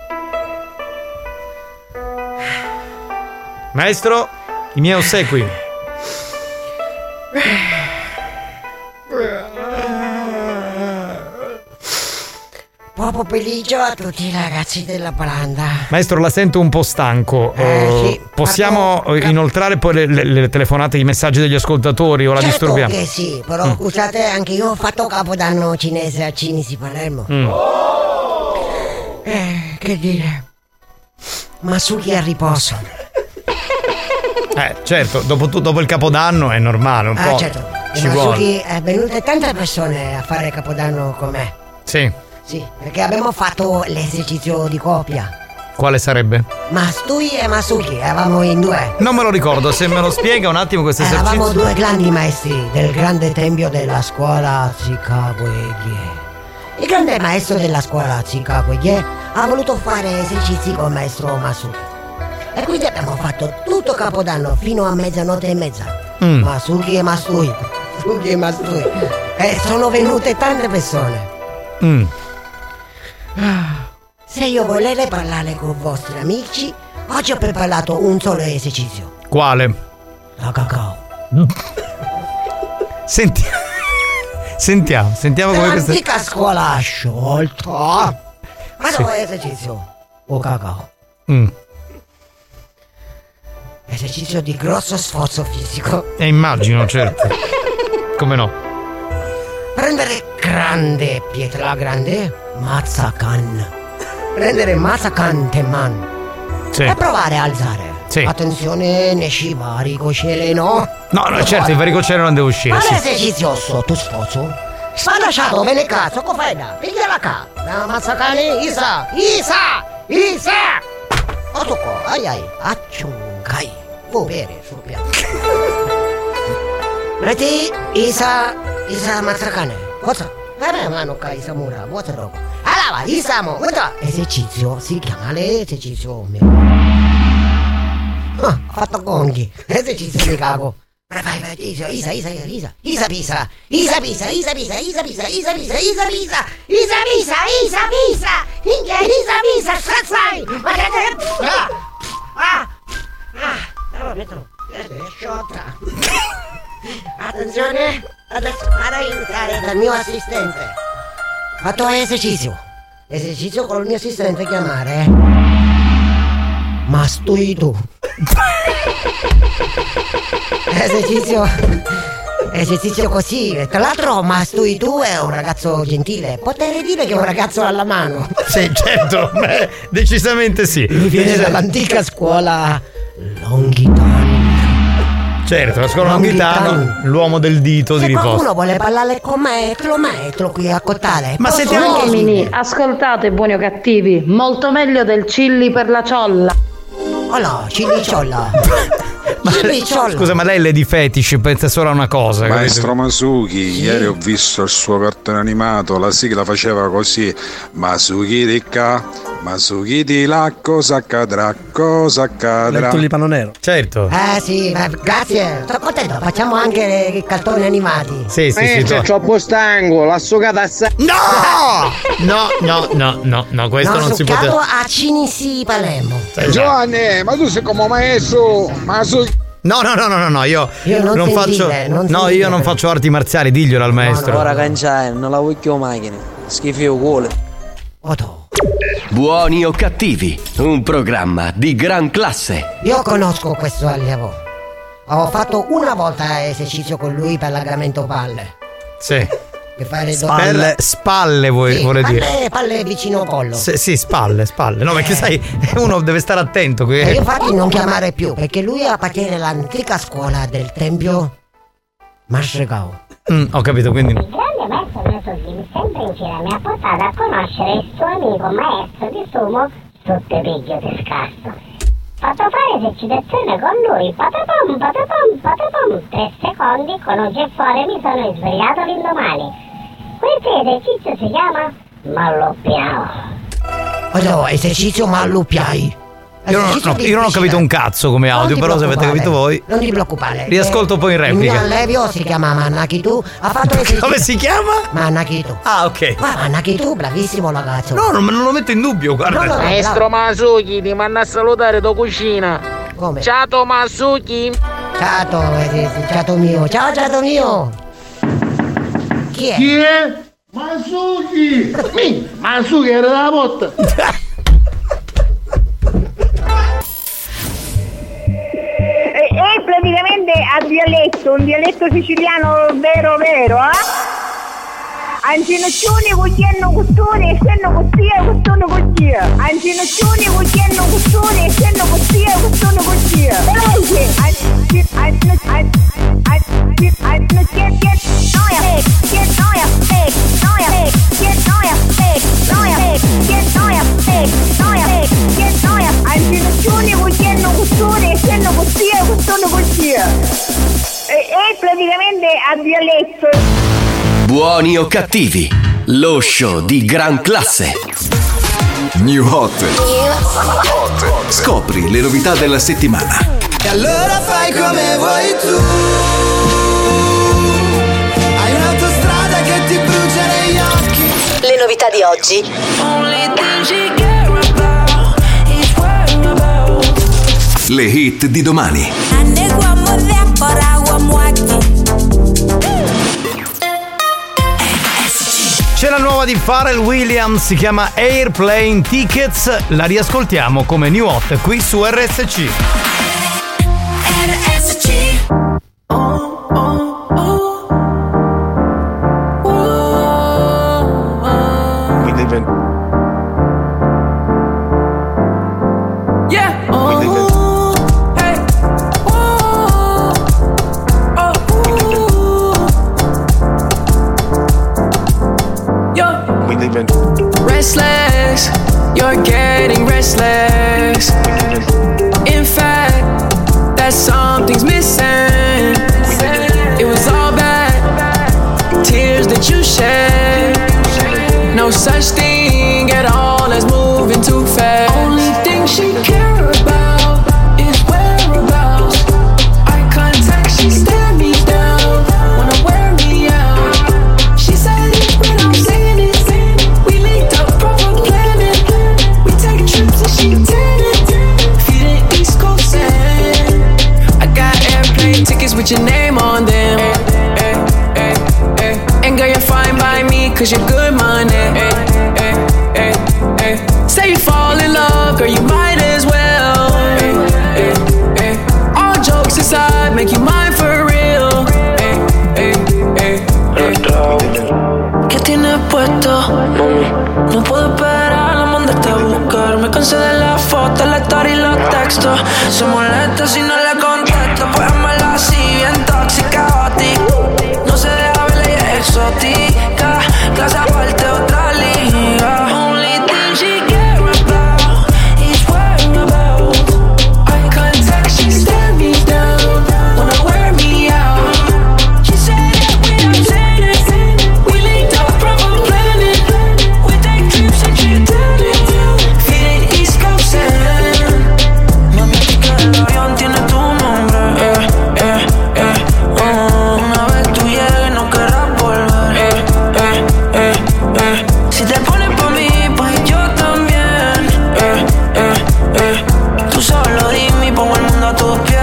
Maestro, i miei ossequi. Buon pomeriggio a tutti i ragazzi della banda. Maestro, la sento un po' stanco. Sì, possiamo inoltrare poi le telefonate, i messaggi degli ascoltatori o la certo disturbiamo? Che sì, però scusate, anche io ho fatto Capodanno cinese a Cinisi Palermo. Che dire? Masuki a riposo. Certo, dopo il Capodanno è normale, un po'. Certo. Ci Masuki è venute tante persone a fare Capodanno con me. Sì. Sì, perché abbiamo fatto l'esercizio di coppia. Quale sarebbe? Mastui e Masuki, eravamo in due. Non me lo ricordo, se me lo spiega un attimo questo esercizio. Eravamo due grandi maestri del grande tempio della scuola Chikagoegye. Il grande maestro della scuola Chikagoegye ha voluto fare esercizi con il maestro Masuki. E quindi abbiamo fatto tutto Capodanno fino a mezzanotte e mezza. Masuki e Mastui. E sono venute tante persone. Se io volete parlare con i vostri amici, oggi ho preparato un solo esercizio. Quale? La cacao. Sentiamo come questa. L'antica scuola sciolta. Allora, esercizio. O cacao. Esercizio di grosso sforzo fisico. Immagino, certo. Come no? Prendere grande pietra grande, mazzacan. Prendere mazzacan teman. Sì. E provare a alzare. Sì. Attenzione, ne sciva, ricocele, no? No, certo, il varicocele non deve uscire. Fare esercizio sotto sforzo. Spadasciato, bene cazzo, cofeda. Piglia ca. La mazzacane, Isa. Otoko, ai, acciungai. Bere sul piano. Reti, Isa mazzacane. Cosa? Dai mano kai samura, vuota rogo. Allora, Isamo, guarda. Esercizio, si chiama l'esercizio mio. Fatto gonghi. Esercizio mi cago. Vai, Isa pisa. Strazzai. Sciolta. Attenzione, adesso farò aiutare dal mio assistente. Fatto esercizio con il mio assistente chiamare. Mastui tu. Esercizio così. Tra l'altro Mastui tu è un ragazzo gentile. Potrei dire che è un ragazzo alla mano. Sì, certo, decisamente sì. Lui viene dall'antica scuola Longhitano. Certo, la scuola Longhitano, l'uomo del dito di riposo. Qualcuno vuole parlare con maestro qui a Cottale. Ma sentiamo uomini, ascoltate buoni o cattivi, molto meglio del chilli per la ciolla. Oh no, chilli ciolla. Scusa, ma lei è di fetish, pensa solo a una cosa. Maestro Masuki, ieri ho visto il suo cartone animato, la sigla faceva così: Masuki di qua, Masuki di là, cosa accadrà? Il tulipano nero. Certo. Sì, grazie, sono contento, facciamo anche i cartoni animati. Sì. C'è troppo stanco, l'ha succata a No, questo non si può dire. a Cinisi Palermo. Giovanni, ma tu sei come maestro Masuki. No, io non faccio. Io non faccio arti marziali, diglielo al maestro. Ora canciare, non la vuoi più macchine. Schifo cuore. Buoni o cattivi, un programma di gran classe. Io conosco questo allievo. Ho fatto una volta esercizio con lui per l'allargamento palle. Sì. Per fare spalle vuole dire. Palle vicino collo. Sì, spalle. No, perché sai, uno deve stare attento qui. E infatti non chiamare più, perché lui appartiene all'antica scuola del tempio Mashigao. Ho capito, quindi. Il grande maestro Masuki, sempre in Cina, mi ha portato a conoscere il suo amico maestro di sumo Sottopiglio di Scasso. fatto fare esercitazione con lui, patapom, patapom, patapom, 3 secondi, con un geffone mi sono svegliato l'indomani. Questo esercizio si chiama malloppiao. Allora, esercizio malloppiai. Io non ho capito un cazzo come audio, però se avete capito voi. Non ti preoccupare. Riascolto poi in replica. Il mio allevio si chiama Mannachitu. Ha fatto esercizio. Come si chiama? Mannachitu. Ah, ok. Ma Mannachitu, bravissimo ragazzo. No, non lo metto in dubbio, guarda. No, Maestro Masuki, ti manda a salutare tua cucina. Come? Ciao Masuki. Ciao mio. Ciao mio. Chi è? Chi è? Masuki! Masuki era della botta! È praticamente un dialetto siciliano vero, Ancinoccioni cucchiano costone e senno costia e costone costia. Ancinoccioni cucchiano costone e senno costia e costone costia. Ancinoccioni cucchiano costone e senno costia e costone costia. È praticamente a dialetto. Buoni o cattivi, lo show di gran classe. New Hot. Scopri le novità della settimana. E allora fai come vuoi tu. Hai un'autostrada che ti brucia negli occhi. Le novità di oggi. Le hit di domani. C'è la nuova di Pharrell Williams, si chiama Airplane Tickets, la riascoltiamo come New Hot qui su RSC. Restless, you're getting restless. In fact, that something's missing. It was all bad, tears that you shed. No such thing at all as moving too fast. Only thing she cares about is whereabouts. Eye contact, she stared me down, wanna wear me out. She said it when I'm saying it. We linked up, proper planning. We take trips and she didn't. Feeding East Coast sand. I got airplane tickets with your name on them. And girl, you're fine by me, cause you're good money. Say you fall in love, girl, you might as well. All jokes aside, make you mine for real. ¿Qué tienes puesto? No puedo esperar, la mandaste a buscar. Me cansé de la foto, la story y los textos. Se molesta si no le contesto, pues amarla así, bien tóxica, no se deja ver, ella es exótica. Clase aparte, otra liga. Only thing she cares about is whereabouts. Eye contact, she stared me down, wanna wear me out. She said it when I'm saying it. We linked up, proper planning. We take trips and she did it. Feeding East Coast sand. Mami, el ticket del avión tiene tu nombre. Una vez tú llegues no querrás volver. Si te pones pa' mí, pues yo también. Tú solo dime y pongo el mundo a tus pies.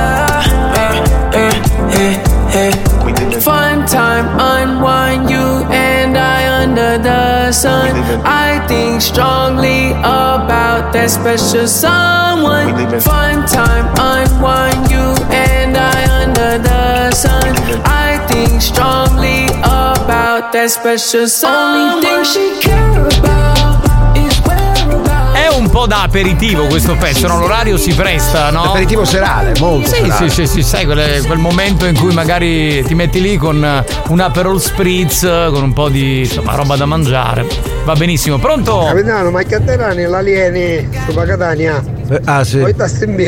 Fun time, unwind, you and I under the sun. I think strongly about that special someone. Fun time, unwind, you and I under the sun. I think strongly about that special someone. Only thing she cares about is whereabouts. È un po' da aperitivo questo pezzo, no? L'orario si presta, no? Aperitivo serale, molto serale. Sì, sai, quel momento in cui magari ti metti lì con un Aperol Spritz, con un po' di, insomma, roba da mangiare. Va benissimo, pronto? Capitano, ma che atterrani l'alieni su Catania? Sì. Poi tasti in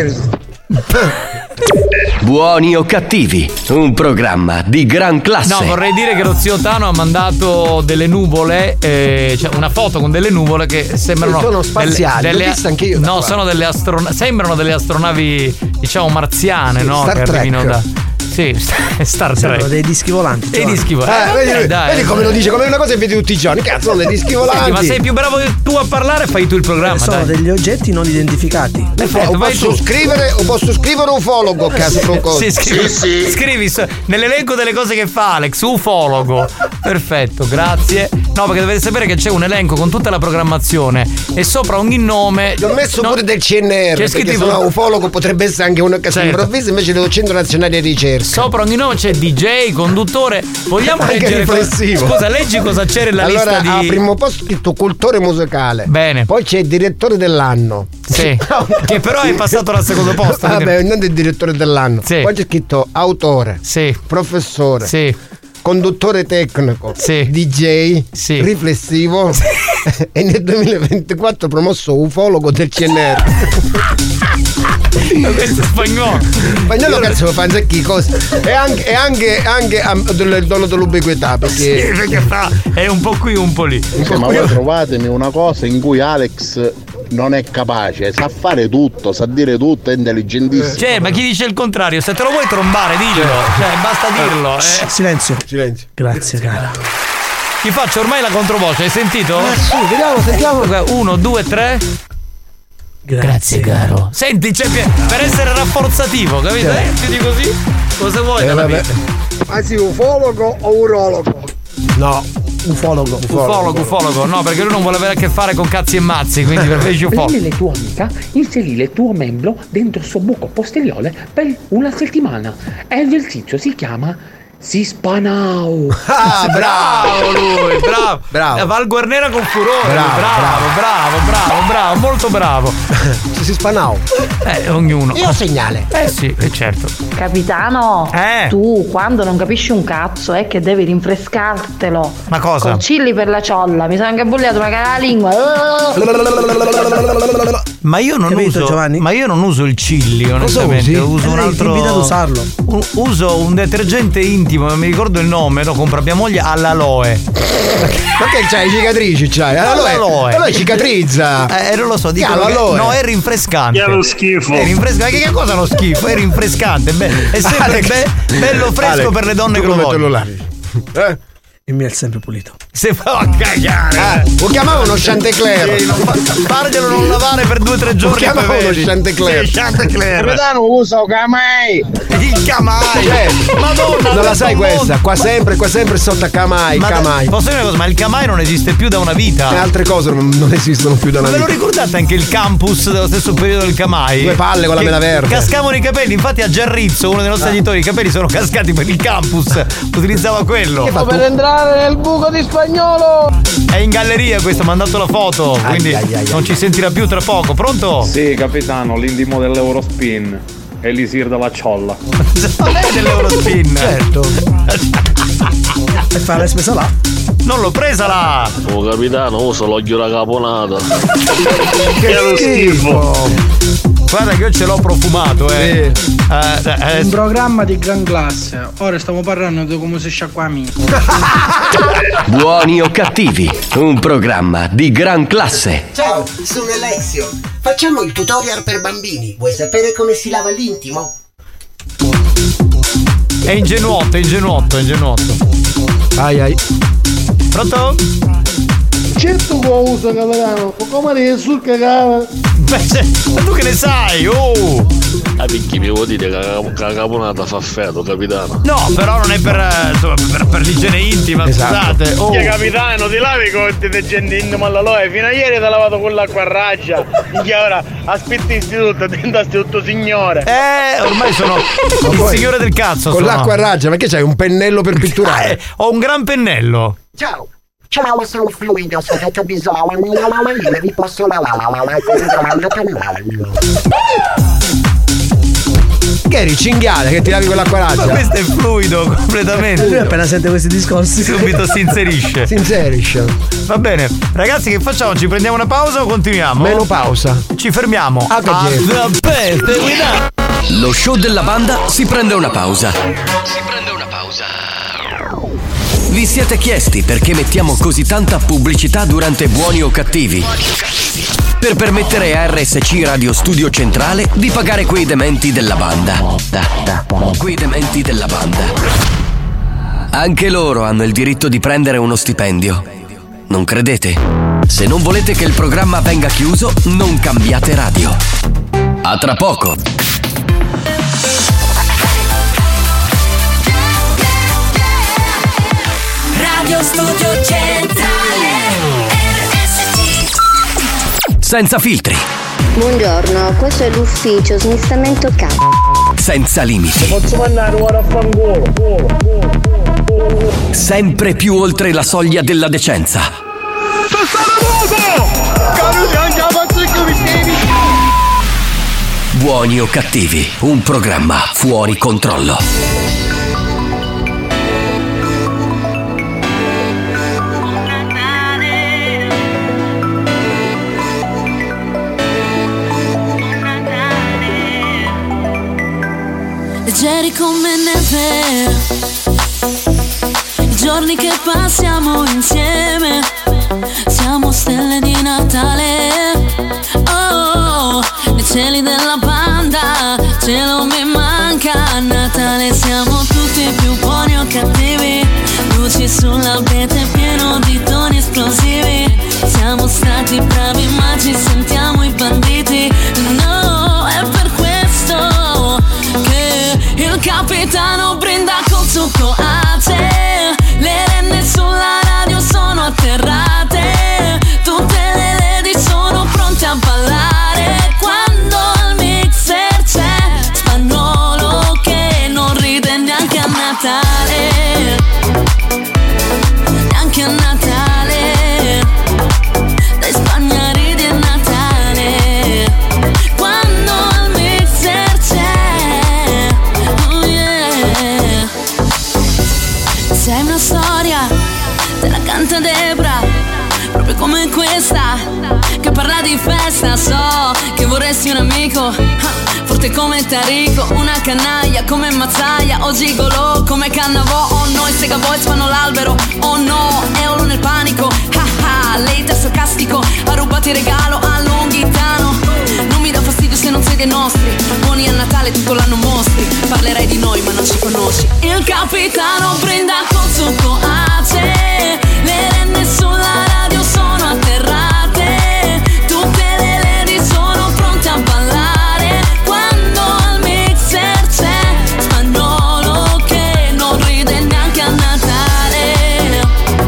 Buoni o cattivi, un programma di gran classe. No, vorrei dire che lo zio Tano ha mandato delle nuvole, cioè una foto con delle nuvole che sembrano sono spaziali, l'ho vista anch'io. No, sono delle sembrano delle astronavi, diciamo, marziane, no? Star che arrivino Trek. Sì, Star Trek. Sembrano dei dischi volanti. Dei dischi volanti. Vedi come lo dice, come una cosa che vedi tutti i giorni. Cazzo, sono dei dischi volanti. Senti, ma sei più bravo tu a parlare, fai tu il programma. Sono degli oggetti non identificati. O posso scrivere ufologo, cazzo. Sì, scrivi nell'elenco delle cose che fa Alex, ufologo. Perfetto, grazie. No, perché dovete sapere che c'è un elenco con tutta la programmazione e sopra ogni nome. Ti ho messo pure del CNR, perché sennò ufologo potrebbe essere anche uno che si improvvisa, invece del Centro Nazionale di Ricerca. Sopra ogni nome c'è DJ, conduttore. Vogliamo anche leggere riflessivo. Scusa, leggi cosa c'è nella lista di. Al primo posto scritto cultore musicale. Bene. Poi c'è il direttore dell'anno. Sì. Che però è passato al secondo posto. Vabbè, non il direttore dell'anno. Sì. Poi c'è scritto autore. Sì. Professore. Sì. Conduttore tecnico. Sì. DJ. Sì. Riflessivo. Sì. E nel 2024 promosso ufologo del CNR. Questo è spagnolo. Spagnolo cazzo fa che cosa? E anche del dono dell'ubiquità, perché. Sì, perché è un po' qui un po' lì. Ma voi trovatemi una cosa in cui Alex non è capace, sa fare tutto, sa dire tutto, è intelligentissimo. Cioè, ma chi dice il contrario? Se te lo vuoi trombare, diglielo. Cioè, basta dirlo. Silenzio. Grazie, cara. Ti faccio ormai la controvoce, hai sentito? Sì, vediamo, sentiamo. 1, 2, 3. Grazie caro. Senti, c'è per essere rafforzativo, capito? Più di così. Cosa vuoi dalla vita? Ma sì, ufologo o urologo? No, ufologo. No, perché lui non vuole avere a che fare con cazzi e mazzi, quindi preferisce ufologo. Prendi la tua amica, inserire il tuo membro dentro il suo buco posteriore per una settimana. E l'esercizio si chiama Sispanau. Ah, bravo lui, bravo. Val Guarnera con furore. Bravo, molto bravo. Sispanau. Ognuno. Io segnale. Sì, certo. Capitano, tu quando non capisci un cazzo è che devi rinfrescartelo. Ma cosa? Con chilli per la ciolla. Mi sono anche bolliato una cara lingua. Ma io non uso il chilli, onestamente. Uso un altro. Ti invito ad usarlo. Uso un detergente intimo, non mi ricordo il nome, lo compra mia moglie, all'aloe. Ma che c'hai? Cicatrici c'hai? Allora cicatrizza. Non lo so, dico no, è rinfrescante. È lo schifo. È rinfrescante. Che cosa è lo schifo? È rinfrescante. È sempre bello fresco per le donne che lo vogliono. Il mio è sempre pulito. Se fa a cagare. Lo chiamavo uno Chantecler. Farglielo non lavare per 2 o 3 giorni. Lo chiamavo uno Chantecler. Capitano, usa il Camai. Il Camai. Madonna. Non la sai questa? Qua sempre sotto a Camai. Posso dire una cosa? Ma il Camai non esiste più da una vita. E altre cose non esistono più da una vita. Ma ve lo ricordate anche il campus dello stesso periodo del Camai? 2 palle con la mela verde. Cascavano i capelli. Infatti a Giarrizzo, uno dei nostri editori, i capelli sono cascati per il campus. Utilizzava quello. Per entrare nel buco di Spagnolo. È in galleria questo, mi ha mandato la foto. Quindi non ci sentirà più tra poco. Pronto? Sì, capitano, l'intimo dell'Eurospin. Elisir dalla ciolla. Non è dell'Eurospin. Certo. E fa la spesa là. Non l'ho presa là. Oh capitano, uso l'occhio da caponata. Che schifo. Guarda che io ce l'ho profumato, Un programma di gran classe. Ora stiamo parlando di come si sciacqua amico. Buoni o cattivi, un programma di gran classe. Ciao, sono Alessio. Facciamo il tutorial per bambini. Vuoi sapere come si lava l'intimo? È ingenuotto. Ai. Pronto? Certo che lo uso, capitano. Ma come sul cagare? Ma tu che ne sai? A picchi mi vuoi dire che la caponata fa freddo, capitano? No, però non è per l'igiene intima, scusate. Capitano, ti lavi con il detergente intimo all'aloe. Fino a ieri ti ha lavato con l'acqua a raggia. Che ora aspetti istituto, diventasti tutto signore. Ormai sono il signore del cazzo. Con l'acqua a raggia, ma che c'hai? Un pennello per pitturare? Ho un gran pennello. Ciao, sono fluido, se avete bisogno vi posso lavare. che eri cinghiale che tiravi con l'acquaraggia? Ma questo è fluido completamente. Lui appena sente questi discorsi subito si inserisce. Va bene, ragazzi, che facciamo? Ci prendiamo una pausa o continuiamo? Meno pausa. Ci fermiamo. Lo show della banda si prende una pausa. Vi siete chiesti perché mettiamo così tanta pubblicità durante Buoni o Cattivi? Per permettere a RSC Radio Studio Centrale di pagare quei dementi della banda. Quei dementi della banda. Anche loro hanno il diritto di prendere uno stipendio. Non credete? Se non volete che il programma venga chiuso, non cambiate radio. A tra poco. Radio Studio Centrale RSC. Senza filtri. Buongiorno, questo è l'ufficio smistamento Senza limiti. Posso mandare ora a fangolo. Sempre più oltre la soglia della decenza. Buoni o Cattivi, un programma fuori controllo. Leggeri come neve, i giorni che passiamo insieme, siamo stelle di Natale. Oh, nei cieli della banda, cielo mi manca. A Natale siamo tutti più buoni o cattivi, luci sull'abete pieno di toni esplosivi. Siamo stati bravi ma ci sentiamo i banditi. No, è per questo che il capitano brinda col succo a te. Le renne sulla radio sono atterrate, tutte le lady sono pronte a ballare. Quando al mixer c'è Spagnolo che non ride neanche a Natale, neanche a Natale. Dai Spagna ridi a Natale, quando al mixer c'è. Oh yeah. Sei una storia, te la canta Debra, proprio come questa che parla di festa. So che vorresti un amico forte come Tarico, una canaglia come Mazzaia o gigolo come Cannavò. Oh no, i Sega Boys fanno l'albero. Oh no, Eolo nel panico. Later sarcastico, ha rubato il regalo a Longhitano. Non mi dà fastidio se non sei dei nostri, buoni a Natale tutto l'anno mostri. Parlerai di noi ma non ci conosci. Il capitano brinda col succo a te. Le renne sulla radio sono atterrate, tutte le lady sono pronte a ballare. Quando al mixer c'è Spagnolo che non ride neanche a Natale,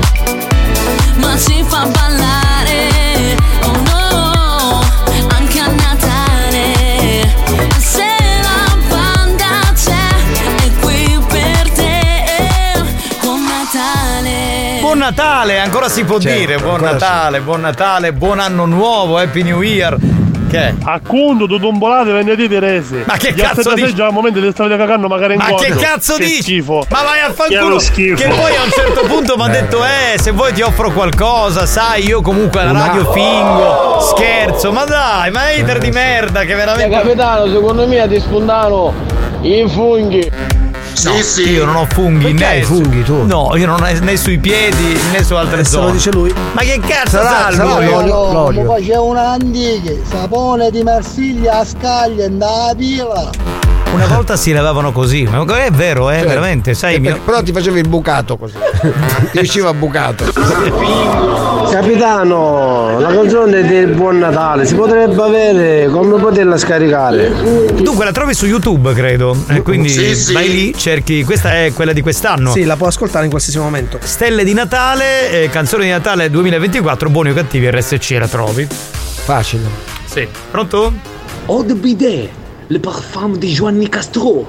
ma ci fa ballare. Oh no, anche a Natale. Se la banda c'è è qui per te. Buon Natale. Buon Natale, ancora si può dire. Buon Natale, buon anno nuovo, Happy New Year. Che? A Cundu, tu tombolate, vendete Terese. Ma che cazzo dici? Già al momento che state cagando magari in Ma che cazzo che dici? Schifo. Ma vai a fanculo. Che poi a un certo punto mi ha detto se vuoi ti offro qualcosa, sai, io comunque alla radio fingo, scherzo. Ma dai, ma hater di merda che veramente. Capitano, secondo me ti spuntano i funghi. No, sì. Io non ho funghi. Perché hai funghi tu? No, io non ho né sui piedi né su altre zone. Lo dice lui. Ma che cazzo sa l'olio? Ma c'è una antica, sapone di Marsiglia a scaglia andava pila. Una volta si lavavano così, ma è vero, veramente, sai. Però ti facevi il bucato così. Ti usciva bucato. Capitano, la canzone del Buon Natale si potrebbe avere, come poterla scaricare? Dunque la trovi su YouTube, credo. Quindi vai lì, cerchi. Questa è quella di quest'anno. Sì, la può ascoltare in qualsiasi momento. Stelle di Natale, canzone di Natale 2024, Buoni o Cattivi RSC, la trovi. Facile. Sì. Pronto? Eau de bidet, le parfum di Giovanni Castro.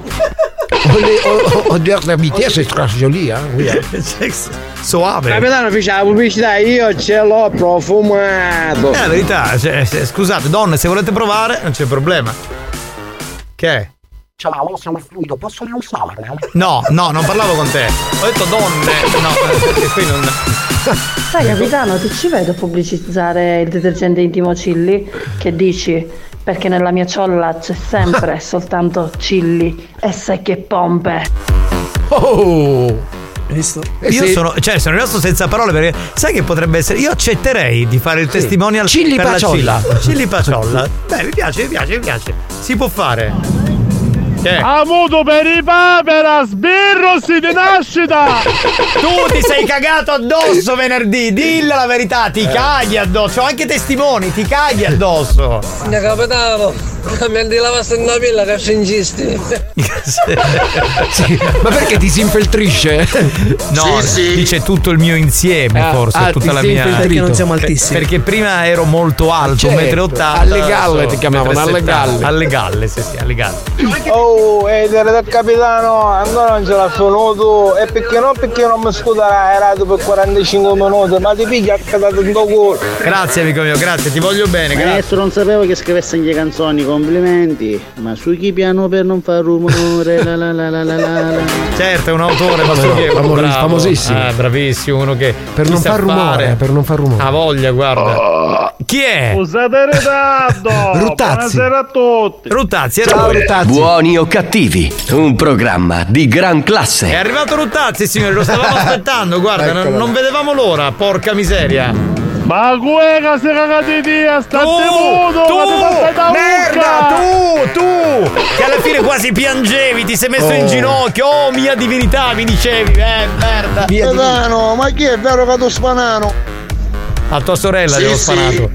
Odeur d'abité, c'est très joli, Soave. Capitano, fece la pubblicità, io ce l'ho profumato. È la verità, scusate, donne, se volete provare, non c'è problema. Che è? Ciao, sono fluido, posso riusare? No, non parlavo con te. Ho detto donne. No, perché qui non. Sai capitano, ti ci vedo pubblicizzare il detergente intimo Cilli? Che dici? Perché nella mia ciolla c'è sempre soltanto Cilli e secche pompe. Oh! Visto? Io sono rimasto senza parole perché sai che potrebbe essere. Io accetterei di fare il testimonial Cilli per Paciolla. la Cilli Paciolla. Beh, mi piace. Si può fare. Amuto per i papera, sbirrosi di nascita! Tu ti sei cagato addosso venerdì, dilla la verità, ti caghi addosso, ho anche testimoni, ti caghi addosso. Mio capitano, mi di lavassi una pilla che fingisti. Sì, ma perché ti si infeltrisce? No, sì. dice tutto il mio insieme, forse, tutta la mia. Perché non siamo altissimi. Perché prima ero molto alto, certo, 1,80 m. Alle galle ti chiamavano, alle galle. Alle galle, sì, alle galle. Oh, era del capitano, ancora non ce l'ha venuto. E perché non mi scuderà, era per 45 minuti, ma ti piglia a cadato in tuo culo. Grazie amico mio, grazie, ti voglio bene, grazie. Maestro, non sapevo che scrivesse le canzoni, complimenti. Ma su chi piano per non far rumore, la. Certo, è un autore, famosissimo. Bravissimo, uno che per non far rumore, ha voglia, guarda. Chi è? Scusate ritardo. Ruttazzi. Buonasera a tutti. Ruttazzi, Ciao Ruttazzi. Buoni o cattivi, un programma di gran È classe. arrivato Ruttazzi, signori, lo stavamo aspettando, guarda, non vedevamo l'ora, porca miseria. Ma guega se cagati via, state muto, tu, che alla fine quasi piangevi, ti sei messo in ginocchio, oh mia divinità, mi dicevi, merda. Capitano, ma chi è vero che tu spanano? A tua sorella Sì, avevo sì. sparato.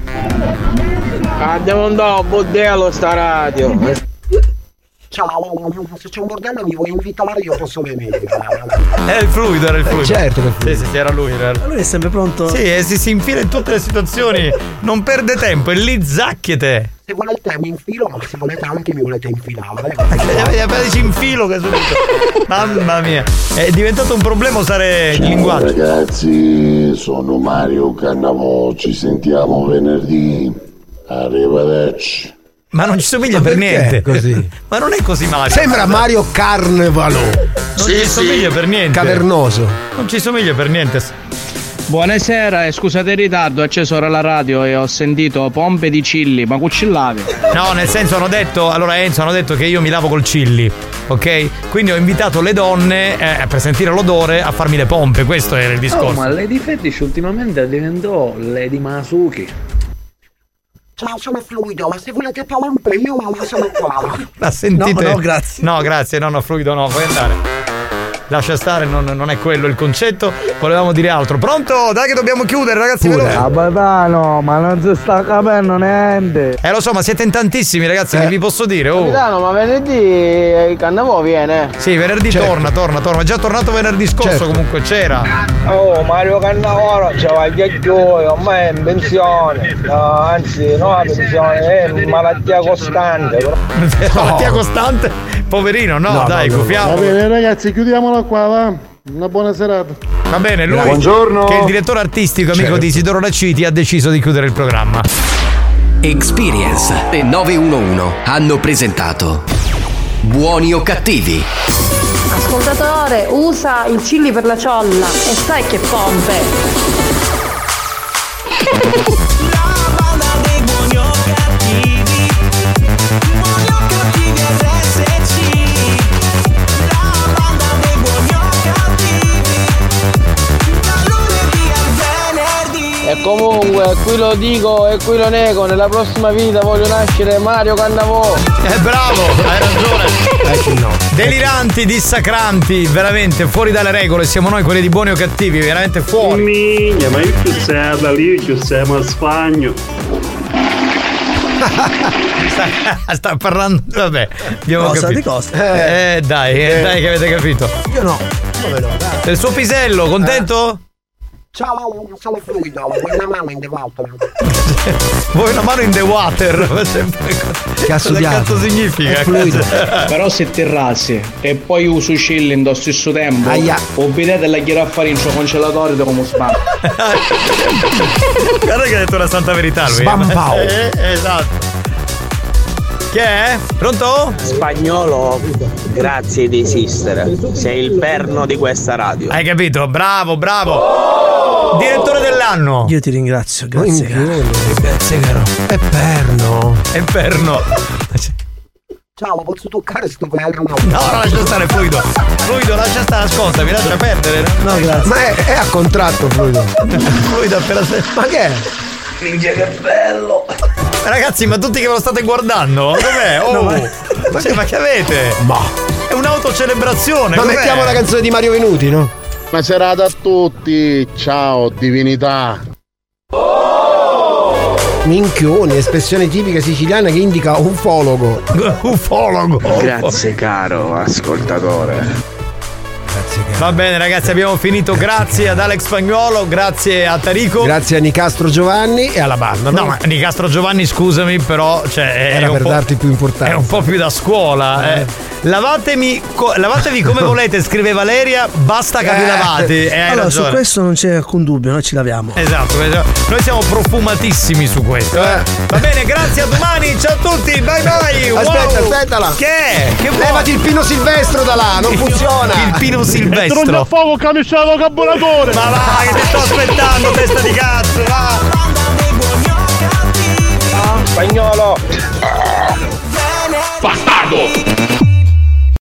Andiamo andare a bordello sta radio. Ciao, se c'è un bordello mi vuoi invitare, io posso venire. Era il fluido. Certo che Sì, era lui. Lui è sempre pronto. Sì, e si infila in tutte le situazioni, non perde tempo, è lì zacchiete. Se volete mi infilo, ma se volete anche mi volete infilare. Ci infilo che subito. Mamma mia, è diventato un problema usare il linguaggio. Ragazzi, sono Mario Cannavò, ci sentiamo venerdì. Arrivederci. Ma non ci somiglia per niente. Così. Ma non è così Mario. Sembra Mario Carnevalo. Non ci somiglia per niente. Cavernoso. Non ci somiglia per niente. Buonasera, scusate il ritardo, ho acceso ora la radio e ho sentito pompe di Cilli, ma cucillavi? No, nel senso hanno detto che io mi lavo col Cilli, ok? Quindi ho invitato le donne per sentire l'odore a farmi le pompe, questo era il discorso. Ma Lady Fetish ultimamente diventò Lady Masuki. Ciao, sono fluido, ma se volete pompe io sono qua. La sentite? No, grazie. No, grazie, no, fluido no, puoi andare. Lascia stare, non è quello il concetto. Volevamo dire altro. Pronto? Dai che dobbiamo chiudere, ragazzi. Capitano, ma non si sta capendo niente. Lo so, ma siete in tantissimi, ragazzi, che vi posso dire. Oh. Capitano, ma venerdì Cannavò viene. Sì, venerdì torna. È già tornato venerdì scorso, comunque c'era. Oh, Mario Cannavò c'era il ghiacciolo, ormai è in pensione. No, anzi, no, la pensione è malattia costante. Malattia costante? Poverino, no, dai, gufiamo. Va bene ragazzi, chiudiamola qua, va? Una buona serata. Va bene, lui Buongiorno. che è il direttore artistico, amico di Isidoro Raciti, ha deciso di chiudere il programma. Experience e 911 hanno presentato Buoni o cattivi. Ascoltatore, usa il Cilli per la ciolla e sai che pompe. E comunque, qui lo dico e qui lo nego, nella prossima vita voglio nascere Mario Cannavò. Bravo, hai ragione. No. Deliranti, dissacranti, veramente fuori dalle regole, siamo noi quelli di Buoni o cattivi, veramente fuori. Minchia, ma io più sei da lì, più sei ma spagno. Sta parlando, vabbè, abbiamo Cosa capito. di cosa? Dai che avete capito. Io no. Dove no? Dai. Il suo pisello, contento? Ciao, sono fluido, vuoi una mano in the water? Vuoi una mano in the water? Cazzo Cosa di cazzo significa? Però se terrassi e poi uso Cilli allo stesso tempo, o vedete la gira a fare in suo congelatore come spam. Guarda che ha detto la santa verità lui. Spampao. Esatto. Che è? Pronto? Spagnolo, grazie di esistere. Sei il perno di questa radio. Hai capito? Bravo. Direttore dell'anno. Io ti ringrazio, grazie caro. Grazie caro. È perno. Ciao, posso toccare sto perno? No, lascia stare fluido, lascia stare, ascolta, mi lascia perdere. No, grazie. Ma è a contratto fluido. Fluido appena Ma che è? Minchia che bello. Ragazzi, ma tutti che ve lo state guardando? Dov'è? Oh, ma che avete? È un'autocelebrazione. Ma mettiamo la canzone di Mario Venuti, no? Buona serata a tutti, ciao divinità. Minchione, espressione tipica siciliana che indica ufologo. Grazie caro ascoltatore. Va bene ragazzi, abbiamo finito. Grazie ad Alex Spagnuolo, grazie a Tarico, grazie a Nicastro Giovanni e alla banda. No, ma Nicastro Giovanni, scusami, però era per darti più importanza. È un po' più da scuola. Lavatevi come volete, scrive Valeria, basta che vi lavate. Allora, ragione. su questo non c'è alcun dubbio, noi ci laviamo. Esatto, noi siamo profumatissimi su questo. Va bene, grazie, a domani, ciao a tutti, bye bye. Aspettala. Che levati il Pino Silvestro da là, non funziona. Il Pino Silvestro. Non a fuoco camicia lo carburatore. Ma va, che ti sto aspettando, testa di cazzo, va. Spagnolo. Bastardo!